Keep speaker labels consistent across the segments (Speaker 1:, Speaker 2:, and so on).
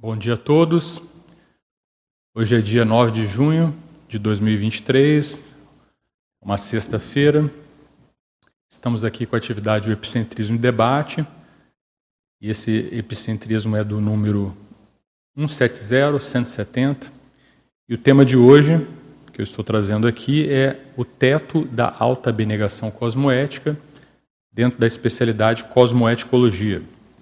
Speaker 1: Bom dia a todos. Hoje é dia 9 de junho de 2023, uma sexta-feira. Estamos aqui com a atividade do Epicentrismo em Debate. E esse epicentrismo é do número 170. E o tema de hoje, que eu estou trazendo aqui, é o teto da alta abnegação cosmoética dentro da especialidade cosmoeticologia.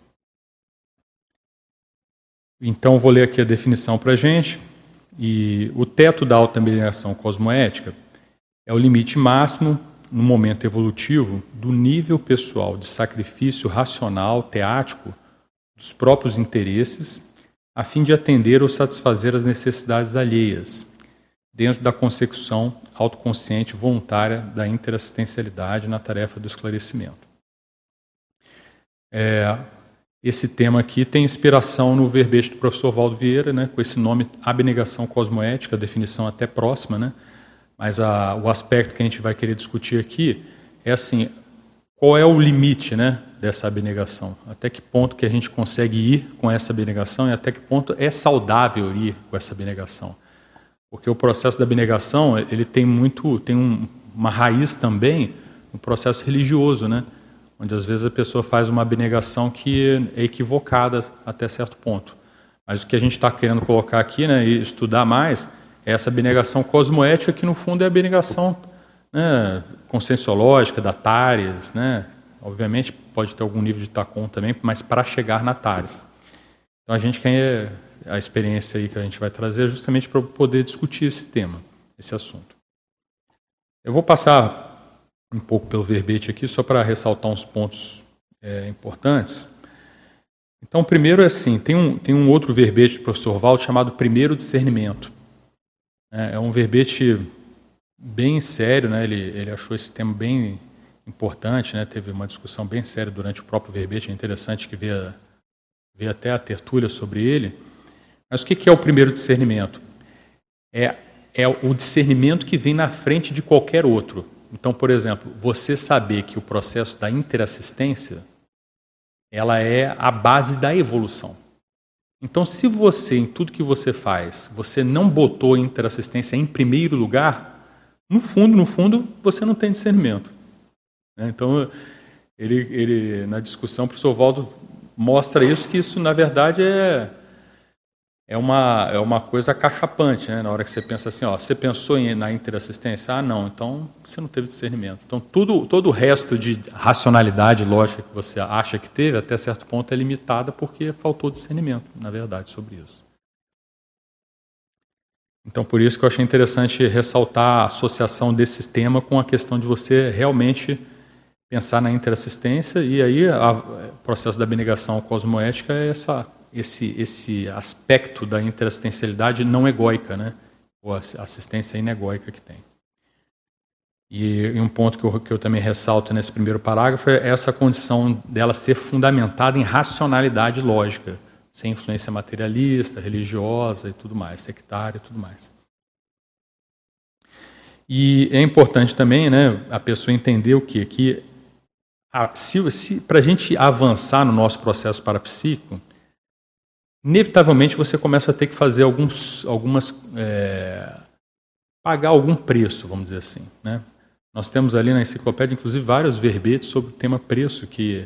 Speaker 1: Então, vou ler aqui a definição para a gente. E o teto da alta abnegação cosmoética é o limite máximo, no momento evolutivo, do nível pessoal de sacrifício racional, teático, dos próprios interesses, a fim de atender ou satisfazer as necessidades alheias, dentro da consecução autoconsciente voluntária da interassistencialidade na tarefa do esclarecimento. Esse tema aqui tem inspiração no verbete do professor Valdo Vieira, né, com esse nome abnegação cosmoética, a definição até próxima, né, mas o aspecto que a gente vai querer discutir aqui é assim, qual é o limite, né, dessa abnegação? Até que ponto que a gente consegue ir com essa abnegação e até que ponto é saudável ir com essa abnegação? Porque o processo da abnegação, ele tem uma raiz também no processo religioso, né? Onde às vezes a pessoa faz uma abnegação que é equivocada até certo ponto. Mas o que a gente está querendo colocar aqui, né, e estudar mais, é essa abnegação cosmoética, que no fundo é a abnegação, né, conscienciológica, da Tares, né? Obviamente pode ter algum nível de Tacon também, mas para chegar na Tares. Então a gente quer a experiência aí que a gente vai trazer justamente para poder discutir esse tema, esse assunto. Eu vou passar um pouco pelo verbete aqui, só para ressaltar uns pontos importantes. Então, primeiro é assim, tem um outro verbete do professor Valdo chamado Primeiro Discernimento. É um verbete bem sério, né? Ele achou esse tema bem importante, né? Teve uma discussão bem séria durante o próprio verbete, é interessante que veio até a tertúlia sobre ele. Mas o que é o primeiro discernimento? É o discernimento que vem na frente de qualquer outro. Então, por exemplo, você saber que o processo da interassistência, ela é a base da evolução. Então, se você, em tudo que você faz, você não botou a interassistência em primeiro lugar, no fundo, você não tem discernimento. Então, ele na discussão, o professor Valdo mostra isso, que isso, na verdade, é uma coisa acachapante, né? Na hora que você pensa assim, você pensou na interassistência? Não, então você não teve discernimento. Então todo o resto de racionalidade lógica que você acha que teve, até certo ponto é limitada porque faltou discernimento, na verdade, sobre isso. Então por isso que eu achei interessante ressaltar a associação desse tema com a questão de você realmente pensar na interassistência, e aí o processo da abnegação cosmoética é esse aspecto da interassistencialidade não egóica, né? Ou a assistência inegóica que tem. E um ponto que eu também ressalto nesse primeiro parágrafo é essa condição dela ser fundamentada em racionalidade lógica, sem influência materialista, religiosa e tudo mais, sectária e tudo mais. E é importante também, né, a pessoa entender o quê? Que para a gente avançar no nosso processo parapsíquico, inevitavelmente você começa a ter que fazer pagar algum preço, vamos dizer assim, né? Nós temos ali na enciclopédia, inclusive, vários verbetes sobre o tema preço que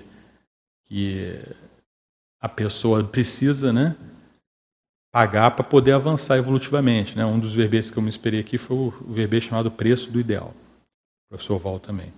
Speaker 1: a pessoa precisa, né, pagar para poder avançar evolutivamente, né? Um dos verbetes que eu me inspirei aqui foi o verbete chamado Preço do Ideal. O professor Val também.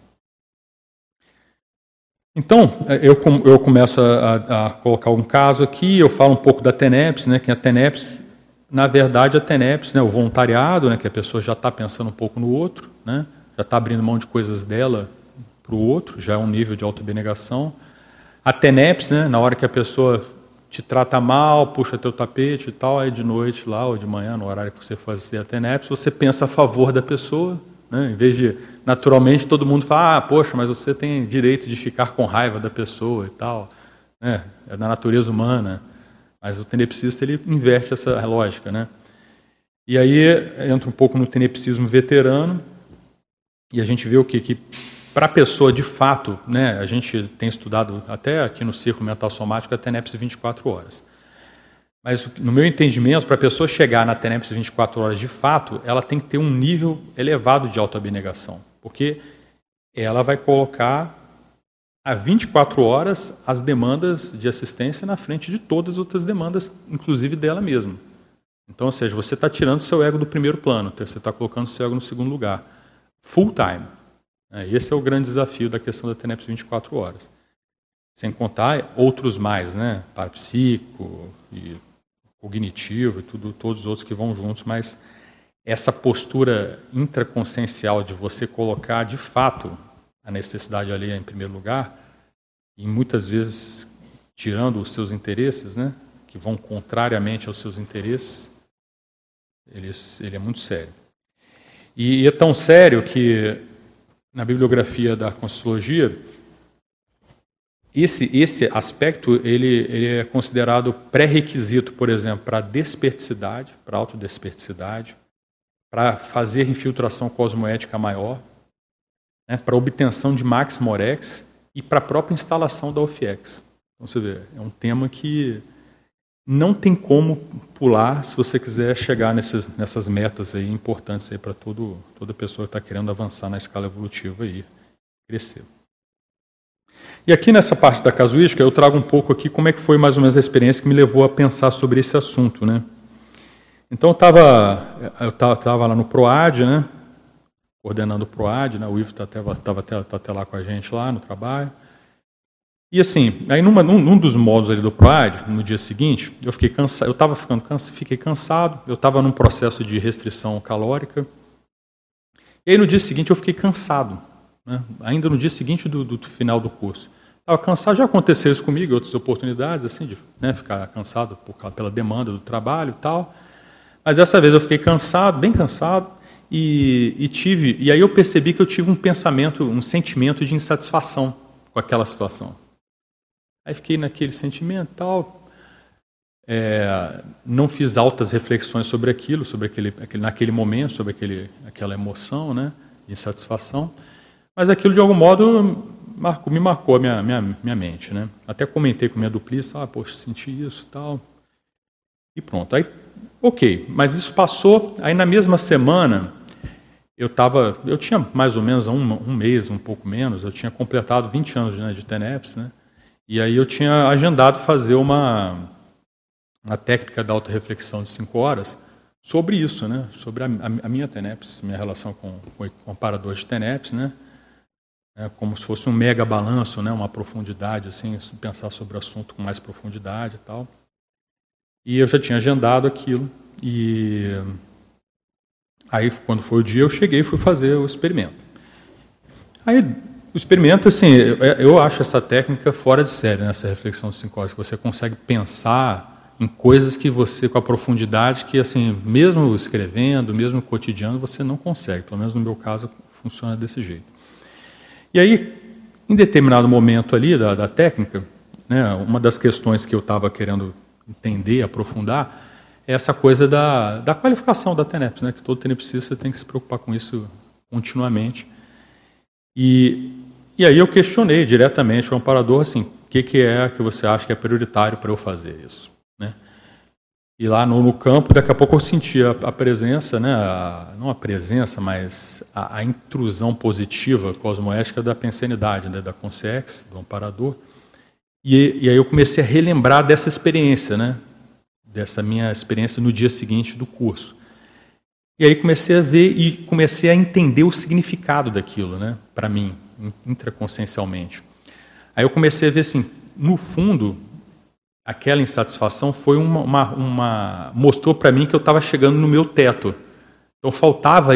Speaker 1: Então, eu começo a colocar um caso aqui, eu falo um pouco da TENEPS, né, que a TENEPS, na verdade, a TENEPS, né, o voluntariado, né, que a pessoa já está pensando um pouco no outro, né, já está abrindo mão de coisas dela para o outro, já é um nível de autoabnegação. A TENEPS, né, na hora que a pessoa te trata mal, puxa teu tapete e tal, aí de noite lá, ou de manhã, no horário que você fazer a TENEPS, você pensa a favor da pessoa, né? Em vez de, naturalmente, todo mundo fala, poxa, mas você tem direito de ficar com raiva da pessoa e tal, né? É da natureza humana. Mas o tenepsista, ele inverte essa lógica, né? E aí entra um pouco no tenepsismo veterano, e a gente vê o quê? Que para a pessoa, de fato, né, a gente tem estudado até aqui no Círculo Mental Somático a TENEPS 24 horas. Mas, no meu entendimento, para a pessoa chegar na TENEPS 24 horas de fato, ela tem que ter um nível elevado de autoabnegação, porque ela vai colocar a 24 horas as demandas de assistência na frente de todas as outras demandas, inclusive dela mesma. Então, ou seja, você está tirando o seu ego do primeiro plano, você está colocando o seu ego no segundo lugar. Full time. Esse é o grande desafio da questão da TENEPS 24 horas. Sem contar outros mais, né? Parapsíquico e cognitivo e todos os outros que vão juntos, mas essa postura intraconsciencial de você colocar de fato a necessidade alheia em primeiro lugar, e muitas vezes tirando os seus interesses, né, que vão contrariamente aos seus interesses, ele é muito sério. E é tão sério que, na bibliografia da Conscienciologia, esse aspecto ele é considerado pré-requisito, por exemplo, para a desperticidade, para a autodesperticidade, para fazer infiltração cosmoética maior, né, para obtenção de Max Morex e para a própria instalação da OFIEX. Então, você vê, é um tema que não tem como pular se você quiser chegar nessas metas aí importantes aí para toda pessoa que está querendo avançar na escala evolutiva e crescer. E aqui nessa parte da casuística eu trago um pouco aqui como é que foi mais ou menos a experiência que me levou a pensar sobre esse assunto, né? Então eu estava lá no PROAD, né? Coordenando o PROAD, né? O Ivo estava até lá com a gente lá no trabalho. E assim, aí num dos módulos ali do PROAD, no dia seguinte, eu fiquei cansado, fiquei cansado, eu estava num processo de restrição calórica. E aí no dia seguinte eu fiquei cansado, né? Ainda no dia seguinte do final do curso. Estava cansado, já aconteceu isso comigo, outras oportunidades, assim, de, né, ficar cansado pela demanda do trabalho e tal. Mas dessa vez eu fiquei cansado, bem cansado, e aí eu percebi que eu tive um sentimento de insatisfação com aquela situação. Aí fiquei naquele sentimento e tal, não fiz altas reflexões sobre aquilo, naquele momento, sobre aquela emoção, né, de insatisfação, mas aquilo de algum modo me marcou a minha mente, né. Até comentei com minha duplista, poxa, senti isso e tal, e pronto. Aí, ok, mas isso passou, aí na mesma semana eu tinha mais ou menos um mês, um pouco menos, eu tinha completado 20 anos, né, de TENEPS, né, e aí eu tinha agendado fazer uma técnica da autorreflexão de 5 horas sobre isso, né, sobre a minha TENEPS, minha relação com o comparador de TENEPS, né, como se fosse um mega balanço, né, uma profundidade, assim, pensar sobre o assunto com mais profundidade e tal. E eu já tinha agendado aquilo, e aí quando foi o dia eu cheguei e fui fazer o experimento. Aí o experimento, assim, eu acho essa técnica fora de série, né, essa reflexão de 5 horas, que você consegue pensar em coisas que você, com a profundidade que, assim, mesmo escrevendo, mesmo cotidiano, você não consegue, pelo menos no meu caso funciona desse jeito. E aí, em determinado momento ali da técnica, né, uma das questões que eu estava querendo entender, aprofundar, é essa coisa da qualificação da TENEPS, né, que todo tenepsista tem que se preocupar com isso continuamente. E aí eu questionei diretamente o amparador, assim, o que é que você acha que é prioritário para eu fazer isso, né? E lá no campo, daqui a pouco eu senti a presença, né, não a presença, mas a intrusão positiva cosmoética da pensenidade, né, da Consciex, do amparador. E aí eu comecei a relembrar dessa experiência, né, dessa minha experiência no dia seguinte do curso. E aí comecei a ver e comecei a entender o significado daquilo, né, para mim, intraconsciencialmente. Aí eu comecei a ver assim, no fundo, aquela insatisfação foi mostrou para mim que eu estava chegando no meu teto. Então faltava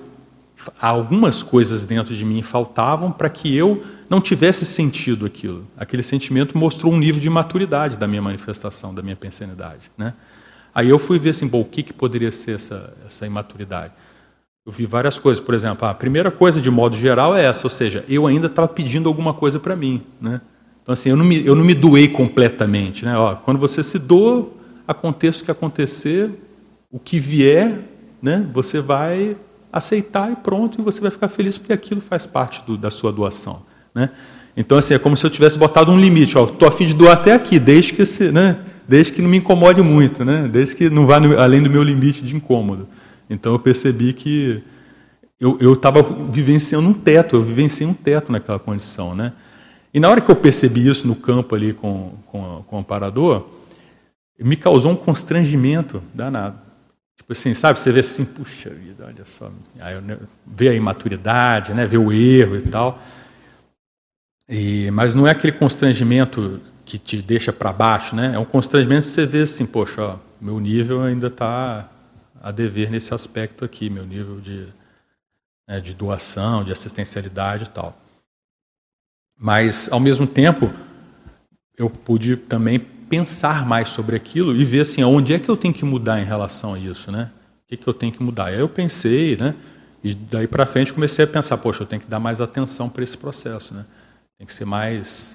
Speaker 1: algumas coisas dentro de mim faltavam para que eu não tivesse sentido aquilo. Aquele sentimento mostrou um nível de maturidade da minha manifestação, da minha pensenidade, né? Aí eu fui ver assim, o que poderia ser essa imaturidade. Eu vi várias coisas, por exemplo, a primeira coisa de modo geral é essa, ou seja, eu ainda estava pedindo alguma coisa para mim, né? Então assim, eu não me doei completamente, né? Quando você se doa, aconteça o que acontecer, o que vier, né? Você vai aceitar e pronto, e você vai ficar feliz porque aquilo faz parte da sua doação, né? Então assim, é como se eu tivesse botado um limite, estou a fim de doar até aqui, desde desde que não me incomode muito, né? Desde que não vá além do meu limite de incômodo. Então eu percebi que eu estava vivenciando um teto, eu vivenciei um teto naquela condição, né? E na hora que eu percebi isso no campo ali com o amparador, me causou um constrangimento danado. Tipo assim, sabe, você vê assim, puxa vida, olha só, aí vê a imaturidade, né, vê o erro e tal, mas não é aquele constrangimento que te deixa para baixo, né, é um constrangimento que você vê assim, poxa, ó, meu nível ainda está a dever nesse aspecto aqui, meu nível de doação, de assistencialidade e tal. Mas, ao mesmo tempo, eu pude também pensar mais sobre aquilo e ver assim, onde é que eu tenho que mudar em relação a isso, né? O que eu tenho que mudar? Aí eu pensei, né? E daí para frente comecei a pensar, poxa, eu tenho que dar mais atenção para esse processo, né? Tem que ser mais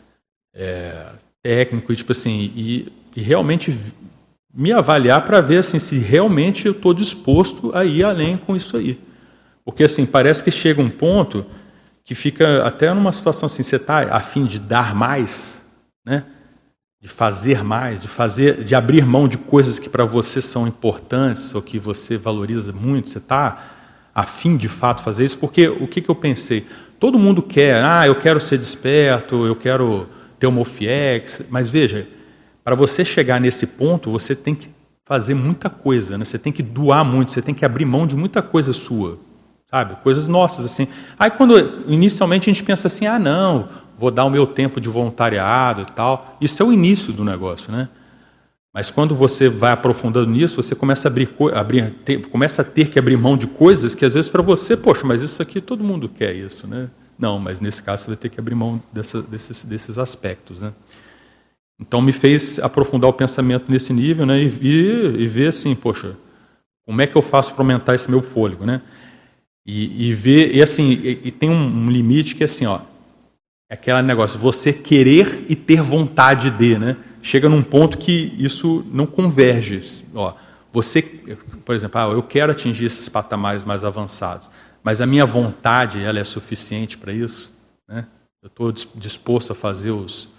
Speaker 1: técnico e tipo assim, e realmente me avaliar para ver assim se realmente eu estou disposto a ir além com isso aí, porque assim parece que chega um ponto que fica até numa situação assim, você está a fim de dar mais, né? De fazer mais, de abrir mão de coisas que para você são importantes ou que você valoriza muito, você está a fim de fato fazer isso, porque o que eu pensei? Todo mundo quer, eu quero ser desperto, eu quero ter uma OFIEX, mas veja, para você chegar nesse ponto, você tem que fazer muita coisa, né? Você tem que doar muito, você tem que abrir mão de muita coisa sua, sabe? Coisas nossas, assim. Aí quando inicialmente a gente pensa assim, não, vou dar o meu tempo de voluntariado e tal. Isso é o início do negócio, né? Mas quando você vai aprofundando nisso, você começa a começa a ter que abrir mão de coisas que às vezes para você, poxa, mas isso aqui todo mundo quer isso, né? Não, mas nesse caso você vai ter que abrir mão desses aspectos, né? Então me fez aprofundar o pensamento nesse nível, né? E ver assim, poxa, como é que eu faço para aumentar esse meu fôlego, né? E ver, e assim, e tem um limite que é assim, ó, é aquele negócio, você querer e ter vontade de, né? Chega num ponto que isso não converge. Ó, você, por exemplo, eu quero atingir esses patamares mais avançados, mas a minha vontade, ela é suficiente para isso, né? Eu estou disposto a fazer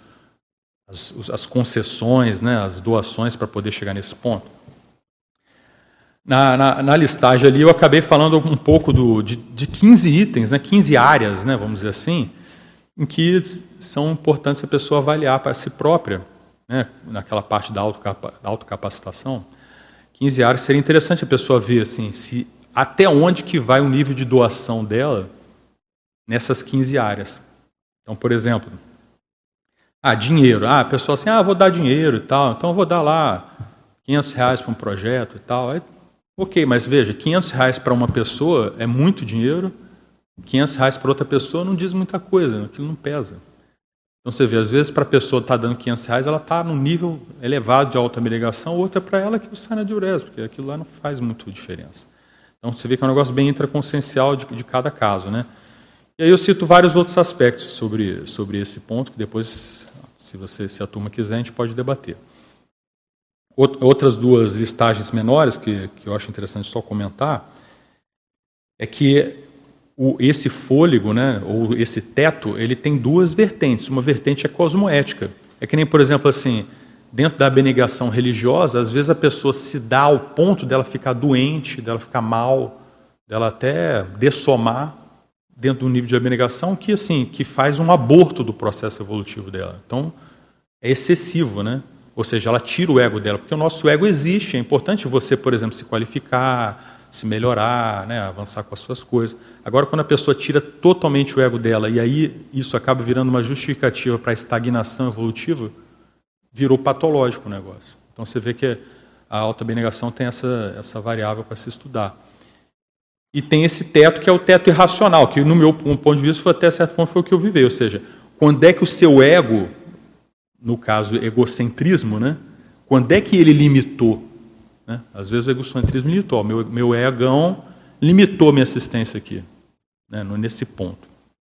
Speaker 1: as concessões, né? As doações para poder chegar nesse ponto. Na listagem ali eu acabei falando um pouco de 15 itens, né? 15 áreas, né? Vamos dizer assim, em que são importantes a pessoa avaliar para si própria, né, naquela parte da autocapacitação. 15 áreas, seria interessante a pessoa ver assim, até onde que vai o nível de doação dela nessas 15 áreas. Então, por exemplo, dinheiro. A pessoa assim, vou dar dinheiro e tal, então eu vou dar lá R$500 para um projeto e tal. Aí, ok, mas veja, R$500 para uma pessoa é muito dinheiro, R$500 para outra pessoa não diz muita coisa, aquilo não pesa. Então você vê, às vezes para a pessoa estar dando R$500, ela está num nível elevado de autoabnegação, outra para ela que sai na diurese, porque aquilo lá não faz muito diferença. Então você vê que é um negócio bem intraconsciencial de cada caso, né? E aí eu cito vários outros aspectos sobre esse ponto, que depois, se a turma quiser, a gente pode debater. Outras duas listagens menores que eu acho interessante só comentar é que esse fôlego, né, ou esse teto, ele tem duas vertentes. Uma vertente é cosmoética. É que nem, por exemplo, assim, dentro da abnegação religiosa, às vezes a pessoa se dá ao ponto dela ficar doente, dela ficar mal, dela até dessomar dentro do nível de abnegação que faz um aborto do processo evolutivo dela. Então, é excessivo, né? Ou seja, ela tira o ego dela, porque o nosso ego existe. É importante você, por exemplo, se qualificar, se melhorar, né, avançar com as suas coisas. Agora, quando a pessoa tira totalmente o ego dela e aí isso acaba virando uma justificativa para a estagnação evolutiva, virou patológico o negócio. Então você vê que a autoabnegação tem essa variável para se estudar. E tem esse teto que é o teto irracional, que no meu ponto de vista, até certo ponto foi o que eu vivi. Ou seja, quando é que o seu ego, no caso egocentrismo, né, quando é que ele limitou? Né? Às vezes o egocentrismo limitou. Meu egão limitou minha assistência aqui, né, nesse ponto.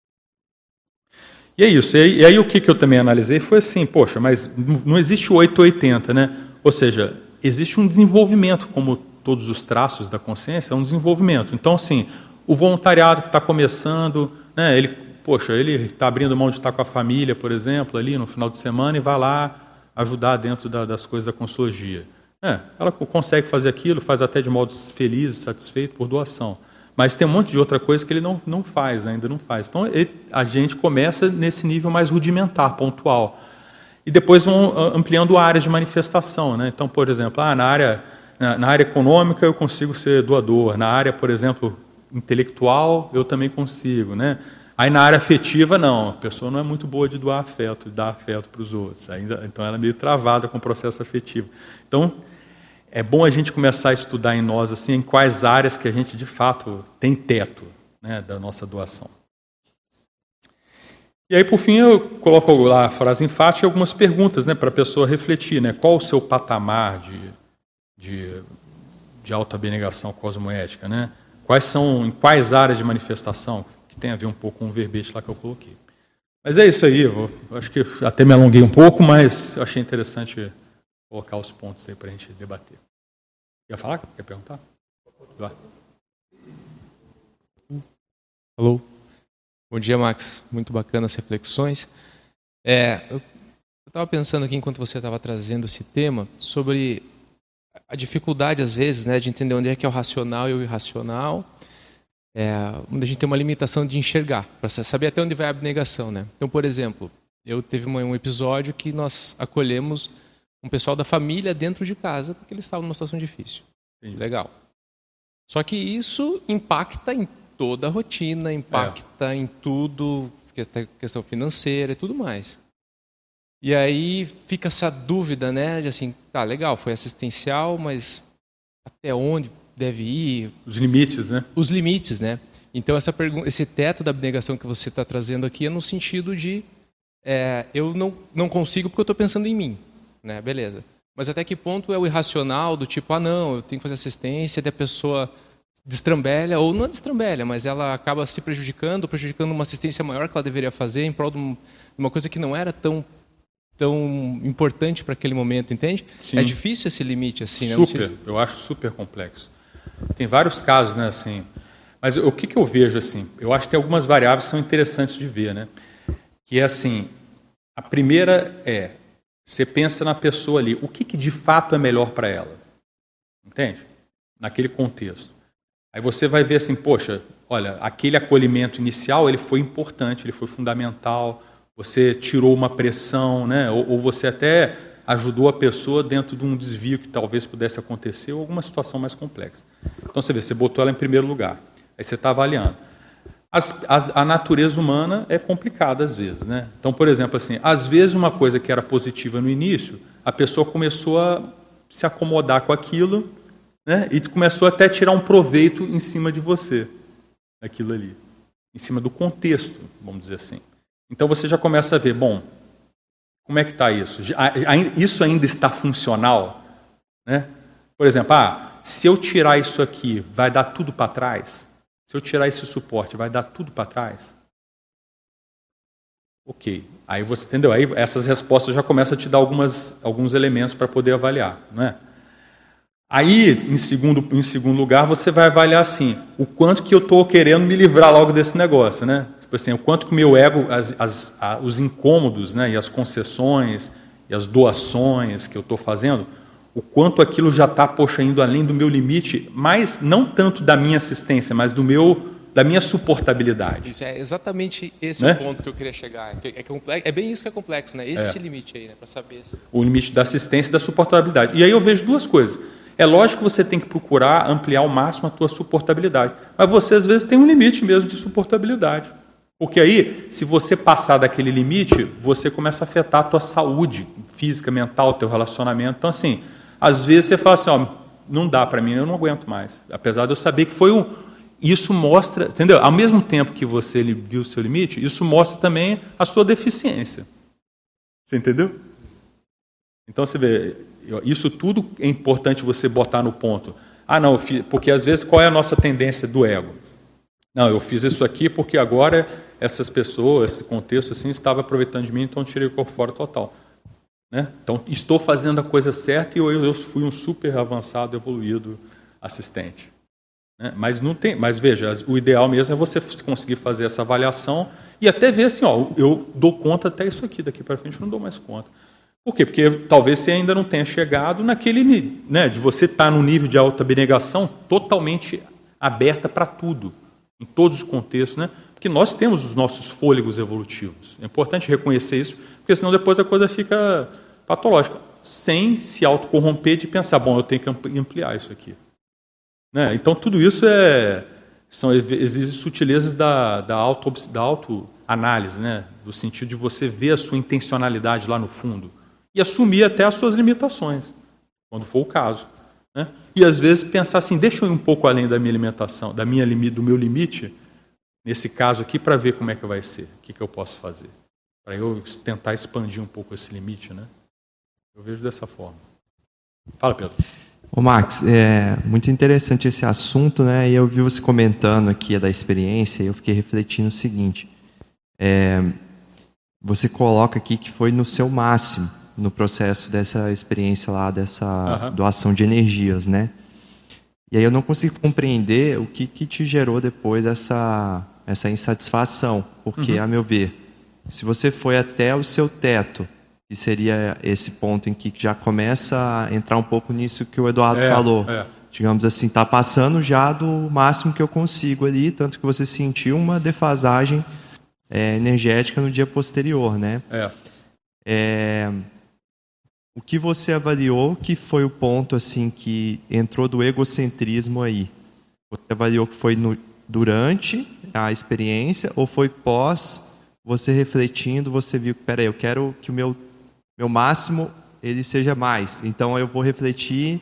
Speaker 1: E é isso. E aí o que eu também analisei foi assim, poxa, mas não existe 880, né? Ou seja, existe um desenvolvimento, como todos os traços da consciência, é um desenvolvimento. Então, assim, o voluntariado que está começando, né, ele está abrindo mão de estar com a família, por exemplo, ali no final de semana e vai lá ajudar dentro das coisas da Consciologia. Ela consegue fazer aquilo, faz até de modo feliz, satisfeito por doação. Mas tem um monte de outra coisa que ele não faz, né, ainda não faz. Então, a gente começa nesse nível mais rudimentar, pontual. E depois vão ampliando áreas de manifestação. Né? Então, por exemplo, na área econômica eu consigo ser doador. Na área, por exemplo, intelectual, eu também consigo. Né? Aí na área afetiva, não. A pessoa não é muito boa de doar afeto, de dar afeto para os outros. Então ela é meio travada com o processo afetivo. Então, é bom a gente começar a estudar em nós assim, em quais áreas que a gente, de fato, tem teto, né, da nossa doação. E aí, por fim, eu coloco lá a frase enfática e algumas perguntas, né, para a pessoa refletir. Né, qual o seu patamar de autoabnegação cosmoética? Né? Em quais áreas de manifestação? Que tem a ver um pouco com o verbete lá que eu coloquei. Mas é isso aí. Eu acho que até me alonguei um pouco, mas eu achei interessante colocar os pontos aí para a gente debater. Quer falar? Quer perguntar? Vai.
Speaker 2: Alô? Bom dia, Max. Muito bacana as reflexões. Eu estava pensando aqui, enquanto você estava trazendo esse tema, sobre a dificuldade, às vezes, né, de entender onde é que é o racional e o irracional, onde a gente tem uma limitação de enxergar, para saber até onde vai a abnegação. Né? Então, por exemplo, eu teve um episódio que nós acolhemos um pessoal da família dentro de casa, porque eles estavam numa situação difícil. Sim. Legal. Só que isso impacta em toda a rotina, impacta em tudo, questão financeira e tudo mais. E aí fica essa dúvida, né, de assim, tá, legal, foi assistencial, mas até onde deve ir?
Speaker 1: Os limites, né?
Speaker 2: Os limites, né? Então esse teto da abnegação que você está trazendo aqui é no sentido de eu não consigo porque eu estou pensando em mim, né? Beleza. Mas até que ponto é o irracional do tipo, não, eu tenho que fazer assistência, daí a pessoa destrambelha, ou não destrambelha, mas ela acaba se prejudicando uma assistência maior que ela deveria fazer em prol de uma coisa que não era tão importante para aquele momento, entende? Sim. É difícil esse limite, assim, né?
Speaker 1: Super, eu acho super complexo. Tem vários casos, né, assim. Mas o que eu vejo, assim? Eu acho que tem algumas variáveis que são interessantes de ver, né? Que é assim, a primeira você pensa na pessoa ali, o que de fato é melhor para ela? Entende? Naquele contexto. Aí você vai ver assim, poxa, olha, aquele acolhimento inicial, ele foi importante, ele foi fundamental, você tirou uma pressão, né? Ou você até ajudou a pessoa dentro de um desvio que talvez pudesse acontecer, ou alguma situação mais complexa. Então você vê, você botou ela em primeiro lugar, aí você está avaliando. A natureza humana é complicada às vezes, né? Então, por exemplo, assim, às vezes uma coisa que era positiva no início, a pessoa começou a se acomodar com aquilo, né? E começou até a tirar um proveito em cima de você, aquilo ali, em cima do contexto, vamos dizer assim. Então você já começa a ver, bom, como é que está isso? Isso ainda está funcional? Né? Por exemplo, se eu tirar isso aqui, vai dar tudo para trás? Se eu tirar esse suporte, vai dar tudo para trás? Ok. Aí você entendeu? Aí essas respostas já começam a te dar alguns elementos para poder avaliar, não é? Aí, em segundo lugar, você vai avaliar assim, o quanto que eu estou querendo me livrar logo desse negócio, né? Tipo assim, o quanto que o meu ego, os incômodos, né, e as concessões, e as doações que eu estou fazendo, o quanto aquilo já está, indo além do meu limite, mas não tanto da minha assistência, mas da minha suportabilidade.
Speaker 2: Isso é exatamente esse, né? O ponto que eu queria chegar. É bem isso que é complexo, né? Esse limite aí, né, para saber.
Speaker 1: O limite da assistência e da suportabilidade. E aí eu vejo duas coisas. É lógico que você tem que procurar ampliar ao máximo a tua suportabilidade. Mas você, às vezes, tem um limite mesmo de suportabilidade. Porque aí, se você passar daquele limite, você começa a afetar a tua saúde física, mental, teu relacionamento. Então, assim, às vezes você fala assim, não dá para mim, eu não aguento mais. Apesar de eu saber que isso mostra, entendeu? Ao mesmo tempo que você viu o seu limite, isso mostra também a sua deficiência. Você entendeu? Então, você vê, isso tudo é importante você botar no ponto. Não, porque às vezes qual é a nossa tendência do ego? Não, eu fiz isso aqui porque agora essas pessoas, esse contexto assim, estava aproveitando de mim, então tirei o corpo fora total. Né? Então, estou fazendo a coisa certa e eu fui um super avançado, evoluído assistente. Né? Mas veja, o ideal mesmo é você conseguir fazer essa avaliação e até ver assim, eu dou conta até isso aqui, daqui para frente eu não dou mais conta. Por quê? Porque talvez você ainda não tenha chegado naquele, né, de você estar num nível de autoabnegação totalmente aberta para tudo, em todos os contextos, né? Porque nós temos os nossos fôlegos evolutivos. É importante reconhecer isso, porque senão depois a coisa fica patológica, sem se autocorromper de pensar, bom, eu tenho que ampliar isso aqui. Né? Então, tudo isso exige sutilezas da autoanálise, né? Do sentido de você ver a sua intencionalidade lá no fundo e assumir até as suas limitações, quando for o caso. Né? E, às vezes, pensar assim, deixa eu ir um pouco além da minha limitação, do meu limite, nesse caso aqui, para ver como é que vai ser, o que eu posso fazer, para eu tentar expandir um pouco esse limite. Né? Eu vejo dessa forma. Fala, Pedro.
Speaker 3: Ô Max, é muito interessante esse assunto, né? E eu vi você comentando aqui da experiência e eu fiquei refletindo o seguinte. Você coloca aqui que foi no seu máximo no processo dessa experiência lá, dessa doação de energias, né? E aí eu não consigo compreender o que te gerou depois essa insatisfação. Porque, a meu ver, se você foi até o seu teto, que seria esse ponto em que já começa a entrar um pouco nisso que o Eduardo falou. Digamos assim, está passando já do máximo que eu consigo ali, tanto que você sentiu uma defasagem energética no dia posterior, né? O que você avaliou que foi o ponto assim que entrou do egocentrismo aí? Você avaliou que foi durante a experiência ou foi pós você refletindo, você viu que, peraí, eu quero que o meu máximo ele seja mais. Então eu vou refletir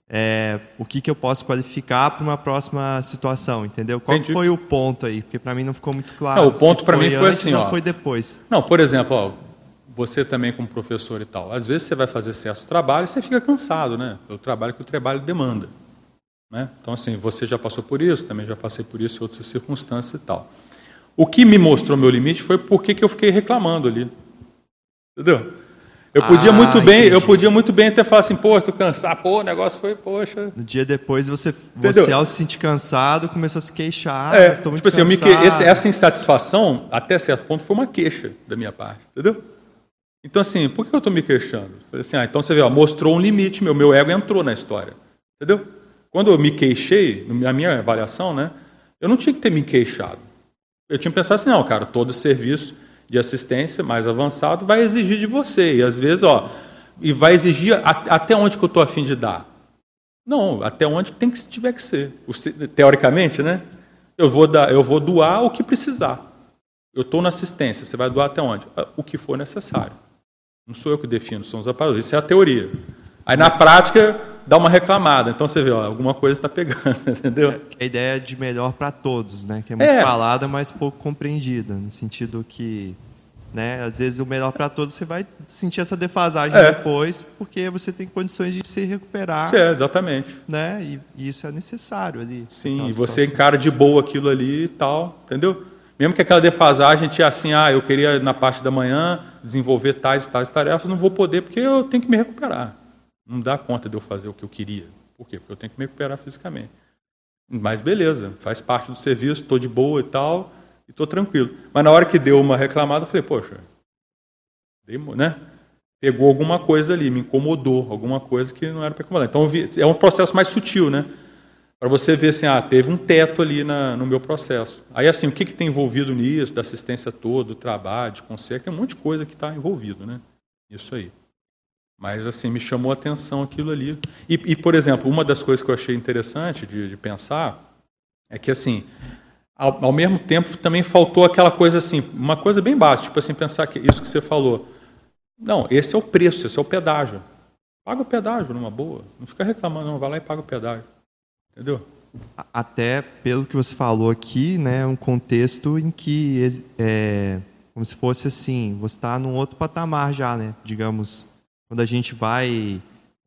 Speaker 3: o que eu posso qualificar para uma próxima situação, entendeu? Qual foi o ponto aí? Porque para mim não ficou muito claro.
Speaker 1: Não, o ponto para mim foi assim,
Speaker 3: ou foi depois?
Speaker 1: Não, por exemplo, você também como professor e tal, às vezes você vai fazer certos trabalhos e você fica cansado, né? Pelo trabalho que o trabalho demanda. Né? Então, assim, você já passou por isso, também já passei por isso em outras circunstâncias e tal. O que me mostrou meu limite foi porque que eu fiquei reclamando ali. Entendeu? Eu podia muito bem até falar assim, pô, estou cansado, pô, o negócio foi, poxa.
Speaker 3: No dia depois, você ao se sentir cansado, começou a se queixar, estou muito cansado.
Speaker 1: Assim, essa insatisfação, até certo ponto, foi uma queixa da minha parte, entendeu? Então, assim, por que eu estou me queixando? Falei assim, então você vê, mostrou um limite, meu ego entrou na história, entendeu? Quando eu me queixei, na minha avaliação, né, eu não tinha que ter me queixado. Eu tinha que pensar assim, não, cara, todo serviço de assistência mais avançado vai exigir de você. E às vezes, e vai exigir até onde que eu estou a fim de dar? Não, até onde tiver que ser. Teoricamente, né? Eu vou doar o que precisar. Eu estou na assistência, você vai doar até onde? O que for necessário. Não sou eu que defino, são os aparelhos. Isso é a teoria. Aí na prática, dá uma reclamada. Então você vê, alguma coisa está pegando, entendeu?
Speaker 3: A ideia de melhor para todos, né? Que é muito falada, mas pouco compreendida. No sentido que, né, às vezes o melhor para todos você vai sentir essa defasagem depois, porque você tem condições de se recuperar.
Speaker 1: Exatamente.
Speaker 3: Né? E isso é necessário ali.
Speaker 1: Sim, e você encara de boa aquilo ali e tal, entendeu? Mesmo que aquela defasagem tinha assim, eu queria na parte da manhã desenvolver tais tarefas, não vou poder porque eu tenho que me recuperar. Não dá conta de eu fazer o que eu queria. Por quê? Porque eu tenho que me recuperar fisicamente. Mas beleza, faz parte do serviço, estou de boa e tal, e estou tranquilo. Mas na hora que deu uma reclamada, eu falei, poxa, né? Pegou alguma coisa ali, me incomodou, alguma coisa que não era para incomodar. Então é um processo mais sutil, né? Para você ver assim, teve um teto ali no meu processo. Aí assim, o que tem envolvido nisso, da assistência toda, do trabalho, de conselho, tem um monte de coisa que está envolvido, né? Isso aí. Mas, assim, me chamou a atenção aquilo ali. E, por exemplo, uma das coisas que eu achei interessante de pensar é que, assim, ao mesmo tempo também faltou aquela coisa assim, uma coisa bem básica, tipo assim, pensar que isso que você falou. Não, esse é o preço, esse é o pedágio. Paga o pedágio numa boa. Não fica reclamando, não. Vai lá e paga o pedágio. Entendeu?
Speaker 3: Até pelo que você falou aqui, né, um contexto em que como se fosse assim, você está num outro patamar já, né? Digamos, quando a gente vai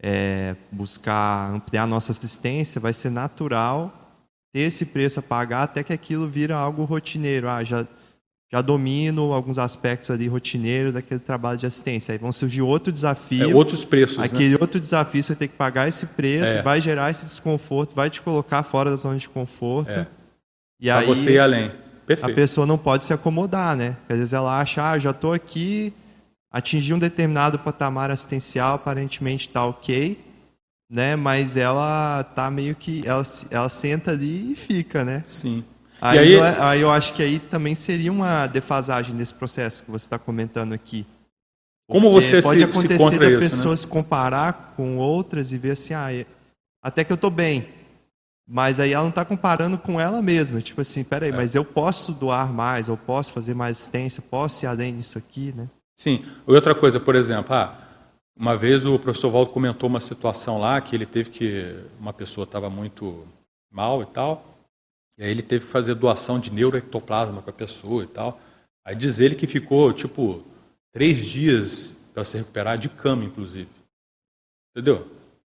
Speaker 3: buscar ampliar nossa assistência, vai ser natural ter esse preço a pagar até que aquilo vira algo rotineiro. Já domino alguns aspectos ali rotineiros daquele trabalho de assistência. Aí vão surgir outro desafio.
Speaker 1: Outros preços,
Speaker 3: aquele outro desafio, você vai ter que pagar esse preço, vai gerar esse desconforto, vai te colocar fora da zona de conforto. E
Speaker 1: aí você ir além. Perfeito.
Speaker 3: A pessoa não pode se acomodar, né? Porque às vezes ela acha, já estou aqui, atingir um determinado patamar assistencial, aparentemente está ok, né? Mas ela tá meio que ela senta ali e fica, né?
Speaker 1: Sim.
Speaker 3: Aí eu acho que aí também seria uma defasagem desse processo que você está comentando aqui.
Speaker 1: Como você
Speaker 3: pode
Speaker 1: se
Speaker 3: acontecer da
Speaker 1: isso,
Speaker 3: pessoa,
Speaker 1: né?
Speaker 3: se comparar com outras e ver assim, até que eu estou bem. Mas aí ela não está comparando com ela mesma. Tipo assim, peraí, mas eu posso doar mais, eu posso fazer mais assistência, posso ir além disso aqui, né?
Speaker 1: Sim. Outra coisa, por exemplo, uma vez o professor Valdo comentou uma situação lá que ele teve uma pessoa estava muito mal e tal, e aí ele teve que fazer doação de neuroectoplasma para a pessoa e tal. Aí diz ele que ficou, 3 dias para se recuperar de cama, inclusive. Entendeu?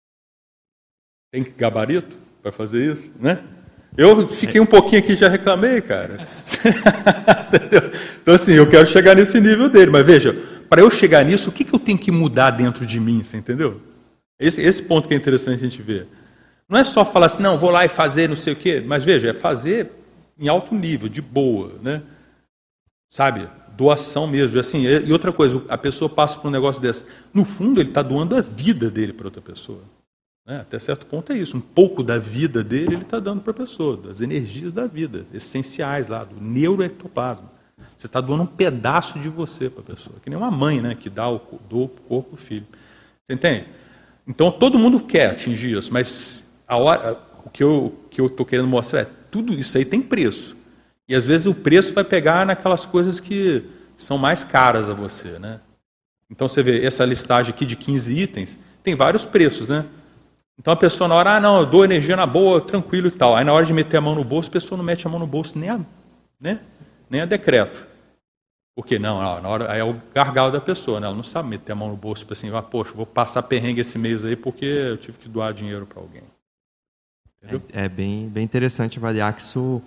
Speaker 1: Tem gabarito para fazer isso, né? Eu fiquei um pouquinho aqui e já reclamei, cara. Entendeu? Então, assim, eu quero chegar nesse nível dele. Mas veja, para eu chegar nisso, o que eu tenho que mudar dentro de mim, você entendeu? Esse ponto que é interessante a gente ver. Não é só falar assim, não, vou lá e fazer não sei o quê. Mas veja, é fazer em alto nível, de boa, né? Sabe? Doação mesmo. Assim, e outra coisa, a pessoa passa por um negócio desse. No fundo, ele está doando a vida dele para outra pessoa. Né? Até certo ponto é isso. Um pouco da vida dele ele está dando para a pessoa, das energias da vida, essenciais lá, do neuroectoplasma. Você está doando um pedaço de você para a pessoa. Que nem uma mãe, né, que dá o corpo para o filho. Você entende? Então, todo mundo quer atingir isso, mas o que eu estou querendo mostrar é tudo isso aí tem preço. E às vezes o preço vai pegar naquelas coisas que são mais caras a você, né? Então você vê essa listagem aqui de 15 itens, tem vários preços, né? Então a pessoa na hora, não, eu dou energia na boa, tranquilo e tal. Aí na hora de meter a mão no bolso, a pessoa não mete a mão no bolso nem a decreto. Porque não, na hora, aí é o gargalo da pessoa, né? Ela não sabe meter a mão no bolso para assim, poxa, vou passar perrengue esse mês aí porque eu tive que doar dinheiro para alguém. Entendeu?
Speaker 3: É bem interessante avaliar que isso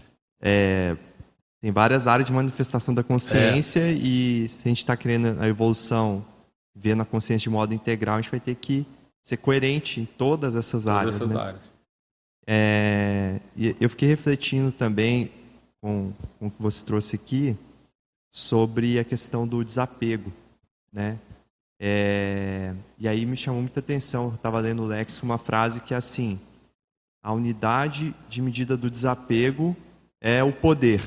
Speaker 3: tem várias áreas de manifestação da consciência e se a gente está querendo a evolução, ver na consciência de modo integral, a gente vai ter que ser coerente em todas essas áreas. E eu fiquei refletindo também com o que você trouxe aqui sobre a questão do desapego, né? E aí me chamou muita atenção, eu estava lendo o Lex, uma frase que é assim: a unidade de medida do desapego é o poder.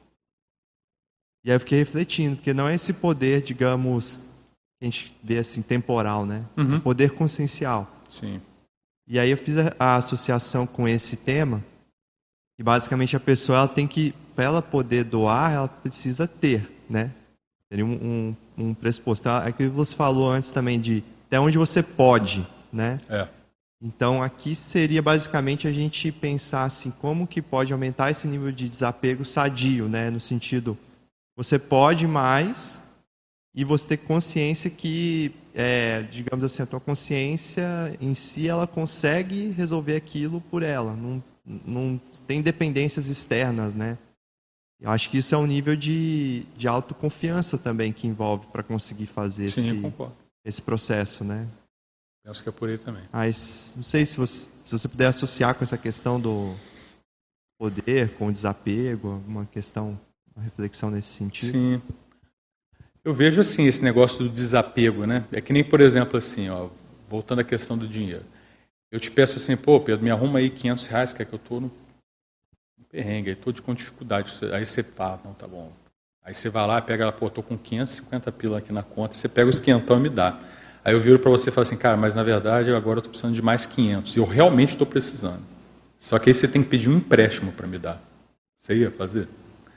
Speaker 3: E aí eu fiquei refletindo, porque não é esse poder, digamos, que a gente vê assim, temporal, né?
Speaker 1: Uhum.
Speaker 3: É poder consciencial.
Speaker 1: Sim.
Speaker 3: E aí eu fiz a associação com esse tema, e basicamente a pessoa ela tem que, para ela poder doar, ela precisa ter, né? Seria um pressuposto. É aquilo que você falou antes também, de até onde você pode, né? Então, aqui seria basicamente a gente pensar assim, como que pode aumentar esse nível de desapego sadio, né? No sentido, você pode mais e você ter consciência que, digamos assim, a tua consciência em si, ela consegue resolver aquilo por ela. Não tem dependências externas, né? Eu acho que isso é um nível de autoconfiança também que envolve para conseguir fazer esse processo, né?
Speaker 1: Penso que é por aí também.
Speaker 3: Mas não sei se você puder associar com essa questão do poder, com o desapego, alguma questão, uma reflexão nesse sentido.
Speaker 1: Sim. Eu vejo assim, esse negócio do desapego, né? É que nem, por exemplo, assim, voltando à questão do dinheiro. Eu te peço assim, pô, Pedro, me arruma aí R$500, que é que eu estou no perrengue, estou com dificuldade. Aí você não, tá bom. Aí você vai lá, pega, pô, estou com 550 pila aqui na conta, você pega os 500 e me dá. Aí eu viro para você e falo assim, cara, mas na verdade agora eu estou precisando de mais 500. E eu realmente estou precisando. Só que aí você tem que pedir um empréstimo para me dar. Você ia fazer?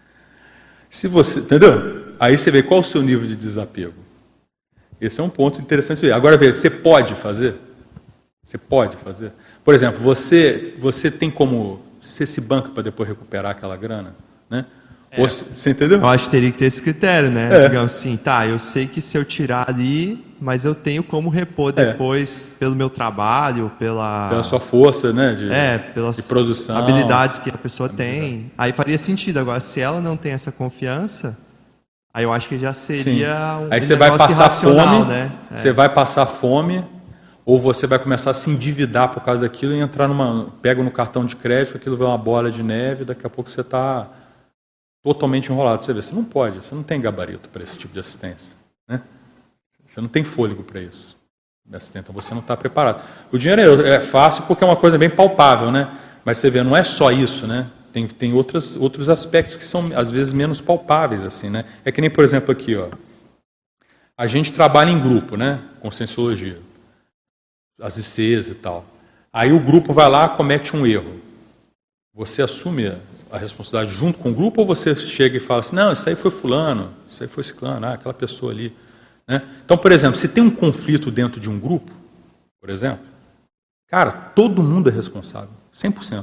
Speaker 1: Se você, entendeu? Aí você vê qual é o seu nível de desapego. Esse é um ponto interessante. Agora, veja, você pode fazer? Você pode fazer? Por exemplo, você tem como... Você se banca para depois recuperar aquela grana? Né? Você entendeu?
Speaker 3: Eu acho que teria que ter esse critério, né? Digamos assim, eu sei que se eu tirar ali, mas eu tenho como repor depois pelo meu trabalho, pela
Speaker 1: sua força, né?
Speaker 3: Pelas
Speaker 1: de produção,
Speaker 3: habilidades que a pessoa tem. Aí faria sentido. Agora, se ela não tem essa confiança, aí eu acho que já seria
Speaker 1: aí você vai passar fome,
Speaker 3: né?
Speaker 1: Você vai passar fome, ou você vai começar a se endividar por causa daquilo e entrar pega no cartão de crédito, aquilo vai uma bola de neve, daqui a pouco você está totalmente enrolado. Você vê, você não pode, você não tem gabarito para esse tipo de assistência, né? Você não tem fôlego para isso. Então você não está preparado. O dinheiro é fácil porque é uma coisa bem palpável, né? Mas você vê, não é só isso, né? Tem outros aspectos que são, às vezes, menos palpáveis, assim, né? É que nem, por exemplo, aqui, ó. A gente trabalha em grupo, né? Conscienciologia. As ICs e tal. Aí o grupo vai lá e comete um erro. Você assume a responsabilidade junto com o grupo ou você chega e fala assim, não, isso aí foi fulano, isso aí foi ciclano, aquela pessoa ali. Né? Então, por exemplo, se tem um conflito dentro de um grupo, por exemplo, cara, todo mundo é responsável, 100%.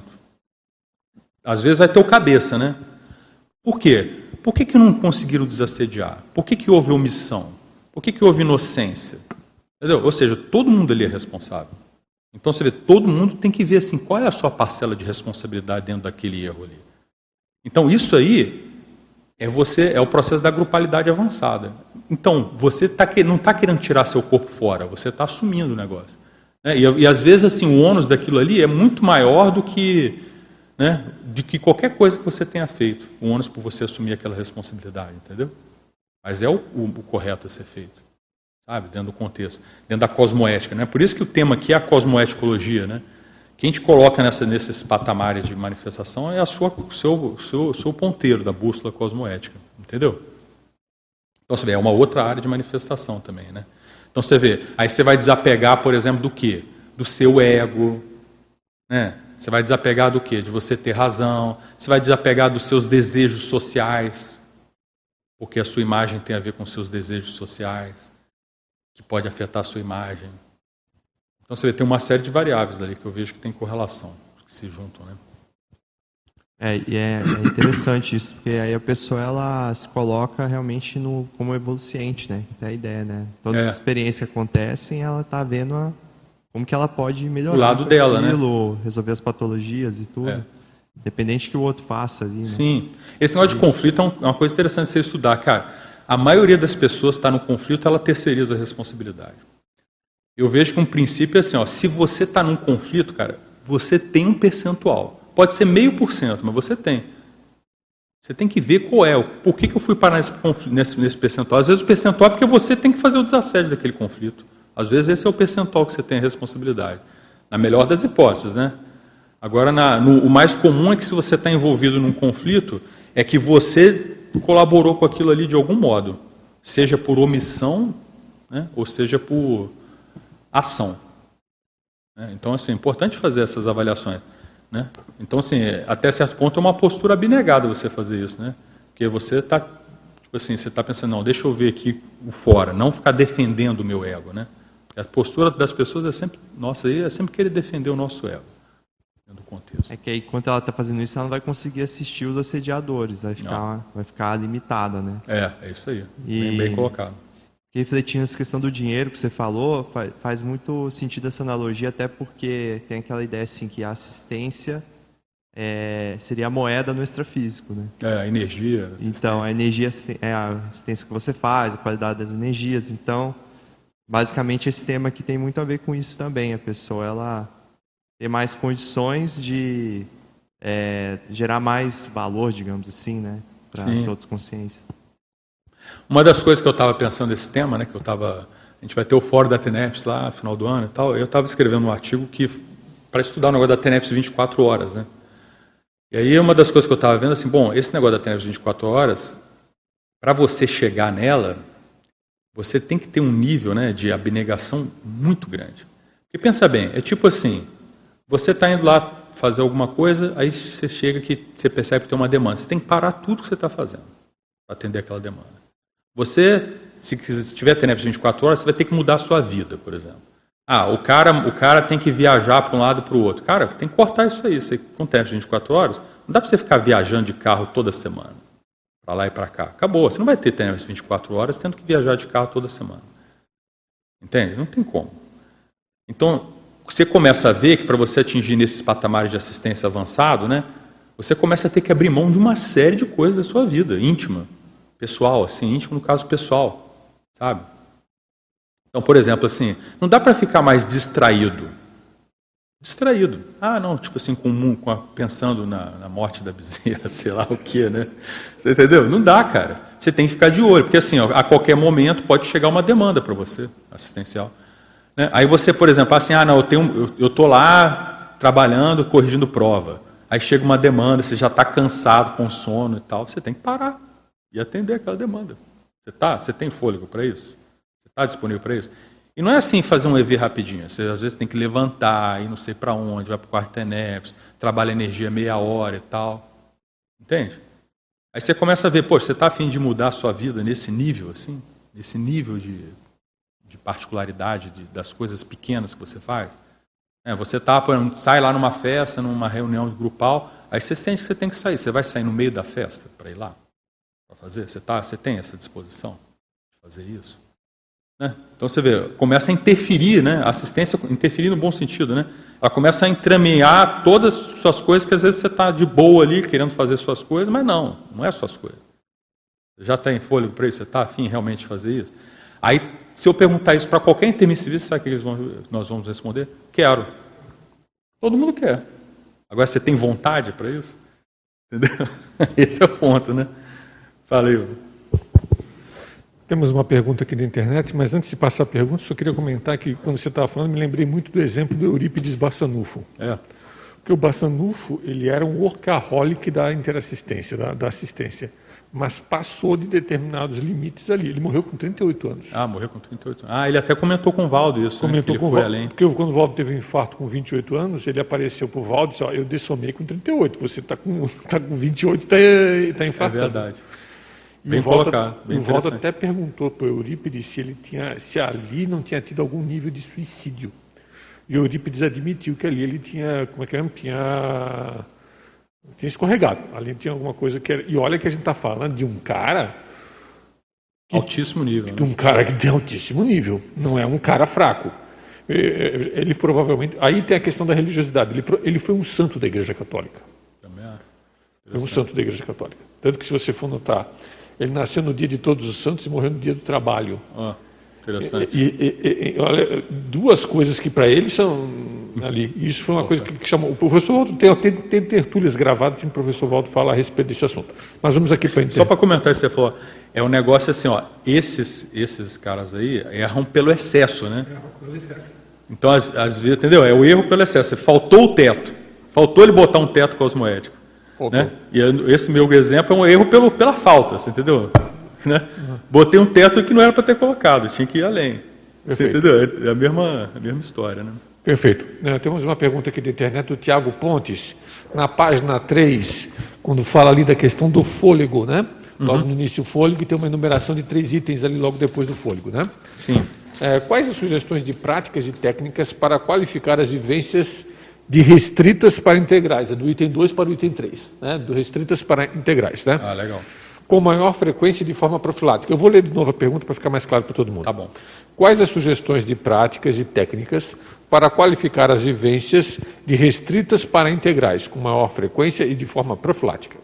Speaker 1: Às vezes vai ter o cabeça, né? Por quê? Por que não conseguiram desassediar? Por que houve omissão? Por que houve inocência? Entendeu? Ou seja, todo mundo ali é responsável. Então, você vê, todo mundo tem que ver assim, qual é a sua parcela de responsabilidade dentro daquele erro ali. Então, isso aí é o processo da grupalidade avançada. Então, você não está querendo tirar seu corpo fora, você está assumindo o negócio. Né? E às vezes, assim, o ônus daquilo ali é muito maior do que, né, de que qualquer coisa que você tenha feito. O ônus por você assumir aquela responsabilidade, entendeu? Mas é o correto a ser feito. Sabe, dentro do contexto, dentro da cosmoética. Né? Por isso que o tema aqui é a cosmoeticologia. Né? Quem te coloca nesses patamares de manifestação é o seu ponteiro da bússola cosmoética. Entendeu? Então, você vê, é uma outra área de manifestação também. Né? Então, você vê, aí você vai desapegar, por exemplo, do quê? Do seu ego. Né? Você vai desapegar do quê? De você ter razão. Você vai desapegar dos seus desejos sociais, porque a sua imagem tem a ver com seus desejos sociais, que pode afetar a sua imagem. Então você vê, tem uma série de variáveis ali que eu vejo que tem correlação, que se juntam, né?
Speaker 3: E é interessante isso, porque aí a pessoa ela se coloca realmente como evoluciente, né? É a ideia, né? Todas as experiências que acontecem, ela está vendo como que ela pode melhorar
Speaker 1: o lado dela, né?
Speaker 3: Resolver as patologias e tudo. Independente que o outro faça ali, né?
Speaker 1: Sim. Esse negócio de conflito é uma coisa interessante de você estudar, cara. A maioria das pessoas que está no conflito, ela terceiriza a responsabilidade. Eu vejo que um princípio é assim, ó, se você está num conflito, cara, você tem um percentual. Pode ser 0,5%, mas você tem. Você tem que ver qual é, por que eu fui parar nesse percentual. Às vezes o percentual é porque você tem que fazer o desassédio daquele conflito. Às vezes esse é o percentual que você tem a responsabilidade. Na melhor das hipóteses, né? Agora, o mais comum é que se você está envolvido num conflito, é que você colaborou com aquilo ali de algum modo, seja por omissão, né, ou seja por ação. Né? Então, assim, é importante fazer essas avaliações. Né? Então, assim, até certo ponto é uma postura abnegada você fazer isso, né? Porque você está, tipo assim, você está pensando, não, deixa eu ver aqui o fora, não ficar defendendo o meu ego, né? A postura das pessoas é sempre, é sempre querer defender o nosso ego. Do contexto.
Speaker 3: É que aí, enquanto ela está fazendo isso, ela não vai conseguir assistir os assediadores, vai ficar limitada, né?
Speaker 1: É isso aí, bem colocado.
Speaker 3: Refletindo essa questão do dinheiro que você falou, faz muito sentido essa analogia, até porque tem aquela ideia assim que a assistência seria a moeda no extrafísico, né?
Speaker 1: A energia.
Speaker 3: Então, a energia é a assistência que você faz, a qualidade das energias. Então, basicamente, esse tema aqui tem muito a ver com isso também. A pessoa, ela ter mais condições de gerar mais valor, digamos assim, né, para as outras consciências.
Speaker 1: Uma das coisas que eu estava pensando nesse tema, né, a gente vai ter o fórum da TENEPS lá no final do ano e tal, eu estava escrevendo um artigo para estudar o negócio da TENEPS 24 horas, né? E aí uma das coisas que eu estava vendo, assim, bom, esse negócio da TENEPS 24 horas, para você chegar nela, você tem que ter um nível, né, de abnegação muito grande. Porque pensa bem, é tipo assim, você está indo lá fazer alguma coisa, aí você chega que você percebe que tem uma demanda. Você tem que parar tudo que você está fazendo para atender aquela demanda. Você, se tiver TENEPS 24 horas, você vai ter que mudar a sua vida, por exemplo. O cara tem que viajar para um lado e para o outro. Cara, tem que cortar isso aí. Você, com TENEPS 24 horas, não dá para você ficar viajando de carro toda semana, para lá e para cá. Acabou. Você não vai ter TENEPS 24 horas tendo que viajar de carro toda semana. Entende? Não tem como. Então, você começa a ver que para você atingir nesses patamares de assistência avançado, né, você começa a ter que abrir mão de uma série de coisas da sua vida, íntima, pessoal, assim, íntimo no caso pessoal, sabe? Então, por exemplo, assim, não dá para ficar mais distraído. Não, tipo assim, pensando na morte da bezerra, sei lá o quê, né? Você entendeu? Não dá, cara. você tem que ficar de olho, porque assim, ó, a qualquer momento pode chegar uma demanda para você, assistencial. Né? Aí você, por exemplo, assim, não, eu estou lá trabalhando, corrigindo prova. Aí chega uma demanda, você já está cansado, com sono e tal, você tem que parar e atender aquela demanda. Você tem fôlego para isso? Você está disponível para isso? E não é assim fazer um EV rapidinho. Você às vezes tem que levantar, ir não sei para onde, vai para o quarto TENEPS, trabalha energia meia hora e tal. Entende? Aí você começa a ver, poxa, você está a fim de mudar a sua vida nesse nível, assim? Nesse nível de particularidade das coisas pequenas que você faz? Você sai lá numa festa, numa reunião grupal, aí você sente que você tem que sair. Você vai sair no meio da festa para ir lá? Para fazer? Você tem essa disposição de fazer isso? Né? Então você vê, começa a interferir, né? A assistência interferir no bom sentido, né? Ela começa a entremear todas as suas coisas, que às vezes você está de boa ali, querendo fazer suas coisas, mas não é suas coisas. Você já está em fôlego para isso? Você está afim realmente de fazer isso? Aí, se eu perguntar isso para qualquer intermissivista, sabe o que nós vamos responder? Quero. Todo mundo quer. Agora, você tem vontade para isso? Entendeu? Esse é o ponto, né? Falei.
Speaker 4: Temos uma pergunta aqui da internet, mas antes de passar a pergunta, só queria comentar que, quando você estava falando, me lembrei muito do exemplo do Eurípides Barçanufo. Porque o Barçanufo, ele era um workaholic da interassistência, da assistência, mas passou de determinados limites ali. Ele morreu com 38 anos.
Speaker 1: Morreu com 38 anos. Ele até comentou com o Valdo isso,
Speaker 4: comentou
Speaker 1: né?
Speaker 4: Com o Valdo, além. Porque quando o Valdo teve um infarto com 28 anos, ele apareceu para o Valdo e disse, eu dessomei com 38, você está com 28 e está infartando.
Speaker 1: É verdade.
Speaker 4: Bem colocado. O Valdo até perguntou para o Eurípides se ali não tinha tido algum nível de suicídio. E o Eurípides admitiu que ali ele tinha, tinha escorregado. Ali tinha alguma coisa que era... E olha que a gente está falando de um cara...
Speaker 1: altíssimo nível.
Speaker 4: De um cara que tem altíssimo nível. Não é um cara fraco. Ele provavelmente... Aí tem a questão da religiosidade. Ele foi um santo da Igreja Católica.
Speaker 1: Também
Speaker 4: foi um santo da Igreja Católica. Tanto que, se você for notar... Ele nasceu no dia de Todos os Santos e morreu no dia do trabalho.
Speaker 1: Interessante.
Speaker 4: Olha, duas coisas que para ele são ali. Isso foi uma coisa que chamou. O professor Valdo tem tertúlias gravadas em que o professor Valdo fala a respeito desse assunto. Mas vamos aqui para entender.
Speaker 1: Só para comentar isso que você falou, é um negócio assim, esses caras aí erram pelo excesso, né? Erram pelo excesso. Então, às vezes, entendeu? É o erro pelo excesso. Faltou o teto. Faltou ele botar um teto cosmoético. Né? E esse meu exemplo é um erro pela falta, você entendeu? Né? Botei um teto que não era para ter colocado, tinha que ir além. Você entendeu? É a mesma história. Né?
Speaker 4: Perfeito. Temos uma pergunta aqui da internet do Tiago Pontes, na página 3, quando fala ali da questão do fôlego, né? Logo no início o fôlego, e tem uma enumeração de 3 itens ali logo depois do fôlego, né?
Speaker 1: Sim.
Speaker 4: Quais as sugestões de práticas e técnicas para qualificar as vivências de restritas para integrais, do item 2 para o item 3, né? Do restritas para integrais, né?
Speaker 1: Legal.
Speaker 4: Com maior frequência e de forma profilática. Eu vou ler de novo a pergunta para ficar mais claro para todo mundo.
Speaker 1: Tá bom.
Speaker 4: Quais as sugestões de práticas e técnicas para qualificar as vivências de restritas para integrais, com maior frequência e de forma profilática?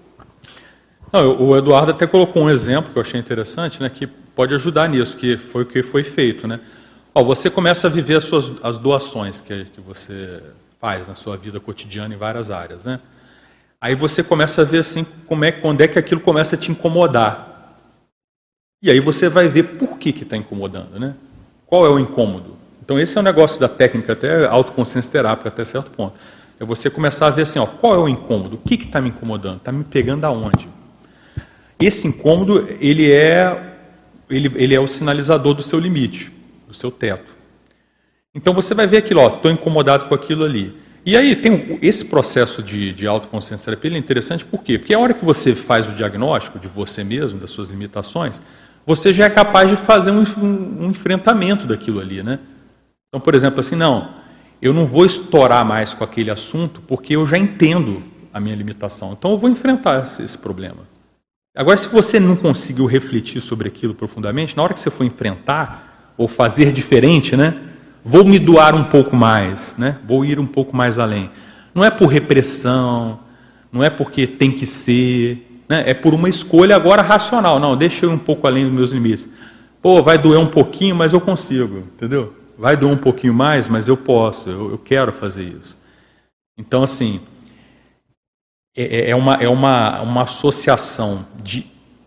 Speaker 1: O Eduardo até colocou um exemplo que eu achei interessante, né, que pode ajudar nisso, que foi o que foi feito, né? Você começa a viver as doações que você faz na sua vida cotidiana em várias áreas, né? Aí você começa a ver assim quando é que aquilo começa a te incomodar. E aí você vai ver por que está incomodando, né? Qual é o incômodo? Então esse é o negócio da técnica, até autoconsciência terápica até certo ponto. É você começar a ver assim, qual é o incômodo? O que está me incomodando? Está me pegando aonde? Esse incômodo, ele é o sinalizador do seu limite, do seu teto. Então você vai ver aquilo, estou incomodado com aquilo ali. E aí tem esse processo de autoconsciência terapia, ele é interessante por quê? Porque a hora que você faz o diagnóstico de você mesmo, das suas limitações, você já é capaz de fazer um enfrentamento daquilo ali, né? Então, por exemplo, assim, eu não vou estourar mais com aquele assunto porque eu já entendo a minha limitação. Então eu vou enfrentar esse problema. Agora, se você não conseguiu refletir sobre aquilo profundamente, na hora que você for enfrentar ou fazer diferente, né? Vou me doar um pouco mais, né? Vou ir um pouco mais além. Não é por repressão, não é porque tem que ser, né? É por uma escolha agora racional. Não, deixa eu ir um pouco além dos meus limites. Vai doer um pouquinho, mas eu consigo, entendeu? Vai doer um pouquinho mais, mas eu posso, eu quero fazer isso. Então, assim, é uma associação de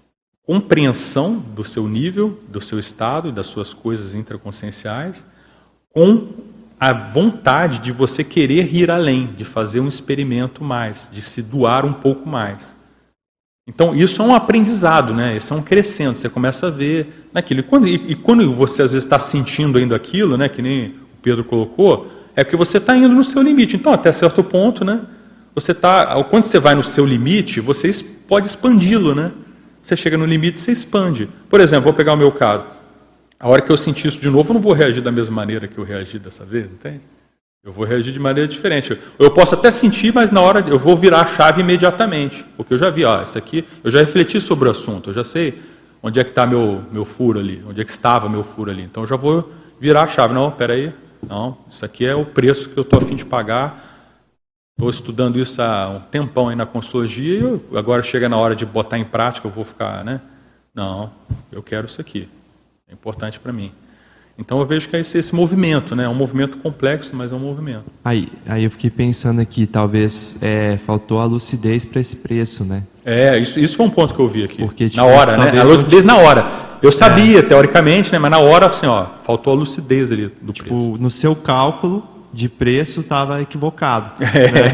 Speaker 1: compreensão do seu nível, do seu estado e das suas coisas intraconscienciais, com a vontade de você querer ir além, de fazer um experimento mais, de se doar um pouco mais. Então, isso é um aprendizado, né? Isso é um crescendo, você começa a ver naquilo. E quando você, às vezes, está sentindo ainda aquilo, né, que nem o Pedro colocou, é porque você está indo no seu limite. Então, até certo ponto, né, quando você vai no seu limite, você pode expandi-lo, né? Você chega no limite, você expande. Por exemplo, vou pegar o meu caso. A hora que eu sentir isso de novo, eu não vou reagir da mesma maneira que eu reagi dessa vez, entende? Eu vou reagir de maneira diferente. Eu posso até sentir, mas na hora eu vou virar a chave imediatamente. Porque eu já vi, isso aqui, eu já refleti sobre o assunto, eu já sei onde é que está meu furo ali, onde é que estava meu furo ali. Então eu já vou virar a chave. Não, peraí, não, isso aqui é o preço que eu estou a fim de pagar. Estou estudando isso há um tempão aí na Consciologia e agora chega na hora de botar em prática, eu vou ficar, né? Não, eu quero isso aqui. É importante para mim. Então eu vejo que é esse movimento, né? É um movimento complexo, mas é um movimento.
Speaker 3: Aí eu fiquei pensando aqui, talvez faltou a lucidez para esse preço, né?
Speaker 1: Isso foi um ponto que eu vi aqui.
Speaker 3: Porque, tipo,
Speaker 1: na hora, né? A lucidez na hora. Eu sabia, teoricamente, né? Mas na hora, assim, faltou a lucidez ali do preço.
Speaker 3: No seu cálculo de preço estava equivocado. Né?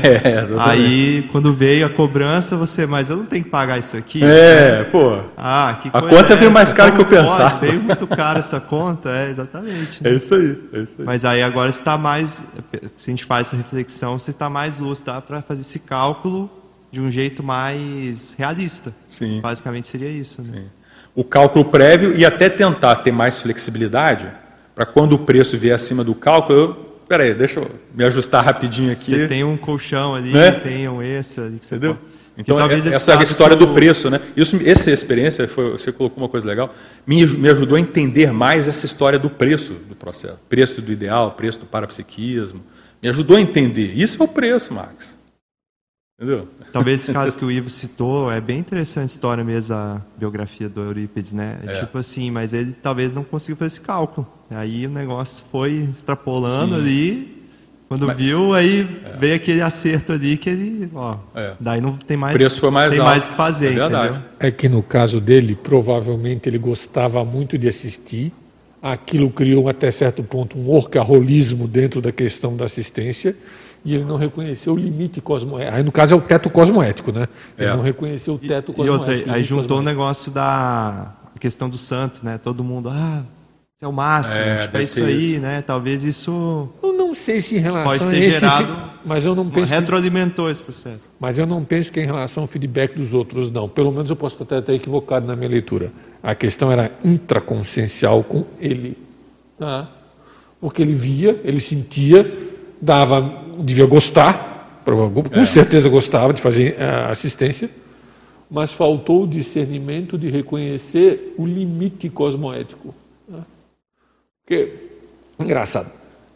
Speaker 3: Aí, quando veio a cobrança, mas eu não tenho que pagar isso aqui?
Speaker 1: Pô.
Speaker 3: Que coisa
Speaker 1: a conta veio mais cara que eu pensava.
Speaker 3: Veio muito caro essa conta, exatamente. Né?
Speaker 1: É isso aí.
Speaker 3: Mas aí agora você está mais, se a gente faz essa reflexão, você está mais lúcido para fazer esse cálculo de um jeito mais realista.
Speaker 1: Sim.
Speaker 3: Basicamente seria isso. Né?
Speaker 1: Sim. O cálculo prévio e até tentar ter mais flexibilidade, para quando o preço vier acima do cálculo, peraí, deixa eu me ajustar rapidinho aqui.
Speaker 3: Você tem um colchão ali, tem um extra ali que você
Speaker 1: entendeu?
Speaker 3: Pode...
Speaker 1: Então, essa é a história do preço, né? Essa experiência, você colocou uma coisa legal, me ajudou a entender mais essa história do preço do processo. Preço do ideal, preço do parapsiquismo. Me ajudou a entender. Isso é o preço, Max. Entendeu?
Speaker 3: Talvez esse caso que o Ivo citou, é bem interessante a história mesmo, a biografia do Eurípides, né? Tipo assim, mas ele talvez não conseguiu fazer esse cálculo. Aí o negócio foi extrapolando ali, viu, aí veio aquele acerto ali que ele, daí não tem mais,
Speaker 1: o preço foi mais
Speaker 3: tem
Speaker 1: alto.
Speaker 3: Mais o que fazer, entendeu?
Speaker 4: É que no caso dele, provavelmente ele gostava muito de assistir, aquilo criou até certo ponto um workaholismo dentro da questão da assistência, e ele não reconheceu o limite cosmoético. Aí, no caso, é o teto cosmoético, né? Ele não reconheceu o teto cosmoético.
Speaker 3: E outra, aí juntou o negócio da questão do santo, né? Todo mundo, é o máximo, é isso aí, né? Talvez isso...
Speaker 4: Eu não sei se em relação
Speaker 3: pode ter gerado...
Speaker 4: Mas eu não penso
Speaker 3: retroalimentou esse processo.
Speaker 4: Mas eu não penso que em relação ao feedback dos outros, não. Pelo menos eu posso estar até equivocado na minha leitura. A questão era intraconsciencial com ele. Tá? Porque ele via, ele sentia, devia gostar, com certeza gostava de fazer assistência, mas faltou o discernimento de reconhecer o limite cosmoético. Tá? Porque, engraçado,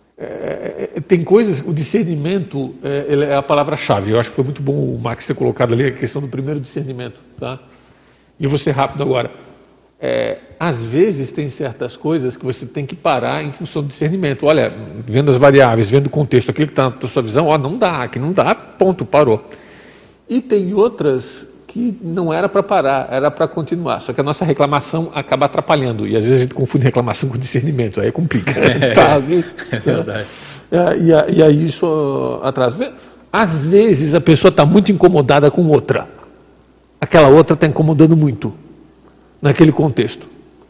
Speaker 4: tem coisas, o discernimento é a palavra-chave. Eu acho que foi muito bom o Max ter colocado ali a questão do primeiro discernimento. Tá? E vou ser rápido agora. Às vezes tem certas coisas que você tem que parar em função do discernimento. Olha, vendo as variáveis, vendo o contexto, aquilo que está na sua visão, não dá, aqui não dá, ponto, parou. E tem outras que não era para parar, era para continuar. Só que a nossa reclamação acaba atrapalhando. E às vezes a gente confunde reclamação com discernimento, aí complica.
Speaker 1: É verdade.
Speaker 4: E aí isso atrasa. Às vezes a pessoa está muito incomodada com outra. Aquela outra está incomodando muito naquele contexto.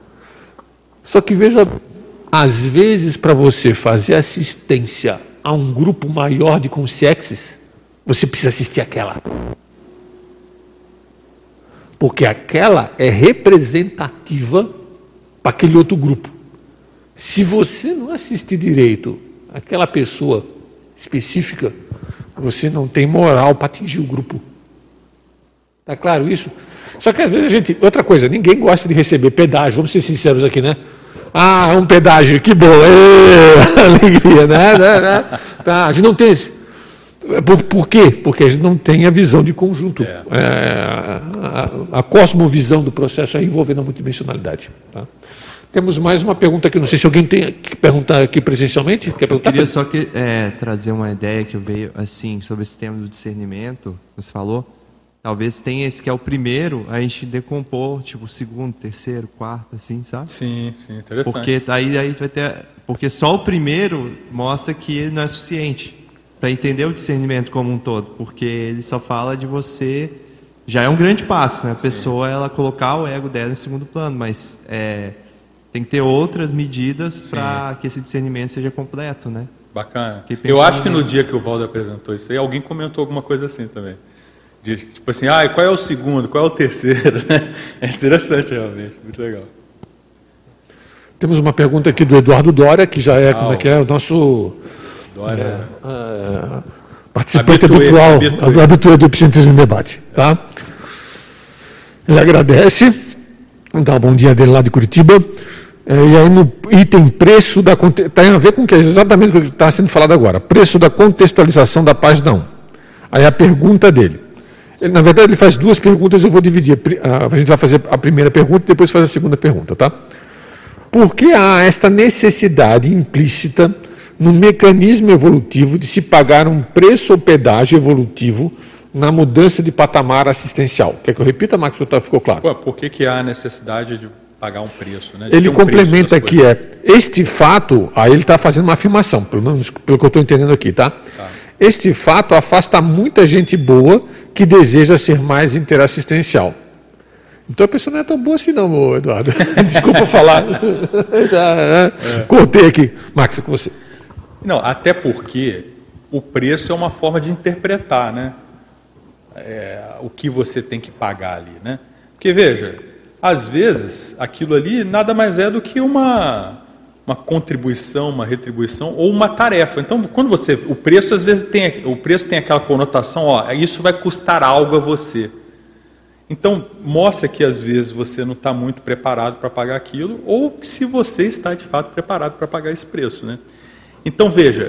Speaker 4: Só que veja, às vezes para você fazer assistência a um grupo maior de consciências, você precisa assistir aquela. Porque aquela é representativa para aquele outro grupo. Se você não assistir direito aquela pessoa específica, você não tem moral para atingir o grupo. Está claro isso? Só que às vezes outra coisa, ninguém gosta de receber pedágio, vamos ser sinceros aqui, né? Um pedágio, que bom, alegria, né? Tá, a gente não tem esse. Por quê? Porque a gente não tem a visão de conjunto. A cosmovisão do processo é envolvendo a multidimensionalidade. Tá? Temos mais uma pergunta aqui, não sei se alguém tem que perguntar aqui presencialmente. Quer perguntar?
Speaker 3: Eu queria só trazer uma ideia que veio assim, sobre esse tema do discernimento, você falou. Talvez tenha esse que é o primeiro, a gente decompor, tipo, segundo, terceiro, quarto, assim, sabe?
Speaker 1: Sim, interessante.
Speaker 3: Porque aí vai ter... Porque só o primeiro mostra que ele não é suficiente para entender o discernimento como um todo, porque ele só fala de você... Já é um grande passo, né? A pessoa, ela colocar o ego dela em segundo plano, mas tem que ter outras medidas para que esse discernimento seja completo, né?
Speaker 1: Bacana. Eu acho que no dia que o Valdo apresentou isso aí, alguém comentou alguma coisa assim também. Tipo assim, qual é o segundo, qual é o terceiro? É interessante realmente, muito legal.
Speaker 4: Temos uma pergunta aqui do Eduardo Dória, que já é, o nosso participante habitual, habitué do Epicentrismo em Debate. Tá? Ele agradece, dá um bom dia dele lá de Curitiba, e aí no item preço da... Tem a ver com exatamente o que está sendo falado agora, preço da contextualização da página 1. Aí a pergunta dele. Na verdade, ele faz duas perguntas, eu vou dividir. A gente vai fazer a primeira pergunta e depois faz a segunda pergunta, tá? Por que há esta necessidade implícita no mecanismo evolutivo de se pagar um preço ou pedágio evolutivo na mudança de patamar assistencial? Quer que eu repita, Max, ou ficou claro?
Speaker 1: Por que há necessidade de pagar um preço? Né?
Speaker 4: Ele complementa aqui, este fato, aí ele está fazendo uma afirmação, pelo menos pelo que eu estou entendendo aqui, tá? Este fato afasta muita gente boa que deseja ser mais interassistencial. Então a pessoa não é tão boa assim não, Eduardo. Desculpa falar. Cortei aqui. Max, com você.
Speaker 1: Não, até porque o preço é uma forma de interpretar, né? O que você tem que pagar ali, né? Porque, veja, às vezes aquilo ali nada mais é do que uma contribuição, uma retribuição ou uma tarefa. Então, quando o preço às vezes tem aquela conotação, isso vai custar algo a você. Então, mostra que às vezes você não está muito preparado para pagar aquilo, ou se você está de fato preparado para pagar esse preço, né? Então, veja,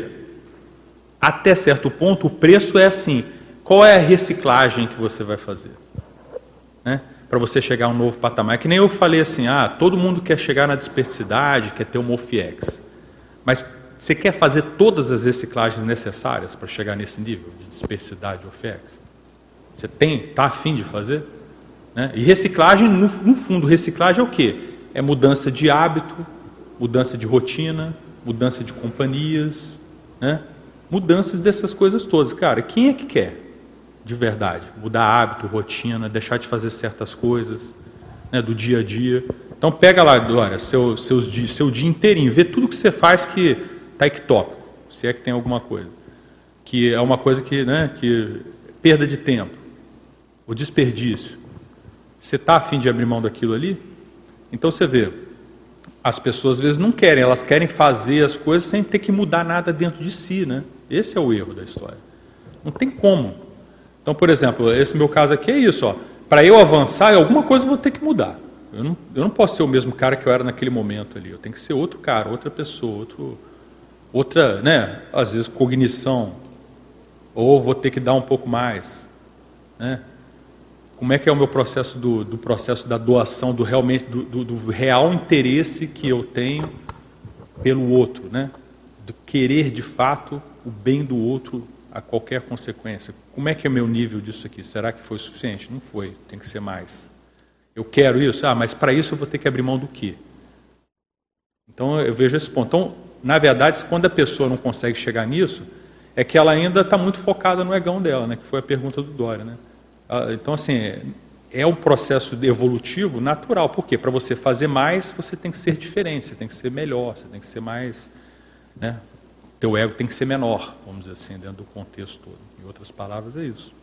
Speaker 1: até certo ponto o preço é assim, qual é a reciclagem que você vai fazer, né? Para você chegar a um novo patamar. Que nem eu falei assim, todo mundo quer chegar na desperticidade, quer ter uma OFIEX. Mas você quer fazer todas as reciclagens necessárias para chegar nesse nível de desperticidade de OFIEX? Você está afim de fazer? Né? E reciclagem, no fundo, reciclagem é o quê? É mudança de hábito, mudança de rotina, mudança de companhias, né? Mudanças dessas coisas todas. Cara, quem é que quer? De verdade, mudar hábito, rotina, deixar de fazer certas coisas, né, do dia a dia. Então pega lá, Glória, seu dia inteirinho, vê tudo que você faz que está ectópico, se é que tem alguma coisa. Que é uma coisa que perda de tempo, o desperdício. Você está a fim de abrir mão daquilo ali? Então você vê, as pessoas às vezes não querem, elas querem fazer as coisas sem ter que mudar nada dentro de si, né? Esse é o erro da história. Não tem como. Então, por exemplo, esse meu caso aqui é isso, para eu avançar, alguma coisa eu vou ter que mudar. Eu não posso ser o mesmo cara que eu era naquele momento ali. Eu tenho que ser outro cara, outra pessoa, outra, né? Às vezes cognição, ou vou ter que dar um pouco mais, né? Como é que é o meu processo do processo da doação, do real interesse que eu tenho pelo outro, né? Do querer de fato o bem do outro a qualquer consequência. Como é que é meu nível disso aqui? Será que foi suficiente? Não foi, tem que ser mais. Eu quero isso? Mas para isso eu vou ter que abrir mão do quê? Então eu vejo esse ponto. Então, na verdade, quando a pessoa não consegue chegar nisso, é que ela ainda está muito focada no egão dela, né? Que foi a pergunta do Dória, né? Então, assim, é um processo evolutivo natural. Por quê? Para você fazer mais, você tem que ser diferente, você tem que ser melhor, você tem que ser mais, né? Teu ego tem que ser menor, vamos dizer assim, dentro do contexto todo. Em outras palavras, é isso.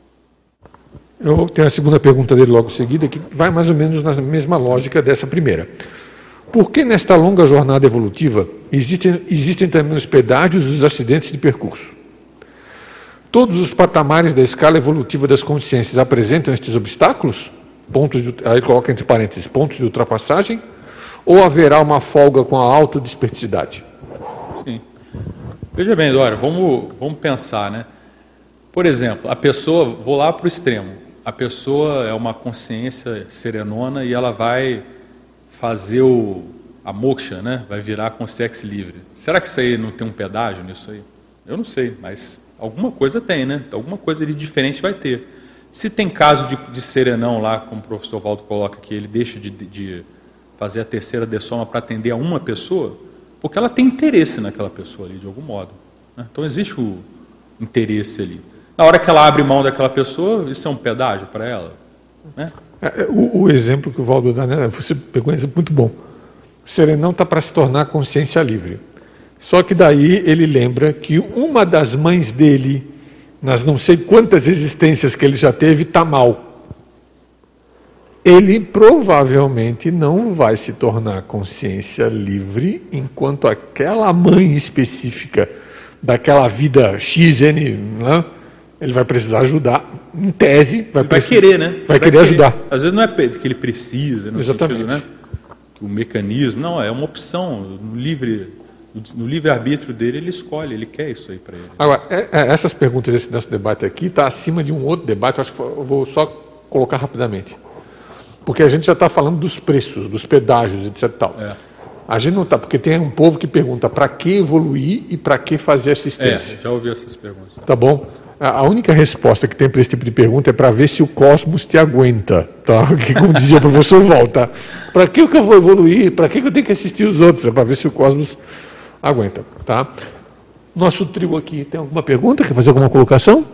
Speaker 4: Eu tenho a segunda pergunta dele logo em seguida, que vai mais ou menos na mesma lógica dessa primeira. Por que nesta longa jornada evolutiva existem também os pedágios e os acidentes de percurso? Todos os patamares da escala evolutiva das consciências apresentam estes obstáculos? Aí coloca entre parênteses, pontos de ultrapassagem? Ou haverá uma folga com a autodesperticidade?
Speaker 1: Sim. Veja bem, Dória, vamos pensar, né? Por exemplo, a pessoa, vou lá para o extremo, a pessoa é uma consciência serenona e ela vai fazer a moksha, né? Vai virar consciência livre. Será que isso aí não tem um pedágio nisso aí? Eu não sei, mas alguma coisa tem, né? Alguma coisa de diferente vai ter. Se tem caso de serenão lá, como o professor Valdo coloca, que ele deixa de fazer a terceira dessoma para atender a uma pessoa, porque ela tem interesse naquela pessoa ali, de algum modo. Né? Então existe o interesse ali. Na hora que ela abre mão daquela pessoa, isso é um pedágio para ela? Né?
Speaker 4: O exemplo que o Valdo dá, né? Você pegou um exemplo muito bom. O serenão está para se tornar consciência livre. Só que daí ele lembra que uma das mães dele, nas não sei quantas existências que ele já teve, está mal. Ele provavelmente não vai se tornar consciência livre enquanto aquela mãe específica daquela vida XN, né, ele vai precisar ajudar, em tese. Vai
Speaker 1: querer, né?
Speaker 4: Vai querer ajudar.
Speaker 1: Às vezes não é que ele precisa, no
Speaker 4: Exatamente.
Speaker 1: sentido, né? O mecanismo, não, é uma opção, no livre-arbítrio dele, ele escolhe, ele quer isso aí para ele.
Speaker 4: Agora, essas perguntas desse nosso debate aqui está acima de um outro debate, eu acho que eu vou só colocar rapidamente. Porque a gente já está falando dos preços, dos pedágios, etc. Tal. A gente não está, porque tem um povo que pergunta para que evoluir e para que fazer assistência.
Speaker 1: Já ouvi essas perguntas.
Speaker 4: Tá bom? A única resposta que tem para esse tipo de pergunta é para ver se o cosmos te aguenta, tá? Que, como dizia o professor Volta, para que eu vou evoluir? Para que eu tenho que assistir os outros? É para ver se o cosmos aguenta, tá? Nosso trio aqui tem alguma pergunta? Quer fazer alguma colocação?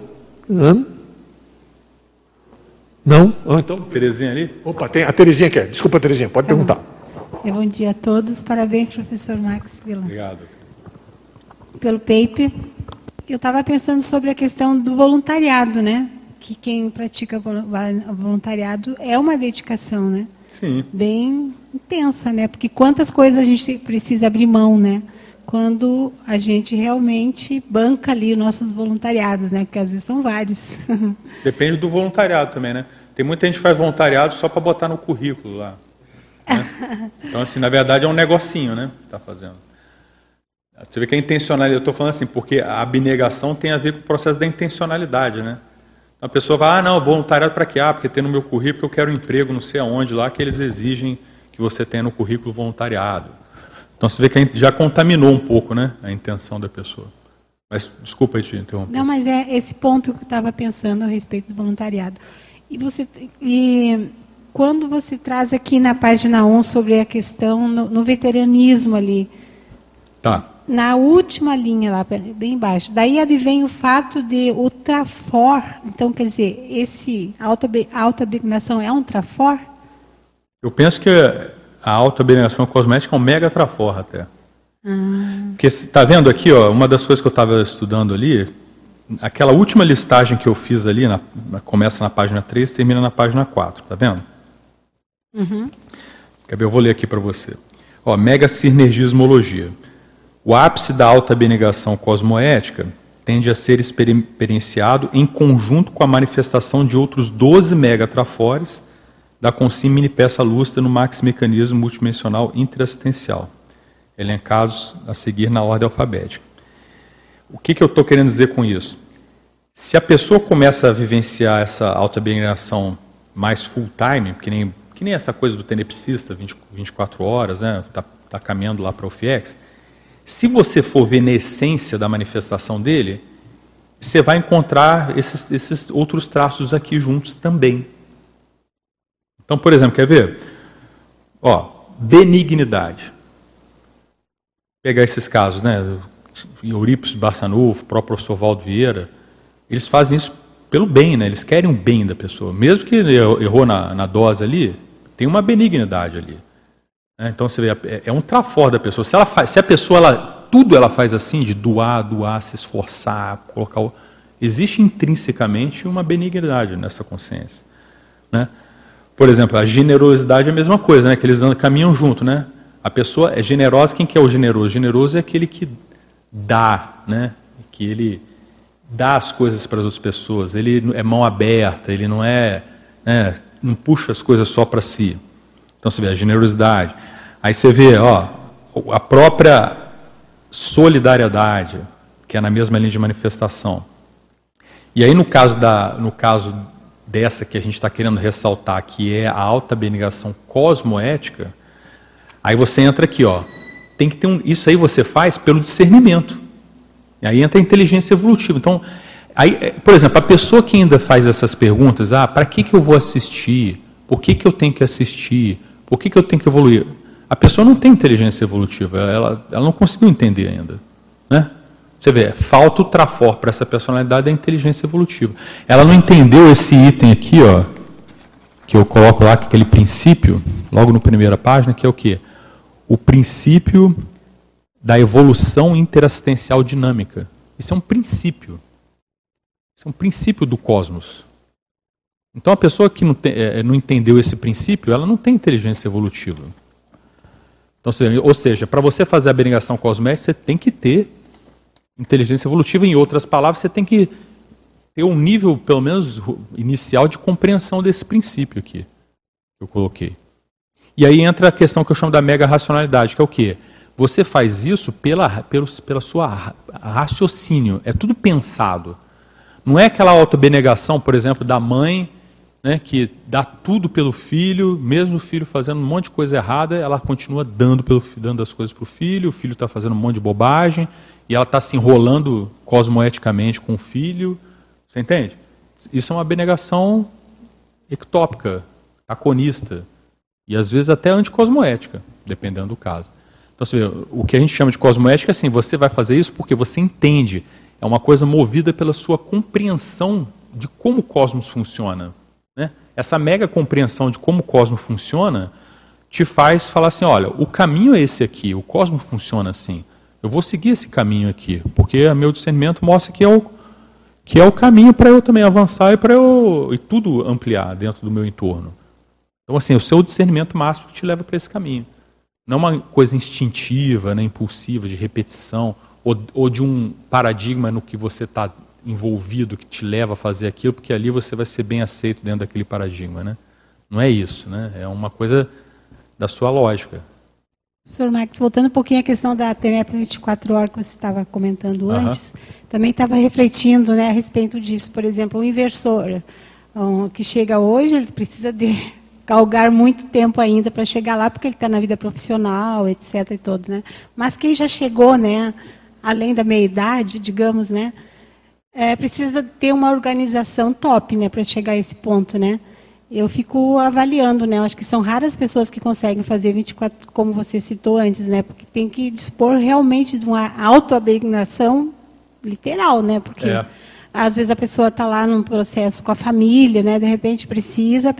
Speaker 4: Não? Então...
Speaker 1: Terezinha ali?
Speaker 4: Opa, tem a Terezinha quer. Desculpa, Terezinha, pode perguntar.
Speaker 5: Bom dia a todos. Parabéns, professor Max Vilan.
Speaker 1: Obrigado.
Speaker 5: Pelo paper. Eu estava pensando sobre a questão do voluntariado, né? Que quem pratica voluntariado é uma dedicação, né?
Speaker 1: Sim.
Speaker 5: Bem intensa, né? Porque quantas coisas a gente precisa abrir mão, né? Quando a gente realmente banca ali os nossos voluntariados, né? Porque às vezes são vários.
Speaker 1: Depende do voluntariado também, né? Tem muita gente que faz voluntariado só para botar no currículo lá. Né? Então, assim, na verdade é um negocinho, né? Que está fazendo. Você vê que a intencionalidade, eu estou falando assim, porque a abnegação tem a ver com o processo da intencionalidade, né? Então a pessoa vai, não, voluntariado para quê? Porque tem no meu currículo, eu quero um emprego não sei aonde lá, que eles exigem que você tenha no currículo voluntariado. Então você vê que já contaminou um pouco, né, a intenção da pessoa. Mas, desculpa aí te interromper.
Speaker 5: Não, mas é esse ponto que eu estava pensando a respeito do voluntariado. E quando você traz aqui na página 1 sobre a questão no veteranismo ali,
Speaker 1: tá.
Speaker 5: Na última linha lá, bem embaixo, daí advém o fato de o trafor, então quer dizer, esse autoabnegação é um trafor?
Speaker 1: Eu penso que a autoabnegação cosmética é um mega trafor até. Porque está vendo aqui, ó, uma das coisas que eu estava estudando ali, aquela última listagem que eu fiz ali, começa na página 3 e termina na página 4, tá vendo?
Speaker 5: Uhum.
Speaker 1: Eu vou ler aqui para você. Ó, mega sinergismologia. O ápice da autoabnegação cosmoética tende a ser experienciado em conjunto com a manifestação de outros 12 megatrafores da consim mini peça lúcida no maximecanismo multidimensional interassistencial, elencados a seguir na ordem alfabética. O que eu estou querendo dizer com isso? Se a pessoa começa a vivenciar essa autoabnegação mais full time, que nem essa coisa do tenepsista, 24 horas, né, tá caminhando lá para o FIEX, se você for ver na essência da manifestação dele, você vai encontrar esses outros traços aqui juntos também. Então, por exemplo, quer ver? Ó, benignidade. Vou pegar esses casos, né? Eurípides Barçanufo, o próprio professor Valdo Vieira, eles fazem isso pelo bem, né? Eles querem o bem da pessoa. Mesmo que ele errou na dose ali, tem uma benignidade ali. Então você vê, é um trafor da pessoa. Se a pessoa, tudo ela faz assim, de doar, se esforçar, colocar... Existe intrinsecamente uma benignidade nessa consciência. Né? Por exemplo, a generosidade é a mesma coisa, né? Que eles caminham junto. Né? A pessoa é generosa, quem que é o generoso? O generoso é aquele que dá, né? Que ele dá as coisas para as outras pessoas, ele é mão aberta, ele não não puxa as coisas só para si. Então você vê a generosidade. Aí você vê, ó, a própria solidariedade, que é na mesma linha de manifestação. E aí no caso dessa que a gente está querendo ressaltar, que é a autoabnegação cosmoética, aí você entra aqui, ó, tem que ter isso aí você faz pelo discernimento. E aí entra a inteligência evolutiva. Então, Aí, por exemplo, a pessoa que ainda faz essas perguntas, para que eu vou assistir? Por que eu tenho que assistir? Por que eu tenho que evoluir? A pessoa não tem inteligência evolutiva, ela não conseguiu entender ainda. Né? Você vê, falta o trafor para essa personalidade da inteligência evolutiva. Ela não entendeu esse item aqui, ó, que eu coloco lá, que é aquele princípio, logo na primeira página, que é o quê? O princípio da evolução interassistencial dinâmica. Isso é um princípio. Isso é um princípio do cosmos. Então, a pessoa que não entendeu esse princípio, ela não tem inteligência evolutiva. Então, ou seja, para você fazer a abnegação cosmética, você tem que ter inteligência evolutiva. Em outras palavras, você tem que ter um nível, pelo menos inicial, de compreensão desse princípio aqui, que eu coloquei. E aí entra a questão que eu chamo da mega racionalidade, que é o quê? Você faz isso pela sua raciocínio, é tudo pensado. Não é aquela autoabnegação, por exemplo, da mãe, né, que dá tudo pelo filho, mesmo o filho fazendo um monte de coisa errada, ela continua dando as coisas para o filho está fazendo um monte de bobagem, e ela está se enrolando cosmoeticamente com o filho. Você entende? Isso é uma abnegação ectópica, aconista, e às vezes até anticosmoética, dependendo do caso. Então, você vê, o que a gente chama de cosmoética é assim, você vai fazer isso porque você entende, é uma coisa movida pela sua compreensão de como o cosmos funciona. Né? Essa mega compreensão de como o cosmos funciona te faz falar assim, olha, o caminho é esse aqui, o cosmos funciona assim. Eu vou seguir esse caminho aqui, porque meu discernimento mostra que é o caminho para eu também avançar e tudo ampliar dentro do meu entorno. Então, assim, o seu discernimento máximo que te leva para esse caminho. Não é uma coisa instintiva, né, impulsiva, de repetição, ou de um paradigma no que você está envolvido, que te leva a fazer aquilo, porque ali você vai ser bem aceito dentro daquele paradigma. Né? Não é isso, né? É uma coisa da sua lógica.
Speaker 5: Professor Max, voltando um pouquinho à questão da TENEPS 24 horas que você estava comentando antes, também estava refletindo, né, a respeito disso. Por exemplo, o inversor que chega hoje, ele precisa galgar muito tempo ainda para chegar lá, porque ele está na vida profissional, etc. e todo, né? Mas quem já chegou, né, além da meia-idade, digamos, né, precisa ter uma organização top, né, para chegar a esse ponto, né? Eu fico avaliando, né? Eu acho que são raras pessoas que conseguem fazer 24, como você citou antes, né? Porque tem que dispor realmente de uma autoabnegação literal, né? Porque às vezes a pessoa está lá num processo com a família, né? De repente precisa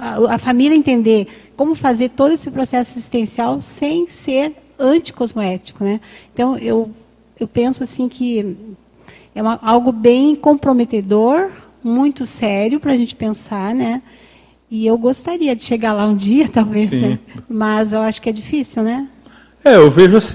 Speaker 5: a família entender como fazer todo esse processo existencial sem ser anticosmoético, né? Então eu penso assim que é algo bem comprometedor, muito sério para a gente pensar, né? E eu gostaria de chegar lá um dia, talvez, né? Mas eu acho que é difícil, né?
Speaker 1: Eu vejo assim,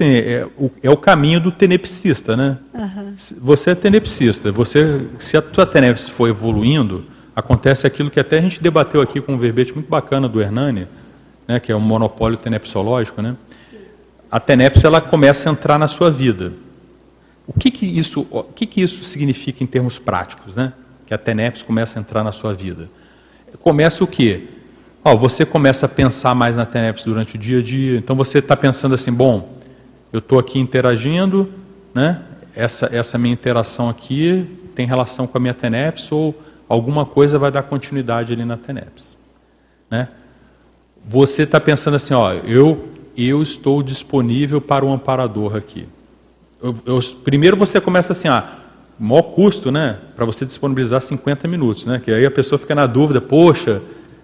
Speaker 1: é o caminho do tenepsista, né? Você é tenepsista, se a tua tenepse for evoluindo, acontece aquilo que até a gente debateu aqui com um verbete muito bacana do Hernani, né, que é o monopólio tenepsológico, né? A tenepse, ela começa a entrar na sua vida. O que isso significa em termos práticos, né? Que a tenepse começa a entrar na sua vida. Começa o quê? Você começa a pensar mais na tenepse durante o dia a dia. Então você está pensando assim, bom, eu estou aqui interagindo, né? Essa minha interação aqui tem relação com a minha tenepse ou alguma coisa vai dar continuidade ali na tenepse. Né? Você está pensando assim, eu estou disponível para um amparador aqui. Primeiro você começa assim, maior custo, né, para você disponibilizar 50 minutos, né, que aí a pessoa fica na dúvida, poxa,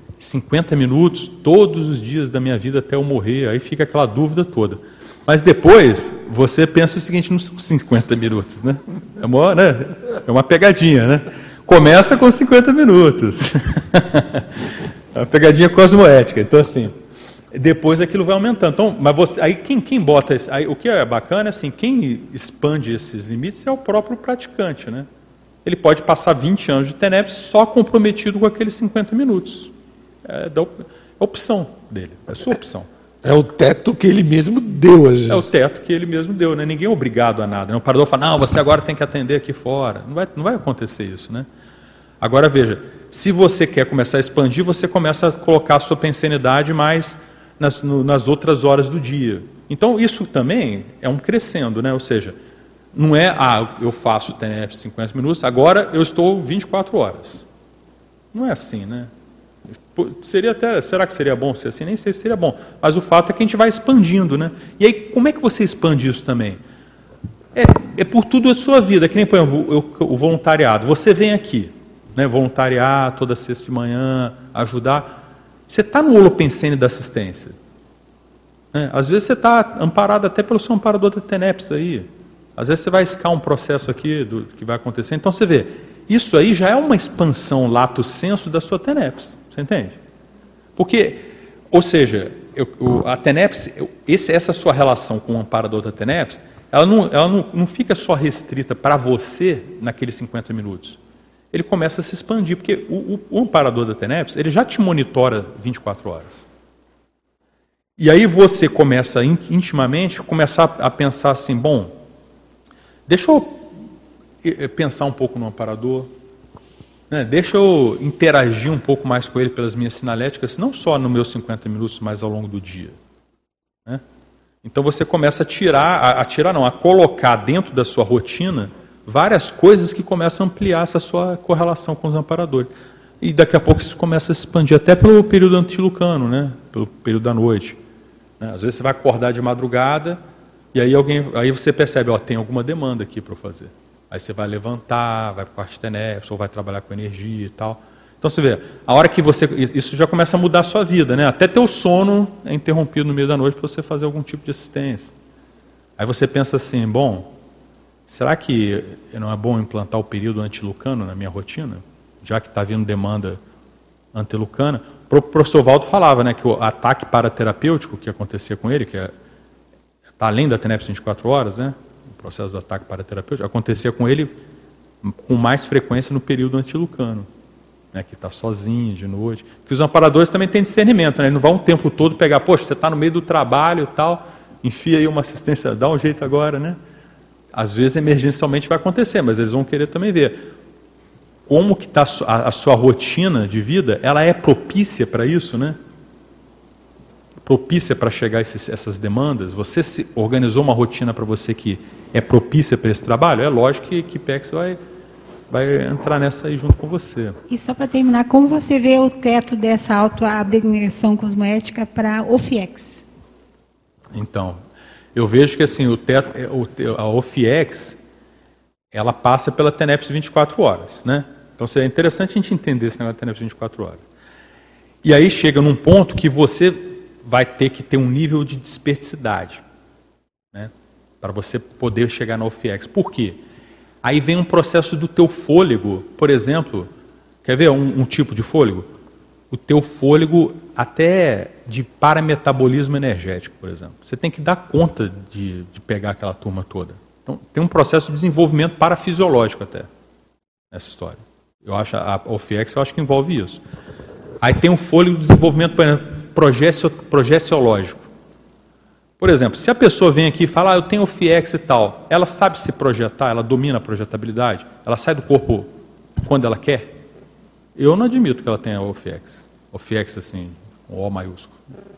Speaker 1: 50 minutos todos os dias da minha vida até eu morrer, aí fica aquela dúvida toda. Mas depois você pensa o seguinte, não são 50 minutos, né, é uma pegadinha, né, começa com 50 minutos, é uma pegadinha cosmoética, então assim, depois aquilo vai aumentando. Então, mas aí quem bota isso, aí, o que é bacana é assim, quem expande esses limites é o próprio praticante, né? Ele pode passar 20 anos de tenepse só comprometido com aqueles 50 minutos. É a opção dele, é a sua opção.
Speaker 4: É o teto que ele mesmo deu.
Speaker 1: É o teto que ele mesmo deu, né? Ninguém é obrigado a nada. Né? O parador fala, não, você agora tem que atender aqui fora. Não vai acontecer isso, né? Agora veja, se você quer começar a expandir, você começa a colocar a sua pensenidade mais nas outras horas do dia. Então, isso também é um crescendo, né? Ou seja, Não é, eu faço TENEPS 50 minutos, agora eu estou 24 horas. Não é assim, né? Será que seria bom ser assim? Nem sei se seria bom. Mas o fato é que a gente vai expandindo, né? E aí, como é que você expande isso também? É por tudo a sua vida, que nem, por exemplo, o voluntariado. Você vem aqui, né, voluntariar toda sexta de manhã, ajudar. Você está no holopensene da assistência. Né? Às vezes você está amparado até pelo seu amparador da TENEPS aí. Às vezes você vai escar um processo aqui do que vai acontecer. Então você vê, isso aí já é uma expansão lato sensu da sua TENEPS. Você entende? Porque, ou seja, a TENEPS, essa sua relação com o amparador da TENEPS, ela não fica só restrita para você naqueles 50 minutos. Ele começa a se expandir, porque o amparador da TENEPS, ele já te monitora 24 horas. E aí você começa intimamente a pensar assim, bom, deixa eu pensar um pouco no amparador, né? Deixa eu interagir um pouco mais com ele pelas minhas sinaléticas, não só nos meus 50 minutos, mas ao longo do dia. Né? Então você começa a colocar dentro da sua rotina várias coisas que começam a ampliar essa sua correlação com os amparadores. E daqui a pouco isso começa a se expandir até pelo período antilucano, né? Pelo período da noite. Né? Às vezes você vai acordar de madrugada e aí você percebe, tem alguma demanda aqui para eu fazer. Aí você vai levantar, vai para o quarto de TENEPS, ou vai trabalhar com energia e tal. Então você vê, a hora que isso já começa a mudar a sua vida, né? Até teu sono é interrompido no meio da noite para você fazer algum tipo de assistência. Aí você pensa assim, bom, será que não é bom implantar o período antilucano na minha rotina? Já que está vindo demanda antilucana. O professor Valdo falava, né, que o ataque paraterapêutico que acontecia com ele, que está além da TENEPS 24 horas, né? O processo do ataque paraterapêutico, acontecia com ele com mais frequência no período antilucano, né, que está sozinho de noite. Que os amparadores também têm discernimento, né? Ele não vai um tempo todo pegar, poxa, você está no meio do trabalho e tal, enfia aí uma assistência, dá um jeito agora, né? Às vezes emergencialmente vai acontecer, mas eles vão querer também ver como que está a sua rotina de vida, ela é propícia para isso, né? Propícia para chegar a essas demandas. Você se organizou uma rotina para você que é propícia para esse trabalho? É lógico que PEX vai entrar nessa aí junto com você.
Speaker 5: E só para terminar, como você vê o teto dessa autoabnegação cosmoética para OFIEX?
Speaker 1: Então, eu vejo que assim, a OFIEX, ela passa pela TENEPS 24 horas, né? Então é interessante a gente entender esse negócio da TENEPS 24 horas. E aí chega num ponto que você vai ter que ter um nível de desperticidade, né? Para você poder chegar na OFIEX. Por quê? Aí vem um processo do teu fôlego, por exemplo, quer ver um tipo de fôlego? O teu fôlego até de parametabolismo energético, por exemplo. Você tem que dar conta de pegar aquela turma toda. Então, tem um processo de desenvolvimento parafisiológico até nessa história. Eu acho a OFIEX, eu acho que envolve isso. Aí tem um fôlego de desenvolvimento, por exemplo, progestiológico. Por exemplo, se a pessoa vem aqui e fala, eu tenho OFIEX e tal, ela sabe se projetar, ela domina a projetabilidade, ela sai do corpo quando ela quer? Eu não admito que ela tenha OFIEX. OFIEX, assim, com O maiúsculo.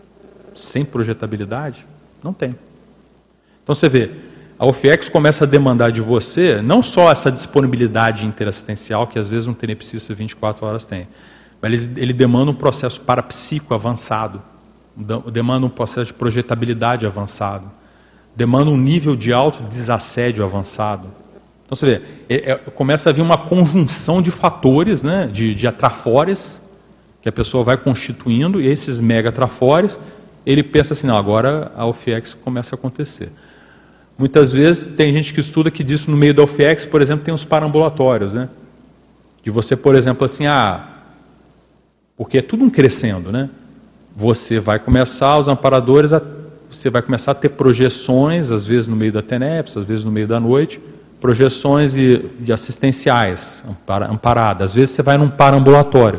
Speaker 1: Sem projetabilidade, não tem. Então você vê, a OFIEX começa a demandar de você não só essa disponibilidade interassistencial, que às vezes um tenepsista 24 horas tem, mas ele demanda um processo parapsíquico avançado, demanda um processo de projetabilidade avançado, demanda um nível de autodesassédio avançado. Então você vê, começa a vir uma conjunção de fatores, né, de atrafores, que a pessoa vai constituindo, e esses mega-atrafores, ele pensa assim, não, agora a OFIEX começa a acontecer. Muitas vezes tem gente que estuda que diz no meio da OFIEX, por exemplo, tem os parambulatórios, né? De você, por exemplo, assim, porque é tudo um crescendo, né? Você vai começar, os amparadores, você vai começar a ter projeções, às vezes no meio da TENEPS, às vezes no meio da noite, projeções de assistenciais, amparadas. Às vezes você vai num parambulatório,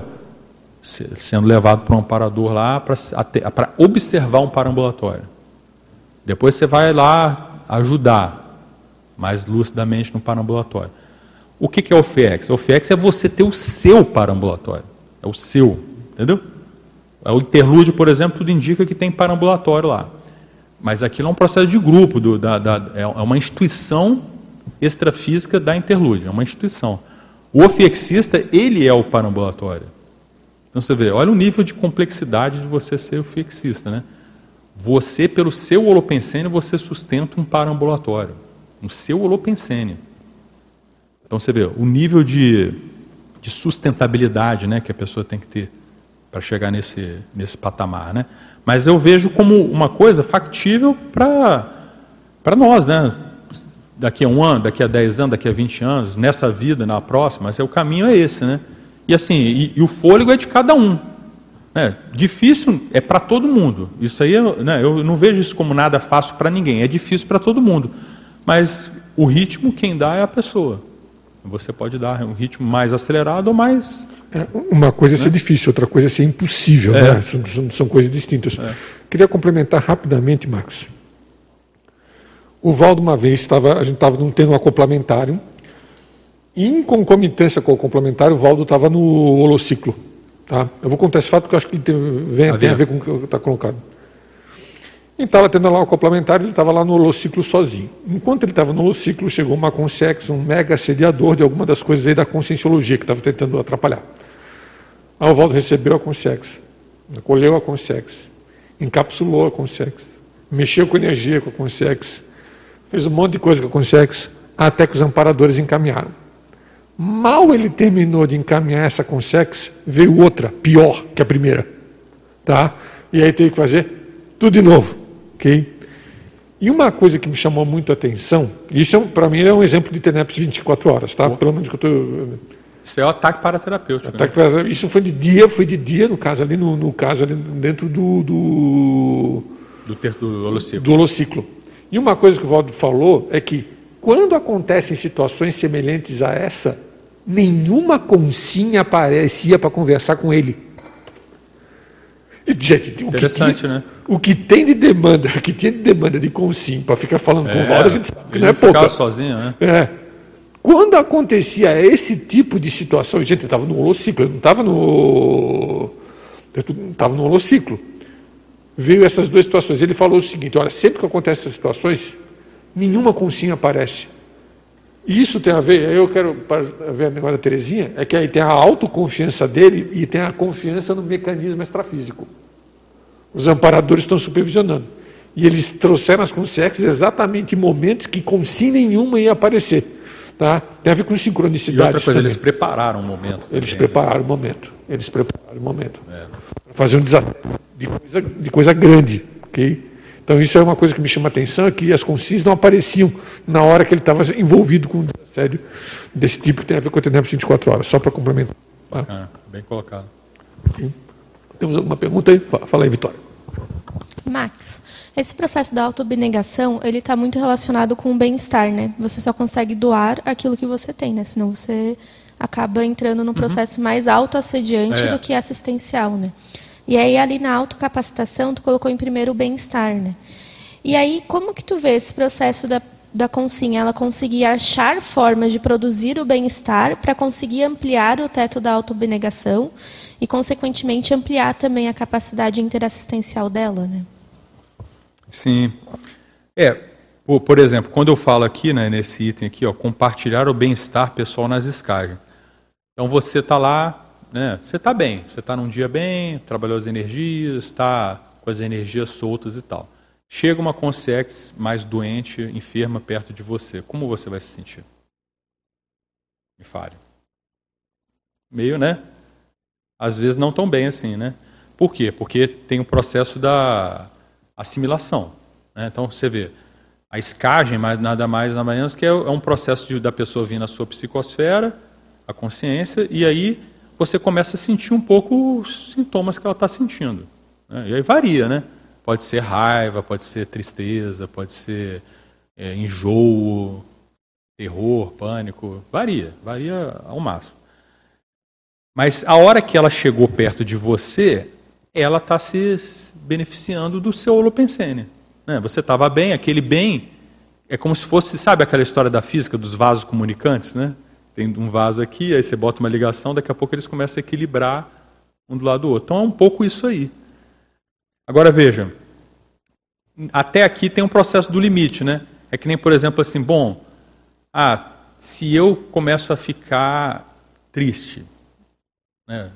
Speaker 1: sendo levado para um amparador lá para observar um parambulatório. Depois você vai lá ajudar mais lucidamente no parambulatório. O que é o OFIEX? O OFIEX é você ter o seu parambulatório. É o seu, entendeu? O interlúdio, por exemplo, tudo indica que tem parambulatório lá. Mas aquilo é um processo de grupo, é uma instituição extrafísica da Interlude, é uma instituição. O ofiexista, ele é o paraambulatório. Então você vê, olha o nível de complexidade de você ser ofiexista, né? Você, pelo seu holopensene, você sustenta um paraambulatório. No seu holopensene. Então você vê, o nível de sustentabilidade, né, que a pessoa tem que ter para chegar nesse patamar, né? Mas eu vejo como uma coisa factível para nós, né? Daqui a 1 ano, daqui a 10 anos, daqui a 20 anos, nessa vida, na próxima, o caminho é esse, né? E assim, e o fôlego é de cada um. Né? Difícil é para todo mundo. Isso aí, né, eu não vejo isso como nada fácil para ninguém. É difícil para todo mundo. Mas o ritmo, quem dá é a pessoa. Você pode dar um ritmo mais acelerado ou mais...
Speaker 4: Uma coisa é ser difícil, outra coisa é ser impossível. Né? São coisas distintas. Queria complementar rapidamente, Marcos. O Valdo, uma vez, a gente estava tendo um acoplamentário, e em concomitância com o complementário, o Valdo estava no holociclo. Tá? Eu vou contar esse fato porque eu acho que ele tem a ver com o que está colocado. Ele estava tendo lá o complementário, ele estava lá no holociclo sozinho. Enquanto ele estava no holociclo, chegou uma consciex, um mega assediador de alguma das coisas aí da conscienciologia que estava tentando atrapalhar. Aí o Valdo recebeu a consciex, acolheu a consciex, encapsulou a consciex, mexeu com energia com a consciex, fez um monte de coisa com a consciex, até que os amparadores encaminharam. Mal ele terminou de encaminhar essa consciex, veio outra, pior que a primeira. Tá? E aí teve que fazer tudo de novo. Okay? E uma coisa que me chamou muito a atenção, isso para mim é um exemplo de TENEPS 24 horas, tá? Pelo menos que eu estou...
Speaker 1: Isso é o ataque paraterapêutico.
Speaker 4: Isso foi de dia, no caso ali, no caso ali dentro do holociclo. E uma coisa que o Valdo falou é que quando acontecem situações semelhantes a essa, nenhuma consinha aparecia para conversar com ele. E, gente,
Speaker 1: interessante, né?
Speaker 4: O que tem de demanda, de consim para ficar falando com o Valdo, a gente sabe que não é pouco.
Speaker 1: Ele ficava sozinho, né?
Speaker 4: Quando acontecia esse tipo de situação, gente, ele estava no holociclo, ele não estava no holociclo. Veio essas duas situações. Ele falou o seguinte: olha, sempre que acontecem essas situações, nenhuma consinha aparece. E isso tem a ver, eu quero ver a negócio da Terezinha, é que aí tem a autoconfiança dele e tem a confiança no mecanismo extrafísico. Os amparadores estão supervisionando. E eles trouxeram as consciências exatamente em momentos que consim nenhuma ia aparecer. Tá? Tem a ver com sincronicidade.
Speaker 1: E outra coisa, também. Eles prepararam o momento.
Speaker 4: Eles prepararam o momento. Para fazer um desafio de coisa grande. Okay? Então isso é uma coisa que me chama a atenção, é que as consciências não apareciam na hora que ele estava envolvido com um desassédio desse tipo que tem a ver com o TENEPS 24 horas, só para complementar.
Speaker 1: Tá? Bem colocado.
Speaker 4: Okay. Temos alguma pergunta aí? Fala aí, Vitória.
Speaker 6: Max, esse processo da autoabnegação, ele está muito relacionado com o bem-estar, né? Você só consegue doar aquilo que você tem, né? Senão você acaba entrando num processo mais autoassediante do que assistencial, né? E aí, ali na autocapacitação, tu colocou em primeiro o bem-estar, né? E aí, como que tu vê esse processo da consciência? Ela conseguir achar formas de produzir o bem-estar para conseguir ampliar o teto da autoabnegação e, consequentemente, ampliar também a capacidade interassistencial dela, né?
Speaker 1: Sim. Por exemplo, quando eu falo aqui, né, nesse item aqui, compartilhar o bem-estar pessoal nas escagens. Então, você está lá, né, você está bem, você está num dia bem, trabalhou as energias, está com as energias soltas e tal. Chega uma consciência mais doente, enferma, perto de você. Como você vai se sentir? Me fale. Meio, né? Às vezes não tão bem assim, né? Por quê? Porque tem o processo da assimilação. Né? Então, você vê, a escagem, nada mais, nada menos que é um processo da pessoa vir na sua psicosfera, a consciência, e aí você começa a sentir um pouco os sintomas que ela está sentindo. Né? E aí varia, né? Pode ser raiva, pode ser tristeza, pode ser enjoo, terror, pânico, varia ao máximo. Mas a hora que ela chegou perto de você, ela está se beneficiando do seu holopensene. Né? Você estava bem, aquele bem é como se fosse, sabe aquela história da física dos vasos comunicantes, né? Tem um vaso aqui, aí você bota uma ligação, daqui a pouco eles começam a equilibrar um do lado do outro. Então é um pouco isso aí. Agora veja, até aqui tem um processo do limite, né? É que nem, por exemplo, assim, se eu começo a ficar triste, né,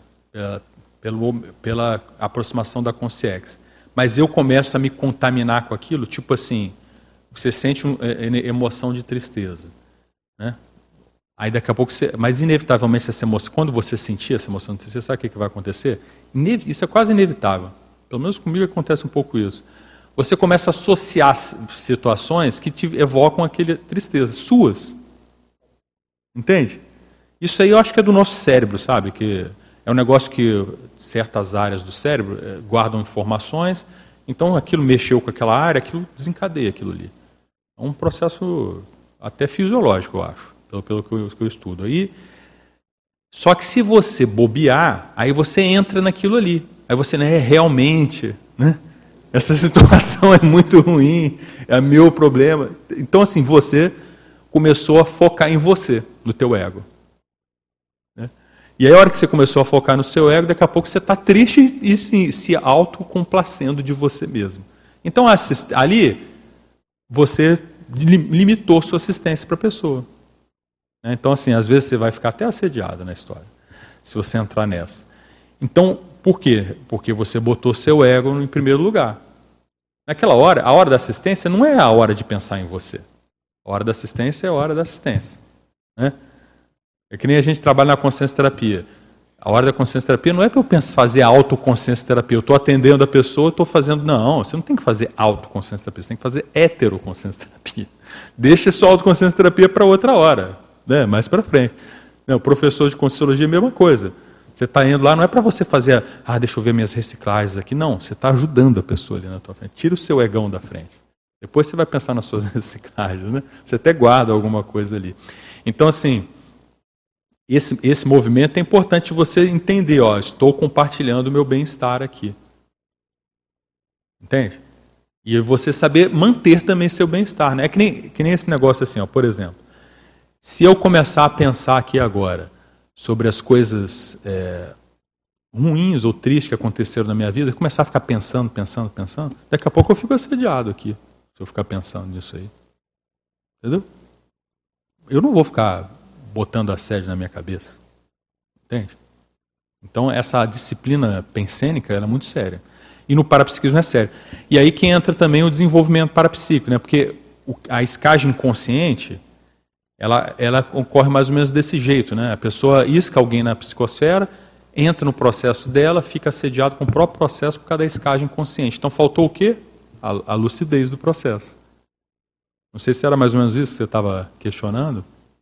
Speaker 1: pela aproximação da consciência, mas eu começo a me contaminar com aquilo, tipo assim, você sente emoção de tristeza, né? Aí daqui a pouco mas inevitavelmente essa emoção, quando você sentir essa emoção de tristeza, sabe o que vai acontecer? Isso é quase inevitável. Pelo menos comigo acontece um pouco isso. Você começa a associar situações que te evocam aquela tristeza, suas. Entende? Isso aí eu acho que é do nosso cérebro, sabe? Que é um negócio que certas áreas do cérebro guardam informações, então aquilo mexeu com aquela área, aquilo desencadeia aquilo ali. É um processo até fisiológico, eu acho. Pelo que eu estudo. Aí, só que se você bobear, aí você entra naquilo ali. Aí você, né, realmente, né, essa situação é muito ruim, é meu problema. Então, assim, você começou a focar em você, no teu ego. Né? E aí, a hora que você começou a focar no seu ego, daqui a pouco você está triste e sim, se autocomplacendo de você mesmo. Então, ali, você limitou sua assistência para a pessoa. Então, assim, às vezes você vai ficar até assediado na história, se você entrar nessa. Então, por quê? Porque você botou seu ego em primeiro lugar. Naquela hora, a hora da assistência não é a hora de pensar em você. A hora da assistência é a hora da assistência. Né? É que nem a gente trabalha na consciência terapia. A hora da consciência terapia não é para eu fazer autoconsciência terapia. Eu estou atendendo a pessoa, estou fazendo... Não, você não tem que fazer autoconsciência terapia, você tem que fazer heteroconsciência terapia. Deixa sua autoconsciência terapia para outra hora. Né, mais para frente. O professor de Conscienciologia é a mesma coisa. Você está indo lá, não é para você fazer, deixa eu ver minhas reciclagens aqui. Não, você está ajudando a pessoa ali na tua frente. Tira o seu egão da frente. Depois você vai pensar nas suas reciclagens. Né? Você até guarda alguma coisa ali. Então, assim, esse movimento é importante você entender. Estou compartilhando o meu bem-estar aqui. Entende? E você saber manter também seu bem-estar. Né? É que nem esse negócio assim, por exemplo. Se eu começar a pensar aqui agora sobre as coisas ruins ou tristes que aconteceram na minha vida, começar a ficar pensando, daqui a pouco eu fico assediado aqui, se eu ficar pensando nisso aí. Entendeu? Eu não vou ficar botando assédio na minha cabeça. Entende? Então essa disciplina pensênica ela é muito séria. E no parapsiquismo é sério. E aí que entra também o desenvolvimento parapsíquico, né? Porque a escagem consciente... Ela ocorre mais ou menos desse jeito, né? A pessoa isca alguém na psicosfera, entra no processo dela, fica assediado com o próprio processo por causa da escagem consciente. Então faltou o quê? A lucidez do processo. Não sei se era mais ou menos isso que você estava questionando.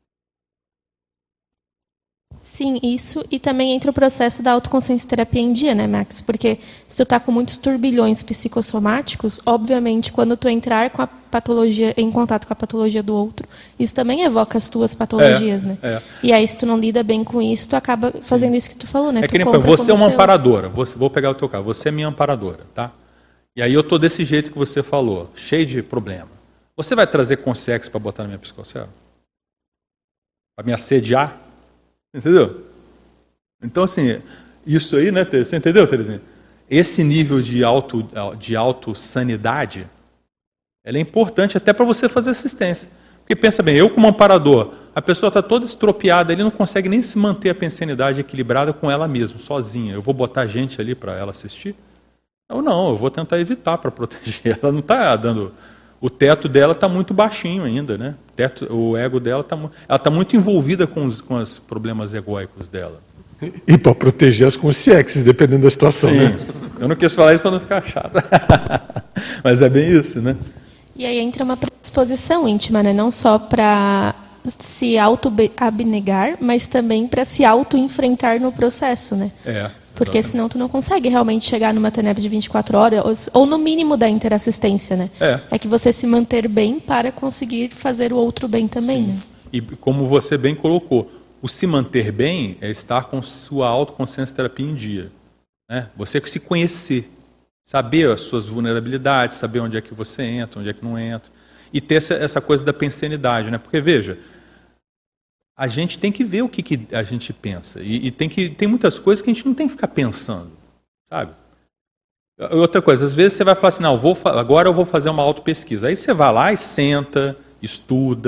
Speaker 6: Sim, isso. E também entra o processo da autoconsciência terapia em dia, né, Max? Porque se tu está com muitos turbilhões psicossomáticos, obviamente, quando tu entrar com a patologia, em contato com a patologia do outro, isso também evoca as tuas patologias, né? E aí, se tu não lida bem com isso, tu acaba fazendo isso que tu falou, né?
Speaker 1: É que nem, você é uma amparadora. Vou pegar o teu caso. Você é minha amparadora, tá? E aí eu estou desse jeito que você falou, cheio de problema. Você vai trazer consciência para botar na minha psicosfera? Para me assediar? Entendeu? Então, assim, isso aí, né, você entendeu, Terezinha? Esse nível de autossanidade, ela é importante até para você fazer assistência. Porque pensa bem, eu como amparador, a pessoa está toda estropiada, ele não consegue nem se manter a pensanidade equilibrada com ela mesma, sozinha. Eu vou botar gente ali para ela assistir? Não, eu vou tentar evitar para proteger. Ela não está dando... O teto dela está muito baixinho ainda, né? O ego dela está muito envolvida com os problemas egóicos dela.
Speaker 4: E para proteger as consciências, dependendo da situação,
Speaker 1: sim,
Speaker 4: né?
Speaker 1: Eu não quis falar isso para não ficar chato. Mas é bem isso, né?
Speaker 6: E aí entra uma predisposição íntima, né? Não só para se auto-abnegar, mas também para se auto-enfrentar no processo, né? Porque senão tu não consegue realmente chegar numa TENEP de 24 horas, ou no mínimo da interassistência, né? É que você se manter bem para conseguir fazer o outro bem também, né?
Speaker 1: E como você bem colocou, o se manter bem é estar com sua autoconsciência terapia em dia. Né? Você se conhecer, saber as suas vulnerabilidades, saber onde é que você entra, onde é que não entra. E ter essa coisa da pensanidade, né? Porque, veja, a gente tem que ver o que a gente pensa. E tem muitas coisas que a gente não tem que ficar pensando, sabe? Outra coisa, às vezes você vai falar assim, não, agora eu vou fazer uma autopesquisa. Aí você vai lá e senta, estuda,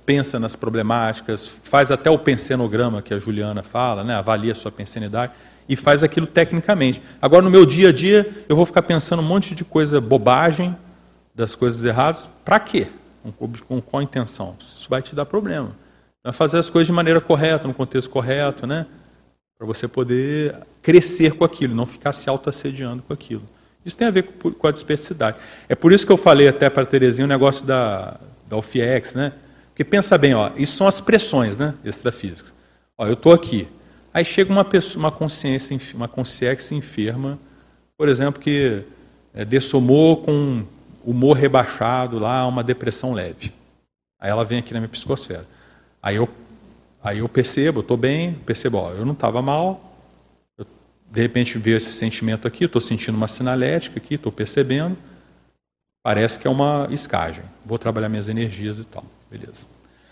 Speaker 1: pensa nas problemáticas, faz até o pensenograma que a Juliana fala, né? Avalia a sua pensenidade e faz aquilo tecnicamente. Agora, no meu dia a dia, eu vou ficar pensando um monte de coisa, bobagem, das coisas erradas. Para quê? Com qual intenção? Isso vai te dar problema. Vai fazer as coisas de maneira correta, no contexto correto, né? Para você poder crescer com aquilo, não ficar se autoassediando com aquilo. Isso tem a ver com a dispersidade. É por isso que eu falei até para a Terezinha o negócio da UFIEX, né? Porque pensa bem, ó, isso são as pressões, né, extrafísicas. Ó, eu estou aqui. Aí chega uma consciência enferma, por exemplo, que dessomou com humor rebaixado lá, uma depressão leve. Aí ela vem aqui na minha psicosfera. Aí eu percebo, estou bem, percebo, ó, eu não estava mal, de repente veio esse sentimento aqui, estou sentindo uma sinalética aqui, estou percebendo, parece que é uma escagem. Vou trabalhar minhas energias e tal, beleza.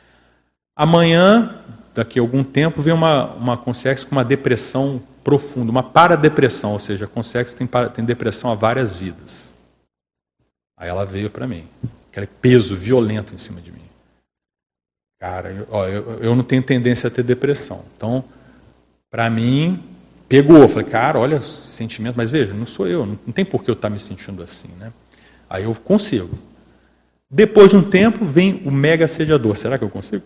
Speaker 1: Amanhã, daqui a algum tempo, vem uma consciência com uma depressão profunda, uma paradepressão, ou seja, a consciência tem depressão há várias vidas. Aí ela veio para mim, aquele peso violento em cima de mim. Cara, eu não tenho tendência a ter depressão. Então, para mim, pegou. Eu falei, cara, olha o sentimento, mas veja, não sou eu, não tem por que eu estar me sentindo assim, né? Aí eu consigo. Depois de um tempo, vem o mega assediador. Será que eu consigo?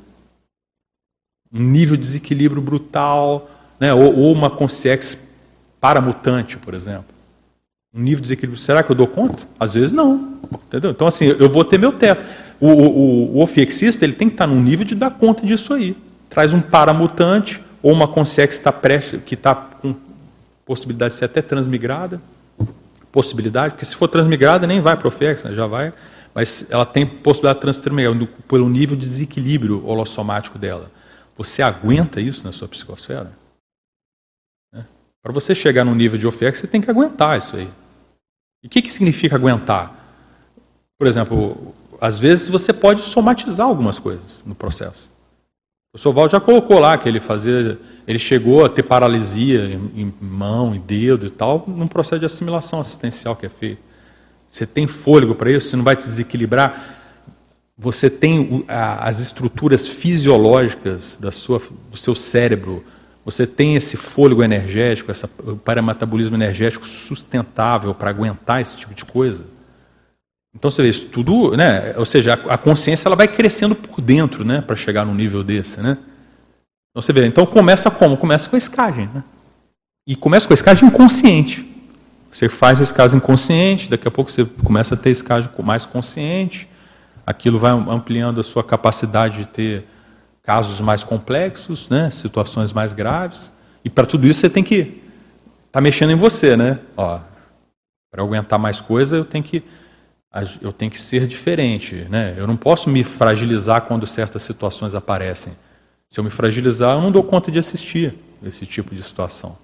Speaker 1: Um nível de desequilíbrio brutal, né? Ou uma consciência paramutante, por exemplo. Um nível de desequilíbrio. Será que eu dou conta? Às vezes não. Entendeu? Então, assim, eu vou ter meu teto. O ofiexista, ele tem que estar num nível de dar conta disso aí. Traz um paramutante ou uma consciência que está com possibilidade de ser até transmigrada. Possibilidade, porque se for transmigrada nem vai para o ofiex, né? Já vai, mas ela tem possibilidade de transmigrar pelo nível de desequilíbrio holossomático dela. Você aguenta isso na sua psicosfera? Né? Para você chegar no nível de ofiex, você tem que aguentar isso aí. E o que significa aguentar? Por exemplo, às vezes você pode somatizar algumas coisas no processo. O professor Valdo já colocou lá que ele chegou a ter paralisia em mão, em dedo e tal, num processo de assimilação assistencial que é feito. Você tem fôlego para isso? Você não vai te desequilibrar? Você tem as estruturas fisiológicas do seu cérebro, você tem esse fôlego energético, esse parametabolismo energético sustentável para aguentar esse tipo de coisa? Então você vê isso tudo, né? Ou seja, a consciência ela vai crescendo por dentro, né? Para chegar num nível desse, né? Então você vê, então começa como? Começa com a escagem, né? E começa com a escagem inconsciente. Você faz a escagem inconsciente, daqui a pouco você começa a ter escagem mais consciente, aquilo vai ampliando a sua capacidade de ter casos mais complexos, né? Situações mais graves, e para tudo isso você tem que estar mexendo em você, né? Para aguentar mais coisa eu tenho que ser diferente, né? Eu não posso me fragilizar quando certas situações aparecem. Se eu me fragilizar, eu não dou conta de assistir esse tipo de situação.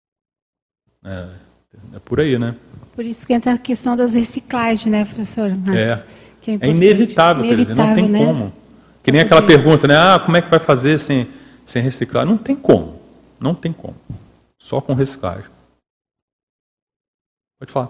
Speaker 1: É por aí, né? Por isso que entra a questão das reciclagens, né, professor? É inevitável, quer dizer, não tem, né? Como. Que nem aquela pergunta, né? Como é que vai fazer sem reciclar? Não tem como. Não tem como. Só com reciclagem. Pode falar.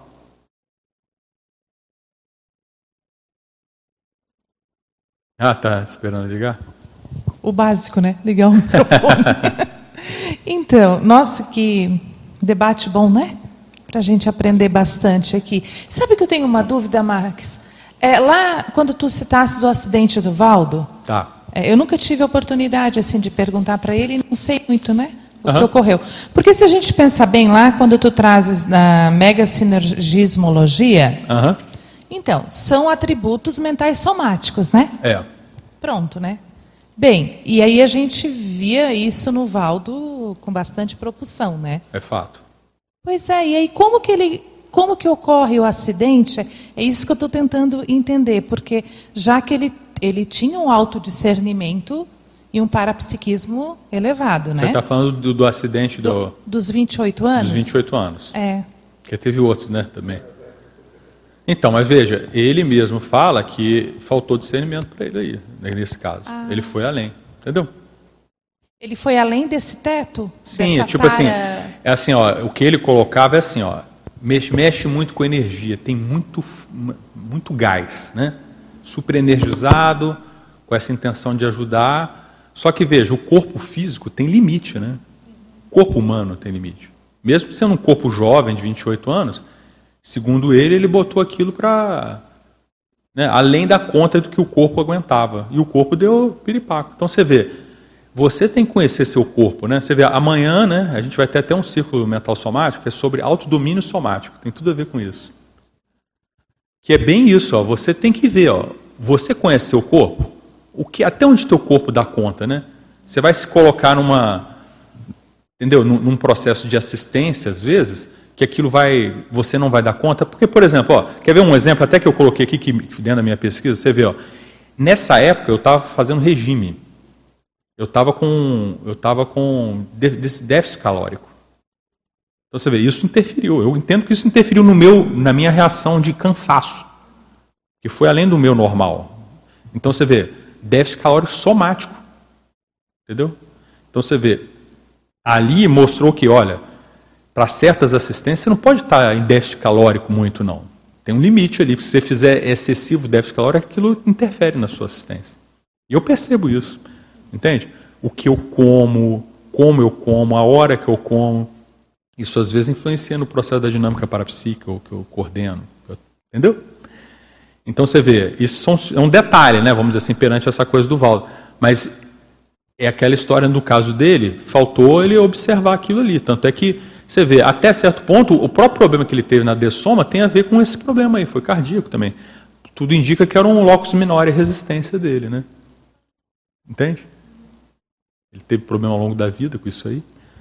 Speaker 1: Tá esperando ligar?
Speaker 7: O básico, né? Ligar o microfone. Então, nossa, que debate bom, né? Para a gente aprender bastante aqui. Sabe que eu tenho uma dúvida, Max? Lá, quando tu citasses o acidente do Valdo, eu nunca tive a oportunidade assim, de perguntar para ele, não sei muito, né? O que ocorreu. Porque se a gente pensar bem lá, quando tu trazes na mega sinergismologia, então, são atributos mentais somáticos, né? Pronto, né? Bem, e aí a gente via isso no Valdo com bastante propulsão, né? É fato. Pois é, e aí como que ocorre o acidente? É isso que eu estou tentando entender, porque já que ele tinha um autodiscernimento e um parapsiquismo elevado, né? Você está falando do acidente dos 28 anos? Dos 28 anos. Porque teve outros, né, também. Então, mas veja, ele mesmo fala que faltou discernimento para ele aí, nesse caso. Ele foi além, entendeu? Ele foi além desse teto? Sim, tipo assim, o que ele colocava é assim, mexe muito com energia, tem muito gás, né? Super energizado,
Speaker 1: com essa intenção de ajudar. Só que, veja, o corpo físico tem limite, né? O corpo humano tem limite. Mesmo sendo um corpo jovem, de 28 anos, segundo ele botou aquilo para... né, além da conta do que o corpo aguentava. E o corpo deu piripaco. Então, você vê, você tem que conhecer seu corpo, né? Você vê, amanhã, né, a gente vai ter até um círculo mental somático, que é sobre autodomínio somático. Tem tudo a ver com isso. Que é bem isso, ó, você tem que ver, ó, você conhece seu corpo? Até onde teu corpo dá conta, né? Você vai se colocar num processo de assistência, às vezes, que você não vai dar conta. Porque, por exemplo, ó, quer ver um exemplo até que eu coloquei aqui, que dentro da minha pesquisa, você vê, ó, nessa época eu estava fazendo regime. Eu estava com déficit calórico. Então você vê, isso interferiu. Eu entendo que isso interferiu na minha reação de cansaço, que foi além do meu normal. Então você vê, déficit calórico somático. Entendeu? Então você vê, ali mostrou que, olha, para certas assistências você não pode estar em déficit calórico muito, não. Tem um limite ali. Se você fizer excessivo déficit calórico, aquilo interfere na sua assistência. E eu percebo isso. Entende? O que eu como eu como, a hora que eu como, isso às vezes influencia no processo da dinâmica parapsíquica, que eu coordeno. Entendeu? Então você vê, isso é um detalhe, né, vamos dizer assim, perante essa coisa do Valdo. Mas é aquela história, no caso dele, faltou ele observar aquilo ali. Tanto é que você vê, até certo ponto, o próprio problema que ele teve na dessoma tem a ver com esse problema aí, foi cardíaco também. Tudo indica que era um locus minori resistência dele, né? Entende? Ele teve problema ao longo da vida com isso aí.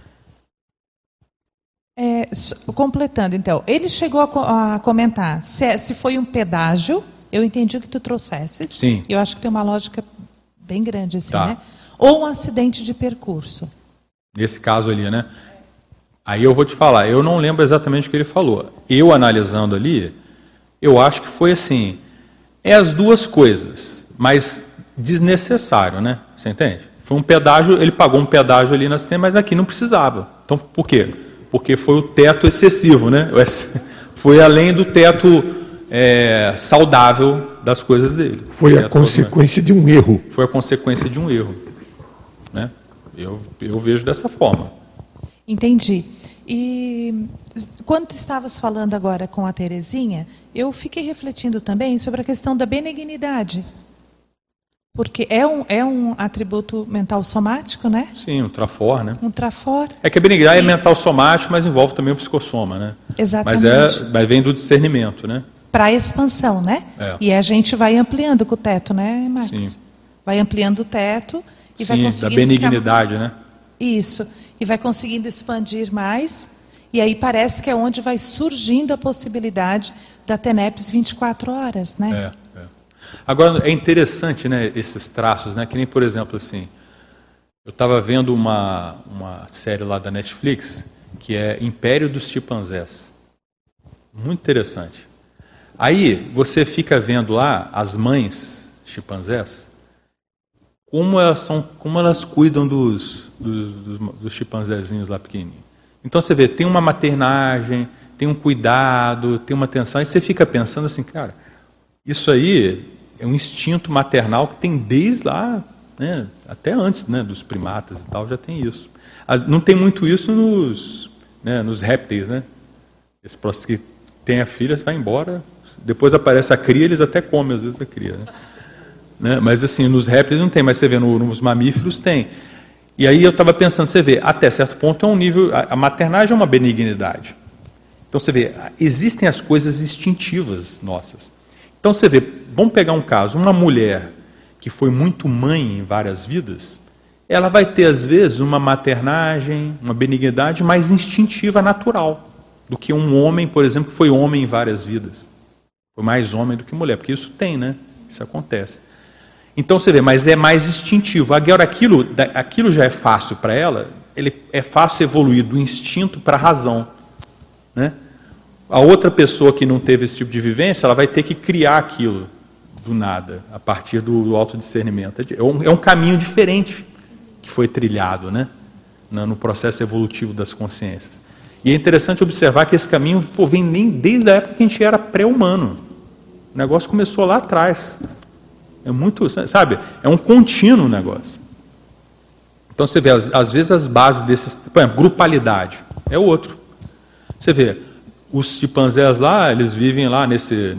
Speaker 7: Completando, então, ele chegou a comentar se foi um pedágio. Eu entendi o que tu trouxesses.
Speaker 1: Sim.
Speaker 7: Eu acho que tem uma lógica bem grande assim,
Speaker 1: tá,
Speaker 7: né? Ou um acidente de percurso.
Speaker 1: Nesse caso ali, né? Aí eu vou te falar, eu não lembro exatamente o que ele falou. Eu analisando ali, eu acho que foi assim, as duas coisas, mas desnecessário, né? Você entende? Foi um pedágio, ele pagou um pedágio ali na assistência, mas aqui não precisava. Então, por quê? Porque foi o teto excessivo, né? Foi além do teto saudável das coisas dele.
Speaker 4: Foi a consequência de um erro.
Speaker 1: Foi a consequência de um erro, né? Eu vejo dessa forma.
Speaker 7: Entendi. E quando tu estavas falando agora com a Terezinha, eu fiquei refletindo também sobre a questão da benignidade. Porque é um atributo mental somático, né?
Speaker 1: Sim, um trafor, né?
Speaker 7: Um trafor.
Speaker 1: É que a benignidade é mental somático, mas envolve também o psicossoma, né?
Speaker 7: Exatamente.
Speaker 1: Mas vem do discernimento, né?
Speaker 7: Para a expansão, né? E a gente vai ampliando com o teto, né, Max?
Speaker 1: Sim.
Speaker 7: Vai ampliando o teto e vai conseguindo...
Speaker 1: da benignidade, né?
Speaker 7: Isso. E vai conseguindo expandir mais. E aí parece que é onde vai surgindo a possibilidade da TENEPS 24 horas, né?
Speaker 1: Agora, é interessante, né, esses traços, né? Que nem, por exemplo, assim, eu estava vendo uma série lá da Netflix, que é Império dos Chimpanzés. Muito interessante. Aí, você fica vendo lá as mães chimpanzés, como elas cuidam dos chimpanzézinhos lá pequenininhos. Então, você vê, tem uma maternagem, tem um cuidado, tem uma atenção, aí você fica pensando assim, cara, isso aí... é um instinto maternal que tem desde lá, né, até antes, né, dos primatas e tal, já tem isso. Não tem muito isso nos répteis, né? Esse processo que tem a filha, vai embora, depois aparece a cria, eles até comem às vezes a cria, né? Mas assim, nos répteis não tem, mas você vê nos mamíferos tem. E aí eu estava pensando, você vê, até certo ponto é um nível, a maternagem é uma benignidade. Então você vê, existem as coisas instintivas nossas. Então você vê, vamos pegar um caso, uma mulher que foi muito mãe em várias vidas, ela vai ter às vezes uma maternagem, uma benignidade mais instintiva, natural, do que um homem, por exemplo, que foi homem em várias vidas. Foi mais homem do que mulher, porque isso tem, né? Isso acontece. Então você vê, mas é mais instintivo. Agora aquilo já é fácil para ela, é fácil evoluir do instinto para a razão, né? A outra pessoa que não teve esse tipo de vivência, ela vai ter que criar aquilo do nada, a partir do autodiscernimento. É um caminho diferente que foi trilhado, né, no processo evolutivo das consciências. E é interessante observar que esse caminho vem nem desde a época que a gente era pré-humano. O negócio começou lá atrás. É muito, sabe, é um contínuo negócio. Então você vê, às vezes as bases desses, por exemplo, grupalidade é outro. Você vê, os chimpanzés lá, eles vivem lá nessa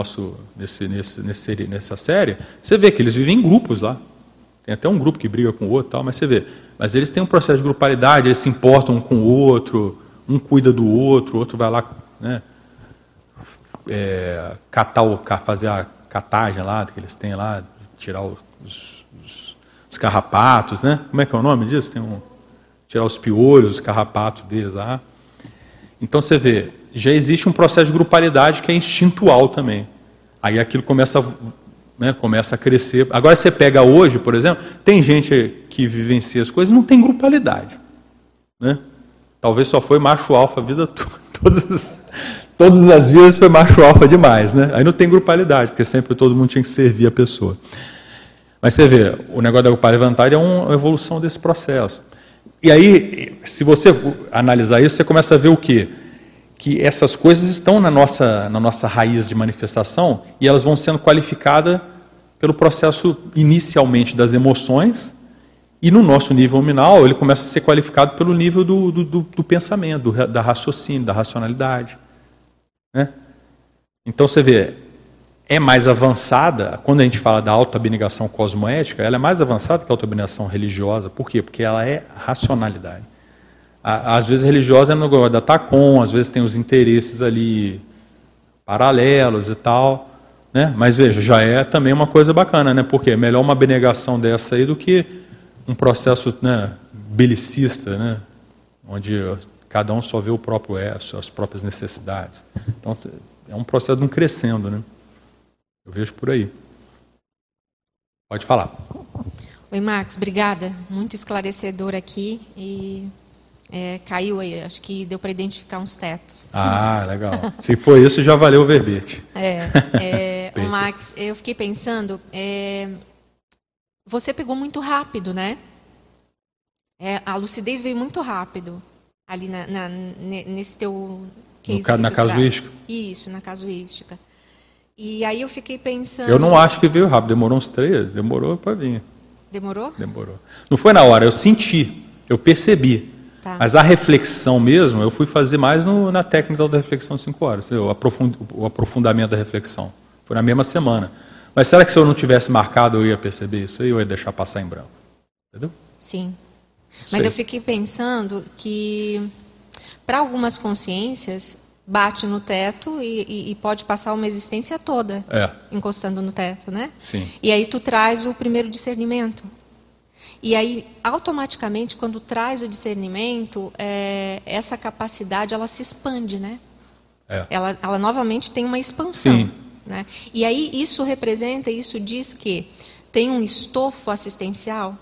Speaker 1: série, você vê que eles vivem em grupos lá. Tem até um grupo que briga com o outro, tal, mas você vê. Mas eles têm um processo de grupalidade, eles se importam um com o outro, um cuida do outro, o outro vai lá, né, fazer a catagem lá, que eles têm lá, tirar os carrapatos, né? Como é que é o nome disso? Tirar os piolhos, os carrapatos deles lá. Então você vê, já existe um processo de grupalidade que é instintual também. Aí aquilo começa a crescer. Agora você pega hoje, por exemplo, tem gente que vivencia as coisas e não tem grupalidade, né? Talvez só foi macho alfa a vida toda. Todas as vezes foi macho alfa demais, né? Aí não tem grupalidade, porque sempre todo mundo tinha que servir a pessoa. Mas você vê, o negócio da grupalidade é uma evolução desse processo. E aí, se você analisar isso, você começa a ver o quê? Que essas coisas estão na nossa raiz de manifestação e elas vão sendo qualificadas pelo processo inicialmente das emoções e no nosso nível nominal ele começa a ser qualificado pelo nível do pensamento, da raciocínio, da racionalidade, né? Então você vê, é mais avançada, quando a gente fala da autoabnegação cosmoética, ela é mais avançada que a autoabnegação religiosa. Por quê? Porque ela é racionalidade. Às vezes religiosa é no negócio da TACOM, às vezes tem os interesses ali paralelos e tal, né? Mas veja, já é também uma coisa bacana, né? Porque é melhor uma abnegação dessa aí do que um processo, né, belicista, né? Onde cada um só vê o próprio as próprias necessidades. Então é um processo de um crescendo, né? Eu vejo por aí. Pode falar.
Speaker 8: Oi, Max, obrigada. Muito esclarecedor aqui e caiu aí, acho que deu para identificar uns tetos.
Speaker 1: Ah, legal. Se for isso, já valeu o verbete.
Speaker 8: Max, eu fiquei pensando, você pegou muito rápido, né? A lucidez veio muito rápido ali nesse teu case.
Speaker 1: Na casuística?
Speaker 8: Isso, na casuística. E aí eu fiquei pensando...
Speaker 1: Eu não acho que veio rápido, demorou uns 3, demorou para vir.
Speaker 8: Demorou?
Speaker 1: Demorou. Não foi na hora, eu senti, eu percebi. Tá. Mas a reflexão mesmo, eu fui fazer mais na técnica da reflexão de 5 horas, o aprofundamento da reflexão. Foi na mesma semana. Mas será que se eu não tivesse marcado eu ia perceber isso aí, ou ia deixar passar em branco? Entendeu?
Speaker 8: Sim. Mas eu fiquei pensando que, para algumas consciências, bate no teto e pode passar uma existência toda encostando no teto, né?
Speaker 1: Sim.
Speaker 8: E aí tu traz o primeiro discernimento. E aí, automaticamente, quando traz o discernimento, essa capacidade, ela se expande, né? Ela novamente tem uma expansão.
Speaker 1: Sim.
Speaker 8: Né? E aí, isso representa, isso diz que tem um estofo assistencial?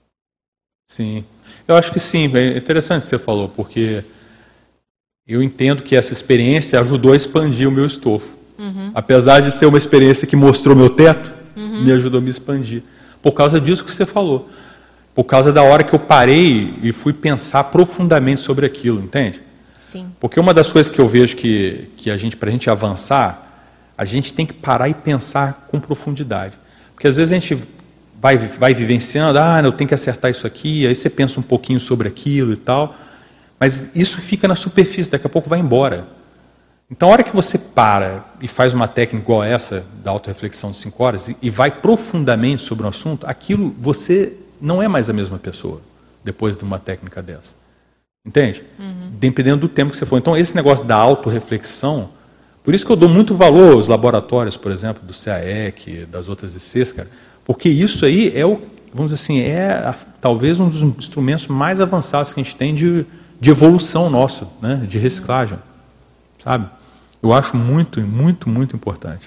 Speaker 1: Sim. Eu acho que sim. É interessante o que você falou, porque eu entendo que essa experiência ajudou a expandir o meu estofo. Uhum. Apesar de ser uma experiência que mostrou meu teto, me ajudou a me expandir. Por causa disso que você falou. Por causa da hora que eu parei e fui pensar profundamente sobre aquilo, entende?
Speaker 8: Sim.
Speaker 1: Porque uma das coisas que eu vejo que para a gente avançar, a gente tem que parar e pensar com profundidade. Porque às vezes a gente vai vivenciando, eu tenho que acertar isso aqui, aí você pensa um pouquinho sobre aquilo e tal, mas isso fica na superfície, daqui a pouco vai embora. Então, a hora que você para e faz uma técnica igual essa, da autorreflexão de 5 horas, e vai profundamente sobre um assunto, aquilo, você não é mais a mesma pessoa depois de uma técnica dessa. Entende? Dependendo do tempo que você for. Então, esse negócio da autorreflexão, por isso que eu dou muito valor aos laboratórios, por exemplo, do CAEC, das outras ICs, cara, porque isso aí vamos dizer assim, talvez um dos instrumentos mais avançados que a gente tem de evolução nosso, né, de reciclagem, sabe? Eu acho muito, muito, muito importante.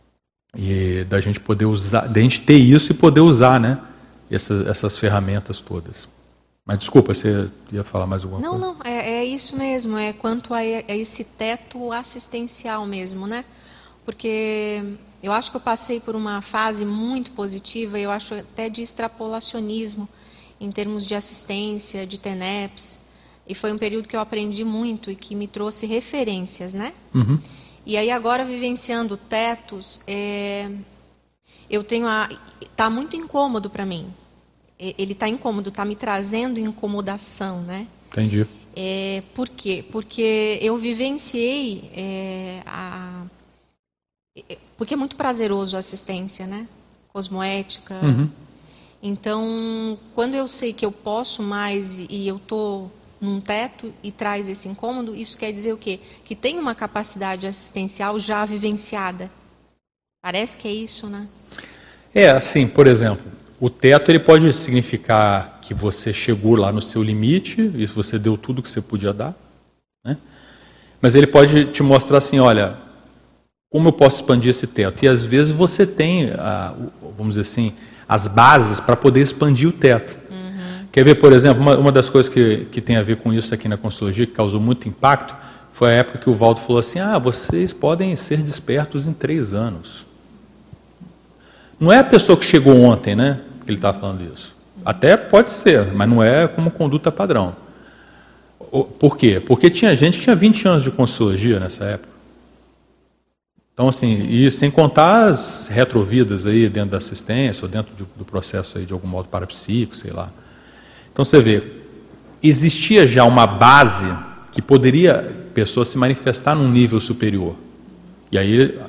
Speaker 1: E da gente poder usar, da gente ter isso e poder usar, né, essas ferramentas todas. Mas desculpa, você ia falar mais alguma coisa?
Speaker 8: Não, é isso mesmo, quanto a esse teto assistencial mesmo, né? Porque eu acho que eu passei por uma fase muito positiva, eu acho até de extrapolacionismo, em termos de assistência, de TENEPS, e foi um período que eu aprendi muito e que me trouxe referências, né? E aí agora, vivenciando tetos, Tá muito incômodo para mim. Ele está incômodo, está me trazendo incomodação, né?
Speaker 1: Entendi.
Speaker 8: Por quê? Porque eu vivenciei porque é muito prazeroso a assistência, né? Cosmoética.
Speaker 1: Uhum.
Speaker 8: Então, quando eu sei que eu posso mais e eu estou num teto e traz esse incômodo, isso quer dizer o quê? Que tem uma capacidade assistencial já vivenciada. Parece que é isso, né?
Speaker 1: Assim, por exemplo, o teto ele pode significar que você chegou lá no seu limite, e você deu tudo que você podia dar, né? Mas ele pode te mostrar assim, olha, como eu posso expandir esse teto? E às vezes você tem, vamos dizer assim, as bases para poder expandir o teto. Uhum. Quer ver, por exemplo, uma das coisas que tem a ver com isso aqui na Consciologia, que causou muito impacto, foi a época que o Valdo falou assim, vocês podem ser despertos em 3 anos. Não é a pessoa que chegou ontem, né, que ele está falando isso. Até pode ser, mas não é como conduta padrão. Por quê? Porque tinha gente que tinha 20 anos de Consciologia nessa época. Então, assim, sim, e sem contar as retrovidas aí dentro da assistência, ou dentro do processo aí de algum modo parapsíquico, sei lá. Então, você vê, existia já uma base que poderia a pessoa se manifestar num nível superior. E aí,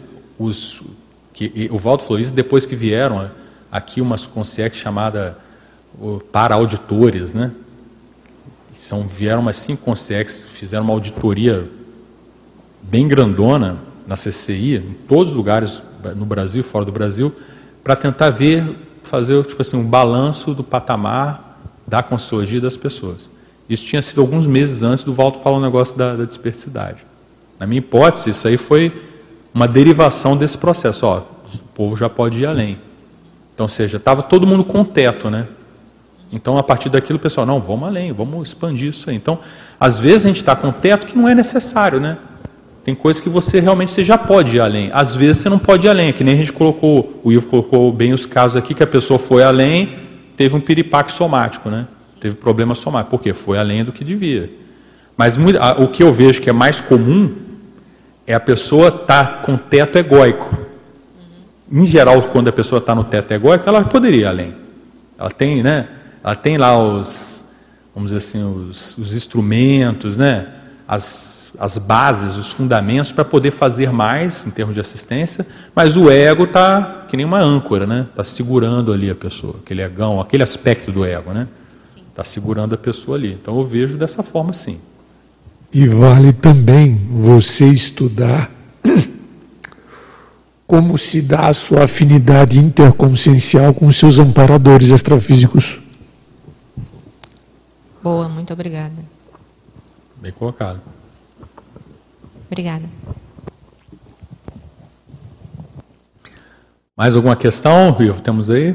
Speaker 1: o Valdo falou isso depois que vieram aqui umas concierges chamadas para-auditores, né? Vieram umas 5 concierges, fizeram uma auditoria bem grandona na CCI, em todos os lugares, no Brasil e fora do Brasil, para tentar fazer tipo assim, um balanço do patamar da consciologia das pessoas. Isso tinha sido alguns meses antes do Valdo falar um negócio da desperticidade. Na minha hipótese, isso aí foi uma derivação desse processo. O povo já pode ir além. Então, ou seja, estava todo mundo com teto, né? Então, a partir daquilo, o pessoal, não, vamos além, vamos expandir isso aí. Então, às vezes a gente está com teto que não é necessário, né? Tem coisas que você já pode ir além. Às vezes você não pode ir além, que nem a gente colocou, o Ivo colocou bem os casos aqui, que a pessoa foi além, teve um piripaque somático, né? Teve problema somático. Por quê? Foi além do que devia. Mas o que eu vejo que é mais comum é a pessoa estar com teto egóico. Em geral, quando a pessoa está no teto egóico, ela poderia ir além. Ela tem, né? Ela tem lá vamos dizer assim, os instrumentos, né? As bases, os fundamentos para poder fazer mais em termos de assistência, mas o ego está que nem uma âncora, né? Está segurando ali a pessoa, aquele egão, aquele aspecto do ego, né? Está segurando a pessoa ali. Então eu vejo dessa forma, sim.
Speaker 4: E vale também você estudar como se dá a sua afinidade interconsciencial com os seus amparadores extrafísicos.
Speaker 8: Boa, muito obrigada.
Speaker 1: Bem colocado.
Speaker 8: Obrigada.
Speaker 1: Mais alguma questão, Ivo? Temos aí?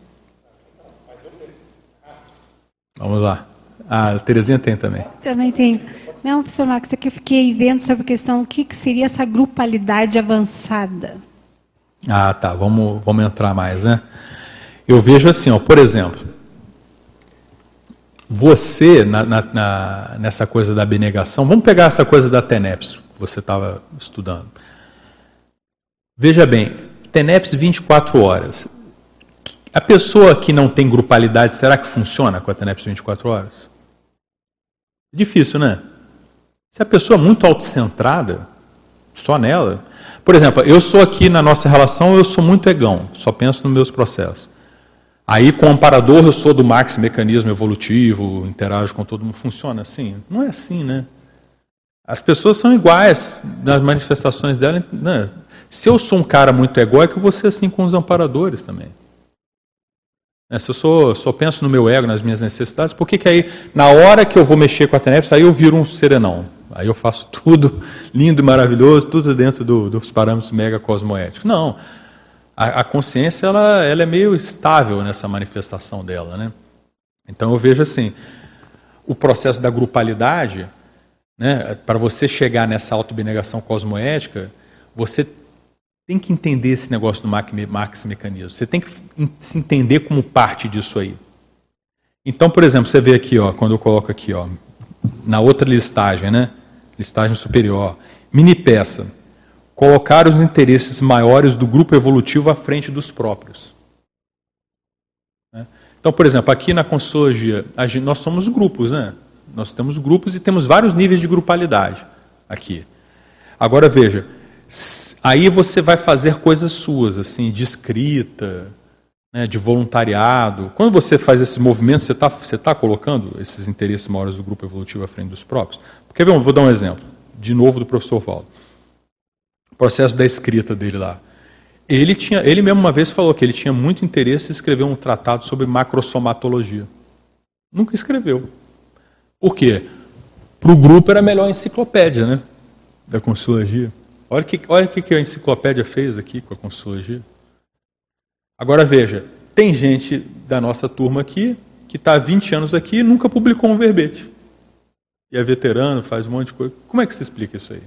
Speaker 1: Vamos lá. A Terezinha tem também.
Speaker 5: Também tem. Não, professor Max, é que eu fiquei vendo sobre a questão, o que seria essa grupalidade avançada?
Speaker 1: Tá. Vamos entrar mais, né? Eu vejo assim, por exemplo, você, nessa coisa da abnegação, vamos pegar essa coisa da TENEPS, que você estava estudando. Veja bem, TENEPS 24 horas. A pessoa que não tem grupalidade, será que funciona com a TENEPS 24 horas? Difícil, né? Se a pessoa é muito autocentrada, só nela... Por exemplo, eu sou aqui na nossa relação, eu sou muito egão, só penso nos meus processos. Aí, com o amparador, eu sou do Max mecanismo evolutivo, interajo com todo mundo. Funciona assim? Não é assim, né? As pessoas são iguais nas manifestações dela, né? Se eu sou um cara muito egóico, eu vou ser assim com os amparadores também. Se eu só penso no meu ego, nas minhas necessidades, por que aí, na hora que eu vou mexer com a TENEPS, aí eu viro um serenão? Aí eu faço tudo lindo e maravilhoso, tudo dentro dos parâmetros mega cosmoéticos. Não. A consciência ela é meio estável nessa manifestação dela, né? Então eu vejo assim, o processo da grupalidade, né, para você chegar nessa autoabnegação cosmoética, você tem que entender esse negócio do Max mecanismo. Você tem que se entender como parte disso aí. Então, por exemplo, você vê aqui, quando eu coloco aqui, na outra listagem, né? Listagem superior, mini peça. colocar os interesses maiores do grupo evolutivo à frente dos próprios. Então, por exemplo, aqui na Conscienciologia, nós somos grupos, né? Nós temos grupos e temos vários níveis de grupalidade aqui. Agora, veja, aí você vai fazer coisas suas, assim, de escrita, né, de voluntariado. Quando você faz esses movimentos, você tá colocando esses interesses maiores do grupo evolutivo à frente dos próprios? Porque, vou dar um exemplo, de novo, do professor Valdo. O processo da escrita dele lá. Ele mesmo uma vez falou que ele tinha muito interesse em escrever um tratado sobre macrosomatologia. Nunca escreveu. Por quê? Para o grupo era melhor a enciclopédia, né? Da Conscienciologia. Olha o que a enciclopédia fez aqui com a Conscienciologia. Agora veja, tem gente da nossa turma aqui que está há 20 anos aqui e nunca publicou um verbete. E é veterano, faz um monte de coisa. Como é que se explica isso aí?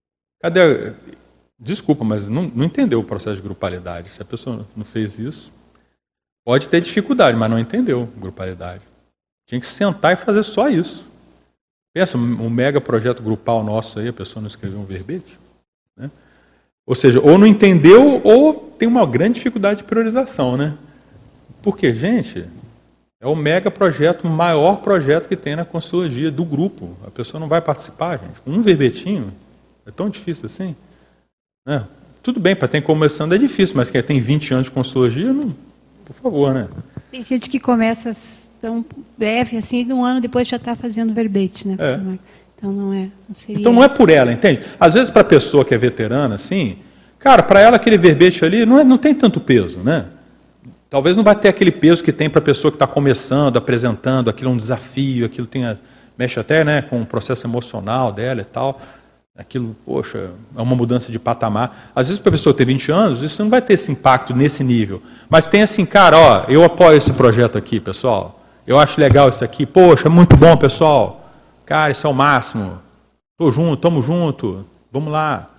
Speaker 1: Cadê? Desculpa, mas não entendeu o processo de grupalidade. Se a pessoa não fez isso, pode ter dificuldade, mas não entendeu grupalidade. Tinha que sentar e fazer só isso. Pensa, um mega projeto grupal nosso aí, a pessoa não escreveu um verbete. Né? Ou seja, ou não entendeu ou tem uma grande dificuldade de priorização. Né? Porque, gente, é o mega projeto, o maior projeto que tem na Conscienciologia do grupo. A pessoa não vai participar, gente. Um verbetinho é tão difícil assim. Né? Tudo bem, para quem começando é difícil, mas quem tem 20 anos de Conscienciologia, não, por favor, né?
Speaker 5: Tem gente que começa tão breve, assim, e um ano depois já está fazendo verbete, né? Então não seria...
Speaker 1: Então não é por ela, entende? Às vezes para a pessoa que é veterana, assim, cara, para ela aquele verbete ali não tem tanto peso, né? Talvez não vai ter aquele peso que tem para a pessoa que está começando, apresentando, aquilo é um desafio, aquilo mexe até, né, com o processo emocional dela e tal. Aquilo, poxa, é uma mudança de patamar. Às vezes, para a pessoa ter 20 anos, isso não vai ter esse impacto nesse nível. Mas tem assim, cara, ó, eu apoio esse projeto aqui, pessoal. Eu acho legal isso aqui. Poxa, muito bom, pessoal. Cara, isso é o máximo. Tô junto, tamo junto. Vamos lá.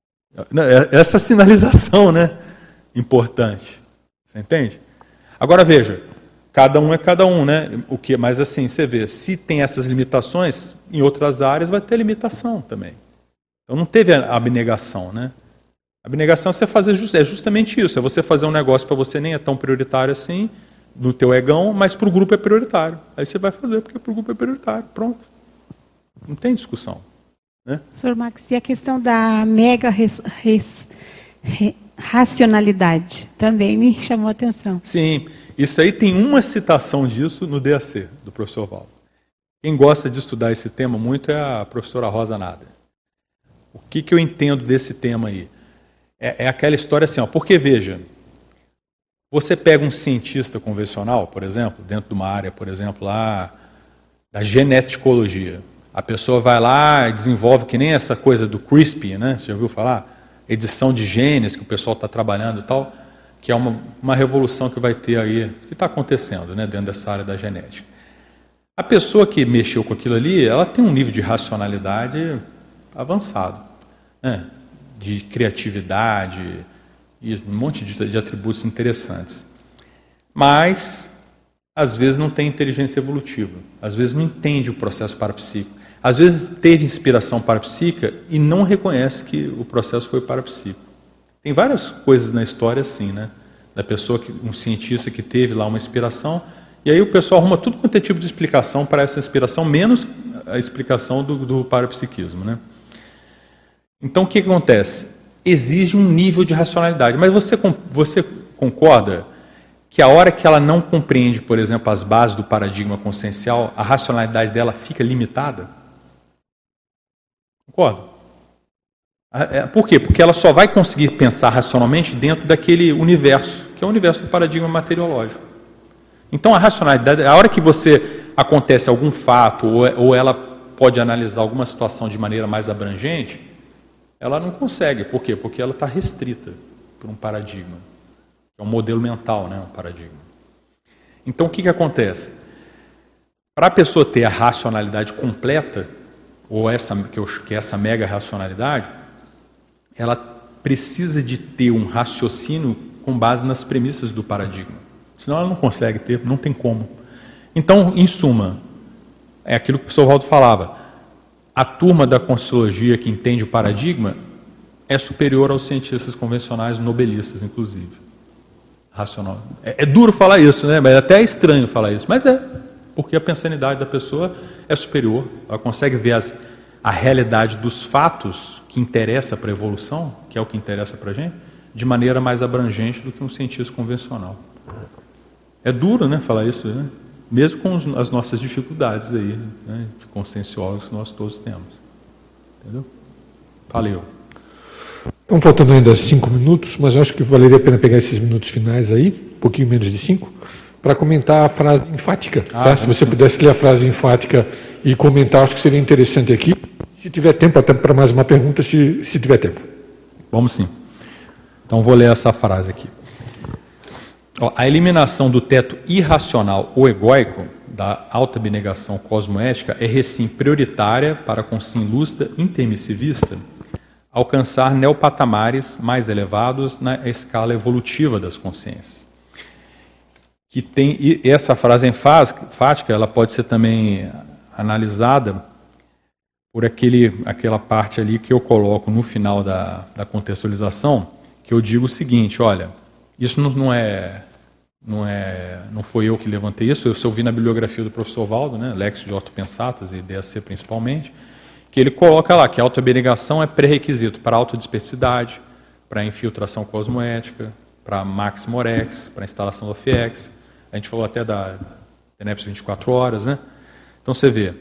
Speaker 1: Essa sinalização, né? Importante. Você entende? Agora, veja. Cada um é cada um, né? Mas assim, você vê, se tem essas limitações, em outras áreas vai ter limitação também. Então não teve a abnegação, né? A abnegação é justamente isso, é você fazer um negócio para você nem é tão prioritário assim, no teu egão, mas para o grupo é prioritário. Aí você vai fazer porque para o grupo é prioritário, pronto. Não tem discussão. Né?
Speaker 5: Professor Max, e a questão da mega racionalidade também me chamou a atenção.
Speaker 1: Sim, isso aí tem uma citação disso no DAC, do professor Valdo. Quem gosta de estudar esse tema muito é a professora Rosa Nader. O que eu entendo desse tema aí? É aquela história assim, ó, porque veja, você pega um cientista convencional, por exemplo, dentro de uma área, por exemplo, lá da geneticologia. A pessoa vai lá e desenvolve que nem essa coisa do CRISPR, né? Você já ouviu falar? Edição de genes que o pessoal está trabalhando e tal, que é uma revolução que vai ter aí, que está acontecendo, né, dentro dessa área da genética. A pessoa que mexeu com aquilo ali, ela tem um nível de racionalidade avançado, né? De criatividade e um monte de atributos interessantes. Mas, às vezes, não tem inteligência evolutiva, às vezes não entende o processo parapsíquico, às vezes teve inspiração parapsíquica e não reconhece que o processo foi parapsíquico. Tem várias coisas na história assim, né? Da pessoa, um cientista que teve lá uma inspiração, e aí o pessoal arruma tudo quanto é tipo de explicação para essa inspiração, menos a explicação do parapsiquismo, né? Então, o que acontece? Exige um nível de racionalidade. Mas você concorda que a hora que ela não compreende, por exemplo, as bases do paradigma consciencial, a racionalidade dela fica limitada? Concorda? Por quê? Porque ela só vai conseguir pensar racionalmente dentro daquele universo, que é o universo do paradigma materiológico. Então, a racionalidade, a hora que acontece algum fato, ou ela pode analisar alguma situação de maneira mais abrangente, ela não consegue. Por quê? Porque ela está restrita por um paradigma. É um modelo mental, né? Um paradigma. Então, o que acontece? Para a pessoa ter a racionalidade completa, ou essa mega racionalidade, ela precisa de ter um raciocínio com base nas premissas do paradigma. Senão ela não consegue ter, não tem como. Então, em suma, é aquilo que o professor Valdo falava. A turma da Conscienciologia que entende o paradigma, é superior aos cientistas convencionais, nobelistas, inclusive. Racional. É duro falar isso, né? Mas até é estranho falar isso, mas porque a pensanidade da pessoa é superior, ela consegue ver a realidade dos fatos que interessa para a evolução, que é o que interessa para a gente, de maneira mais abrangente do que um cientista convencional. É duro, né, falar isso, né? Mesmo com as nossas dificuldades aí, né, conscienciosas que nós todos temos. Entendeu? Valeu.
Speaker 4: Estão faltando ainda 5 minutos, mas eu acho que valeria a pena pegar esses minutos finais aí, um pouquinho menos de 5, para comentar a frase enfática. Tá? Se você pudesse ler a frase enfática e comentar, acho que seria interessante aqui. Se tiver tempo, até para mais uma pergunta, se tiver tempo.
Speaker 1: Vamos sim. Então vou ler essa frase aqui. A eliminação do teto irracional ou egóico da autoabnegação cosmoética é recém prioritária para, com sim lúcida intermissivista, alcançar neopatamares mais elevados na escala evolutiva das consciências. E essa frase enfática, ela pode ser também analisada por aquela parte ali que eu coloco no final da contextualização, que eu digo o seguinte: olha, isso não foi eu que levantei isso, eu vi na bibliografia do professor Valdo, né, Lexio de Orto Pensatus e DAC principalmente, que ele coloca lá que a autoabnegação é pré-requisito para a autodispersidade, para a infiltração cosmoética, para a Máximo Orex, para a instalação do FIEX. A gente falou até da TENEPS 24 horas, né? Então você vê,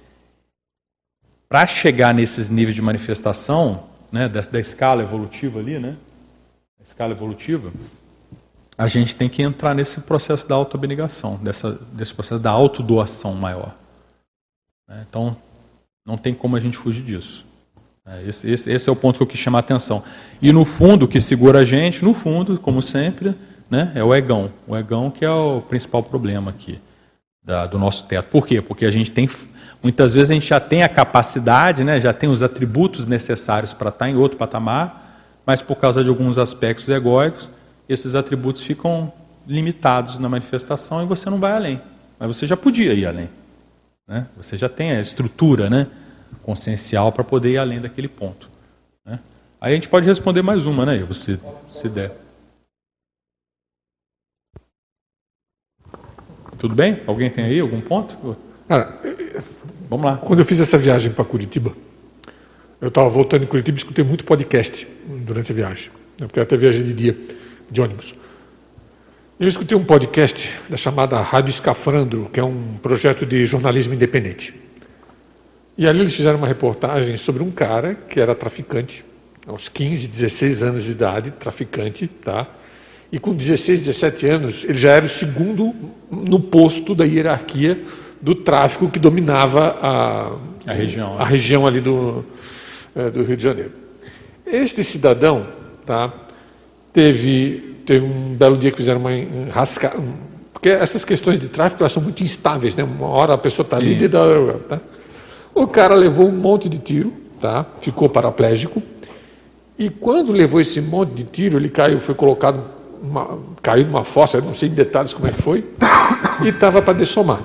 Speaker 1: para chegar nesses níveis de manifestação, né, da escala evolutiva ali, né? A escala evolutiva, a gente tem que entrar nesse processo da autoabnegação, desse processo da autodoação maior. Então, não tem como a gente fugir disso. Esse é o ponto que eu quis chamar a atenção. E no fundo, o que segura a gente, no fundo, como sempre, né, é o egão. O egão que é o principal problema aqui do nosso teto. Por quê? Porque a gente tem, muitas vezes a gente já tem a capacidade, né, já tem os atributos necessários para estar em outro patamar, mas por causa de alguns aspectos egóicos, esses atributos ficam limitados na manifestação e você não vai além. Mas você já podia ir além. Né? Você já tem a estrutura, né, consciencial para poder ir além daquele ponto. Né? Aí a gente pode responder mais uma, né, Ivo, se der. Tudo bem? Alguém tem aí algum ponto?
Speaker 4: Cara,
Speaker 1: vamos lá.
Speaker 4: Quando eu fiz essa viagem para Curitiba, eu estava voltando em Curitiba e escutei muito podcast durante a viagem, né, porque eu até viajei de dia, de ônibus. Eu escutei um podcast da chamada Rádio Escafandro, que é um projeto de jornalismo independente. E ali eles fizeram uma reportagem sobre um cara que era traficante, aos 15, 16 anos de idade, traficante, tá? E com 16, 17 anos, ele já era o segundo no posto da hierarquia do tráfico que dominava a região ali do Rio de Janeiro. Este cidadão, tá, teve um belo dia que fizeram uma enrascada, porque essas questões de tráfico elas são muito instáveis, né? Uma hora a pessoa está ali, tá? O cara levou um monte de tiro, tá? Ficou paraplégico, e quando levou esse monte de tiro, ele caiu, foi colocado, caiu numa fossa, não sei em detalhes como é que foi, e estava para dessomar.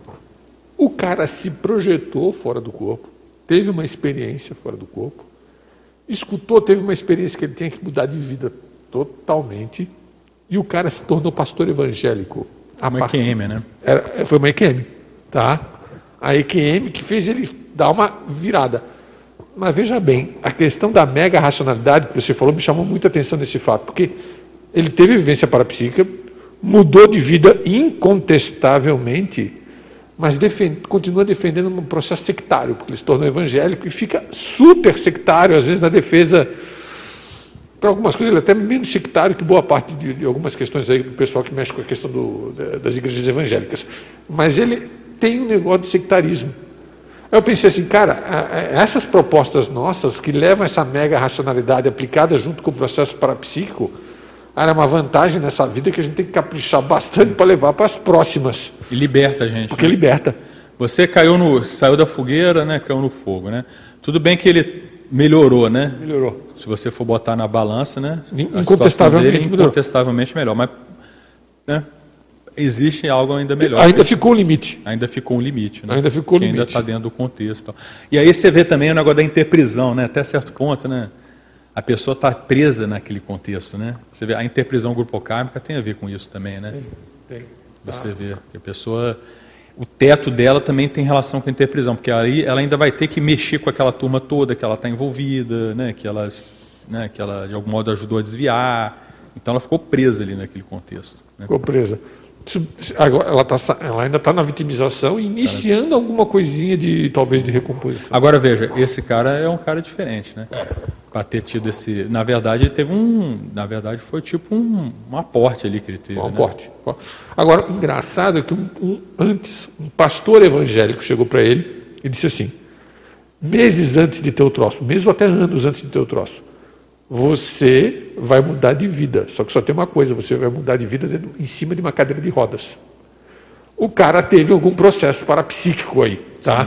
Speaker 4: O cara se projetou fora do corpo, teve uma experiência fora do corpo, teve uma experiência que ele tinha que mudar de vida totalmente, e o cara se tornou pastor evangélico.
Speaker 1: Uma EQM, né?
Speaker 4: Foi uma EQM, tá? A EQM que fez ele dar uma virada. Mas veja bem, a questão da mega racionalidade que você falou me chamou muita atenção nesse fato, porque ele teve vivência parapsíquica, mudou de vida incontestavelmente, mas continua defendendo um processo sectário, porque ele se tornou evangélico e fica super sectário, às vezes na defesa. Para algumas coisas ele é até menos sectário que boa parte de algumas questões aí do pessoal que mexe com a questão das igrejas evangélicas. Mas ele tem um negócio de sectarismo. Eu pensei assim, cara, essas propostas nossas que levam essa mega racionalidade aplicada junto com o processo parapsíquico, é uma vantagem nessa vida que a gente tem que caprichar bastante para levar para as próximas.
Speaker 1: E liberta a gente.
Speaker 4: Porque liberta.
Speaker 1: Você saiu da fogueira, né, caiu no fogo, né? Tudo bem que ele melhorou, né?
Speaker 4: Melhorou.
Speaker 1: Se você for botar na balança, né?
Speaker 4: Incontestavelmente
Speaker 1: melhor. Mas, né, existe algo ainda melhor.
Speaker 4: Ainda ficou o limite.
Speaker 1: Ainda ficou um limite, né?
Speaker 4: Ainda ficou o limite.
Speaker 1: Ainda está dentro do contexto. E aí você vê também o negócio da interprisão, né? Até certo ponto, né? a pessoa está presa naquele contexto, né? Você vê, a interprisão grupo kármica tem a ver com isso também, né?
Speaker 4: Tem.
Speaker 1: Você vê que a pessoa, o teto dela também tem relação com a interprisão, porque aí ela ainda vai ter que mexer com aquela turma toda que ela está envolvida, né? Que ela de algum modo ajudou a desviar. Então ela ficou presa ali naquele contexto. Né?
Speaker 4: Ficou presa. Agora, ela ainda está na vitimização, iniciando alguma coisinha talvez de recomposição.
Speaker 1: Agora veja, esse cara é um cara diferente, né? Para ter tido esse, na verdade ele teve foi tipo um aporte ali que ele teve.
Speaker 4: Aporte. Agora, o engraçado é que antes um pastor evangélico chegou para ele e disse assim: meses antes de ter o troço, mesmo até anos antes de ter o troço, você vai mudar de vida. Só que só tem uma coisa, você vai mudar de vida em cima de uma cadeira de rodas. O cara teve algum processo parapsíquico aí, tá?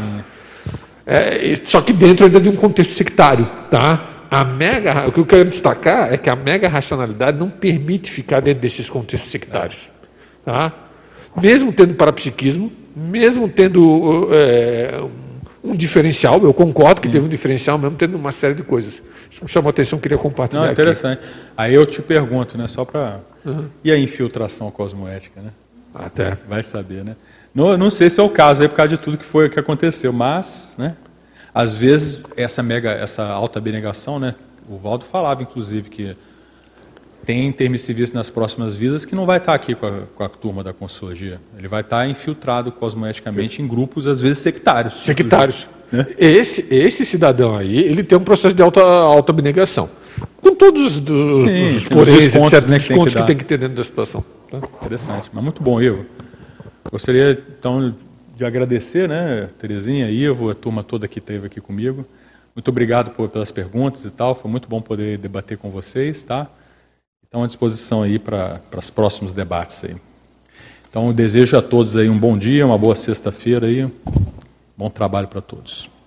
Speaker 4: Só que dentro ainda de um contexto sectário, tá? O que eu quero destacar é que a mega racionalidade não permite ficar dentro desses contextos sectários, tá? Mesmo tendo parapsiquismo, mesmo tendo um diferencial, eu concordo que teve um diferencial, mesmo tendo uma série de coisas. Isso me chamou a atenção, queria compartilhar.
Speaker 1: Não, interessante. Aqui. Aí eu te pergunto, né, só para... E a infiltração cosmoética, né?
Speaker 4: Até.
Speaker 1: Vai saber, né? Não sei se é o caso aí por causa de tudo que aconteceu, mas, né, às vezes essa alta abnegação, né, o Valdo falava, inclusive, que tem intermissivista nas próximas vidas que não vai estar aqui com a turma da Consciologia. Ele vai estar infiltrado cosmoeticamente em grupos, às vezes, sectários.
Speaker 4: Sectários. Né? Esse cidadão aí, ele tem um processo de alta abnegação. Com todos os poréns, etc., descontos que tem que ter dentro da situação. Tá?
Speaker 1: Interessante. Mas muito bom, Ivo. Gostaria, então, de agradecer, né, Terezinha, Ivo, a turma toda que esteve aqui comigo. Muito obrigado pelas perguntas e tal. Foi muito bom poder debater com vocês, tá? Então, à disposição aí para os próximos debates aí. Então, eu desejo a todos aí um bom dia, uma boa sexta-feira aí. Bom trabalho para todos.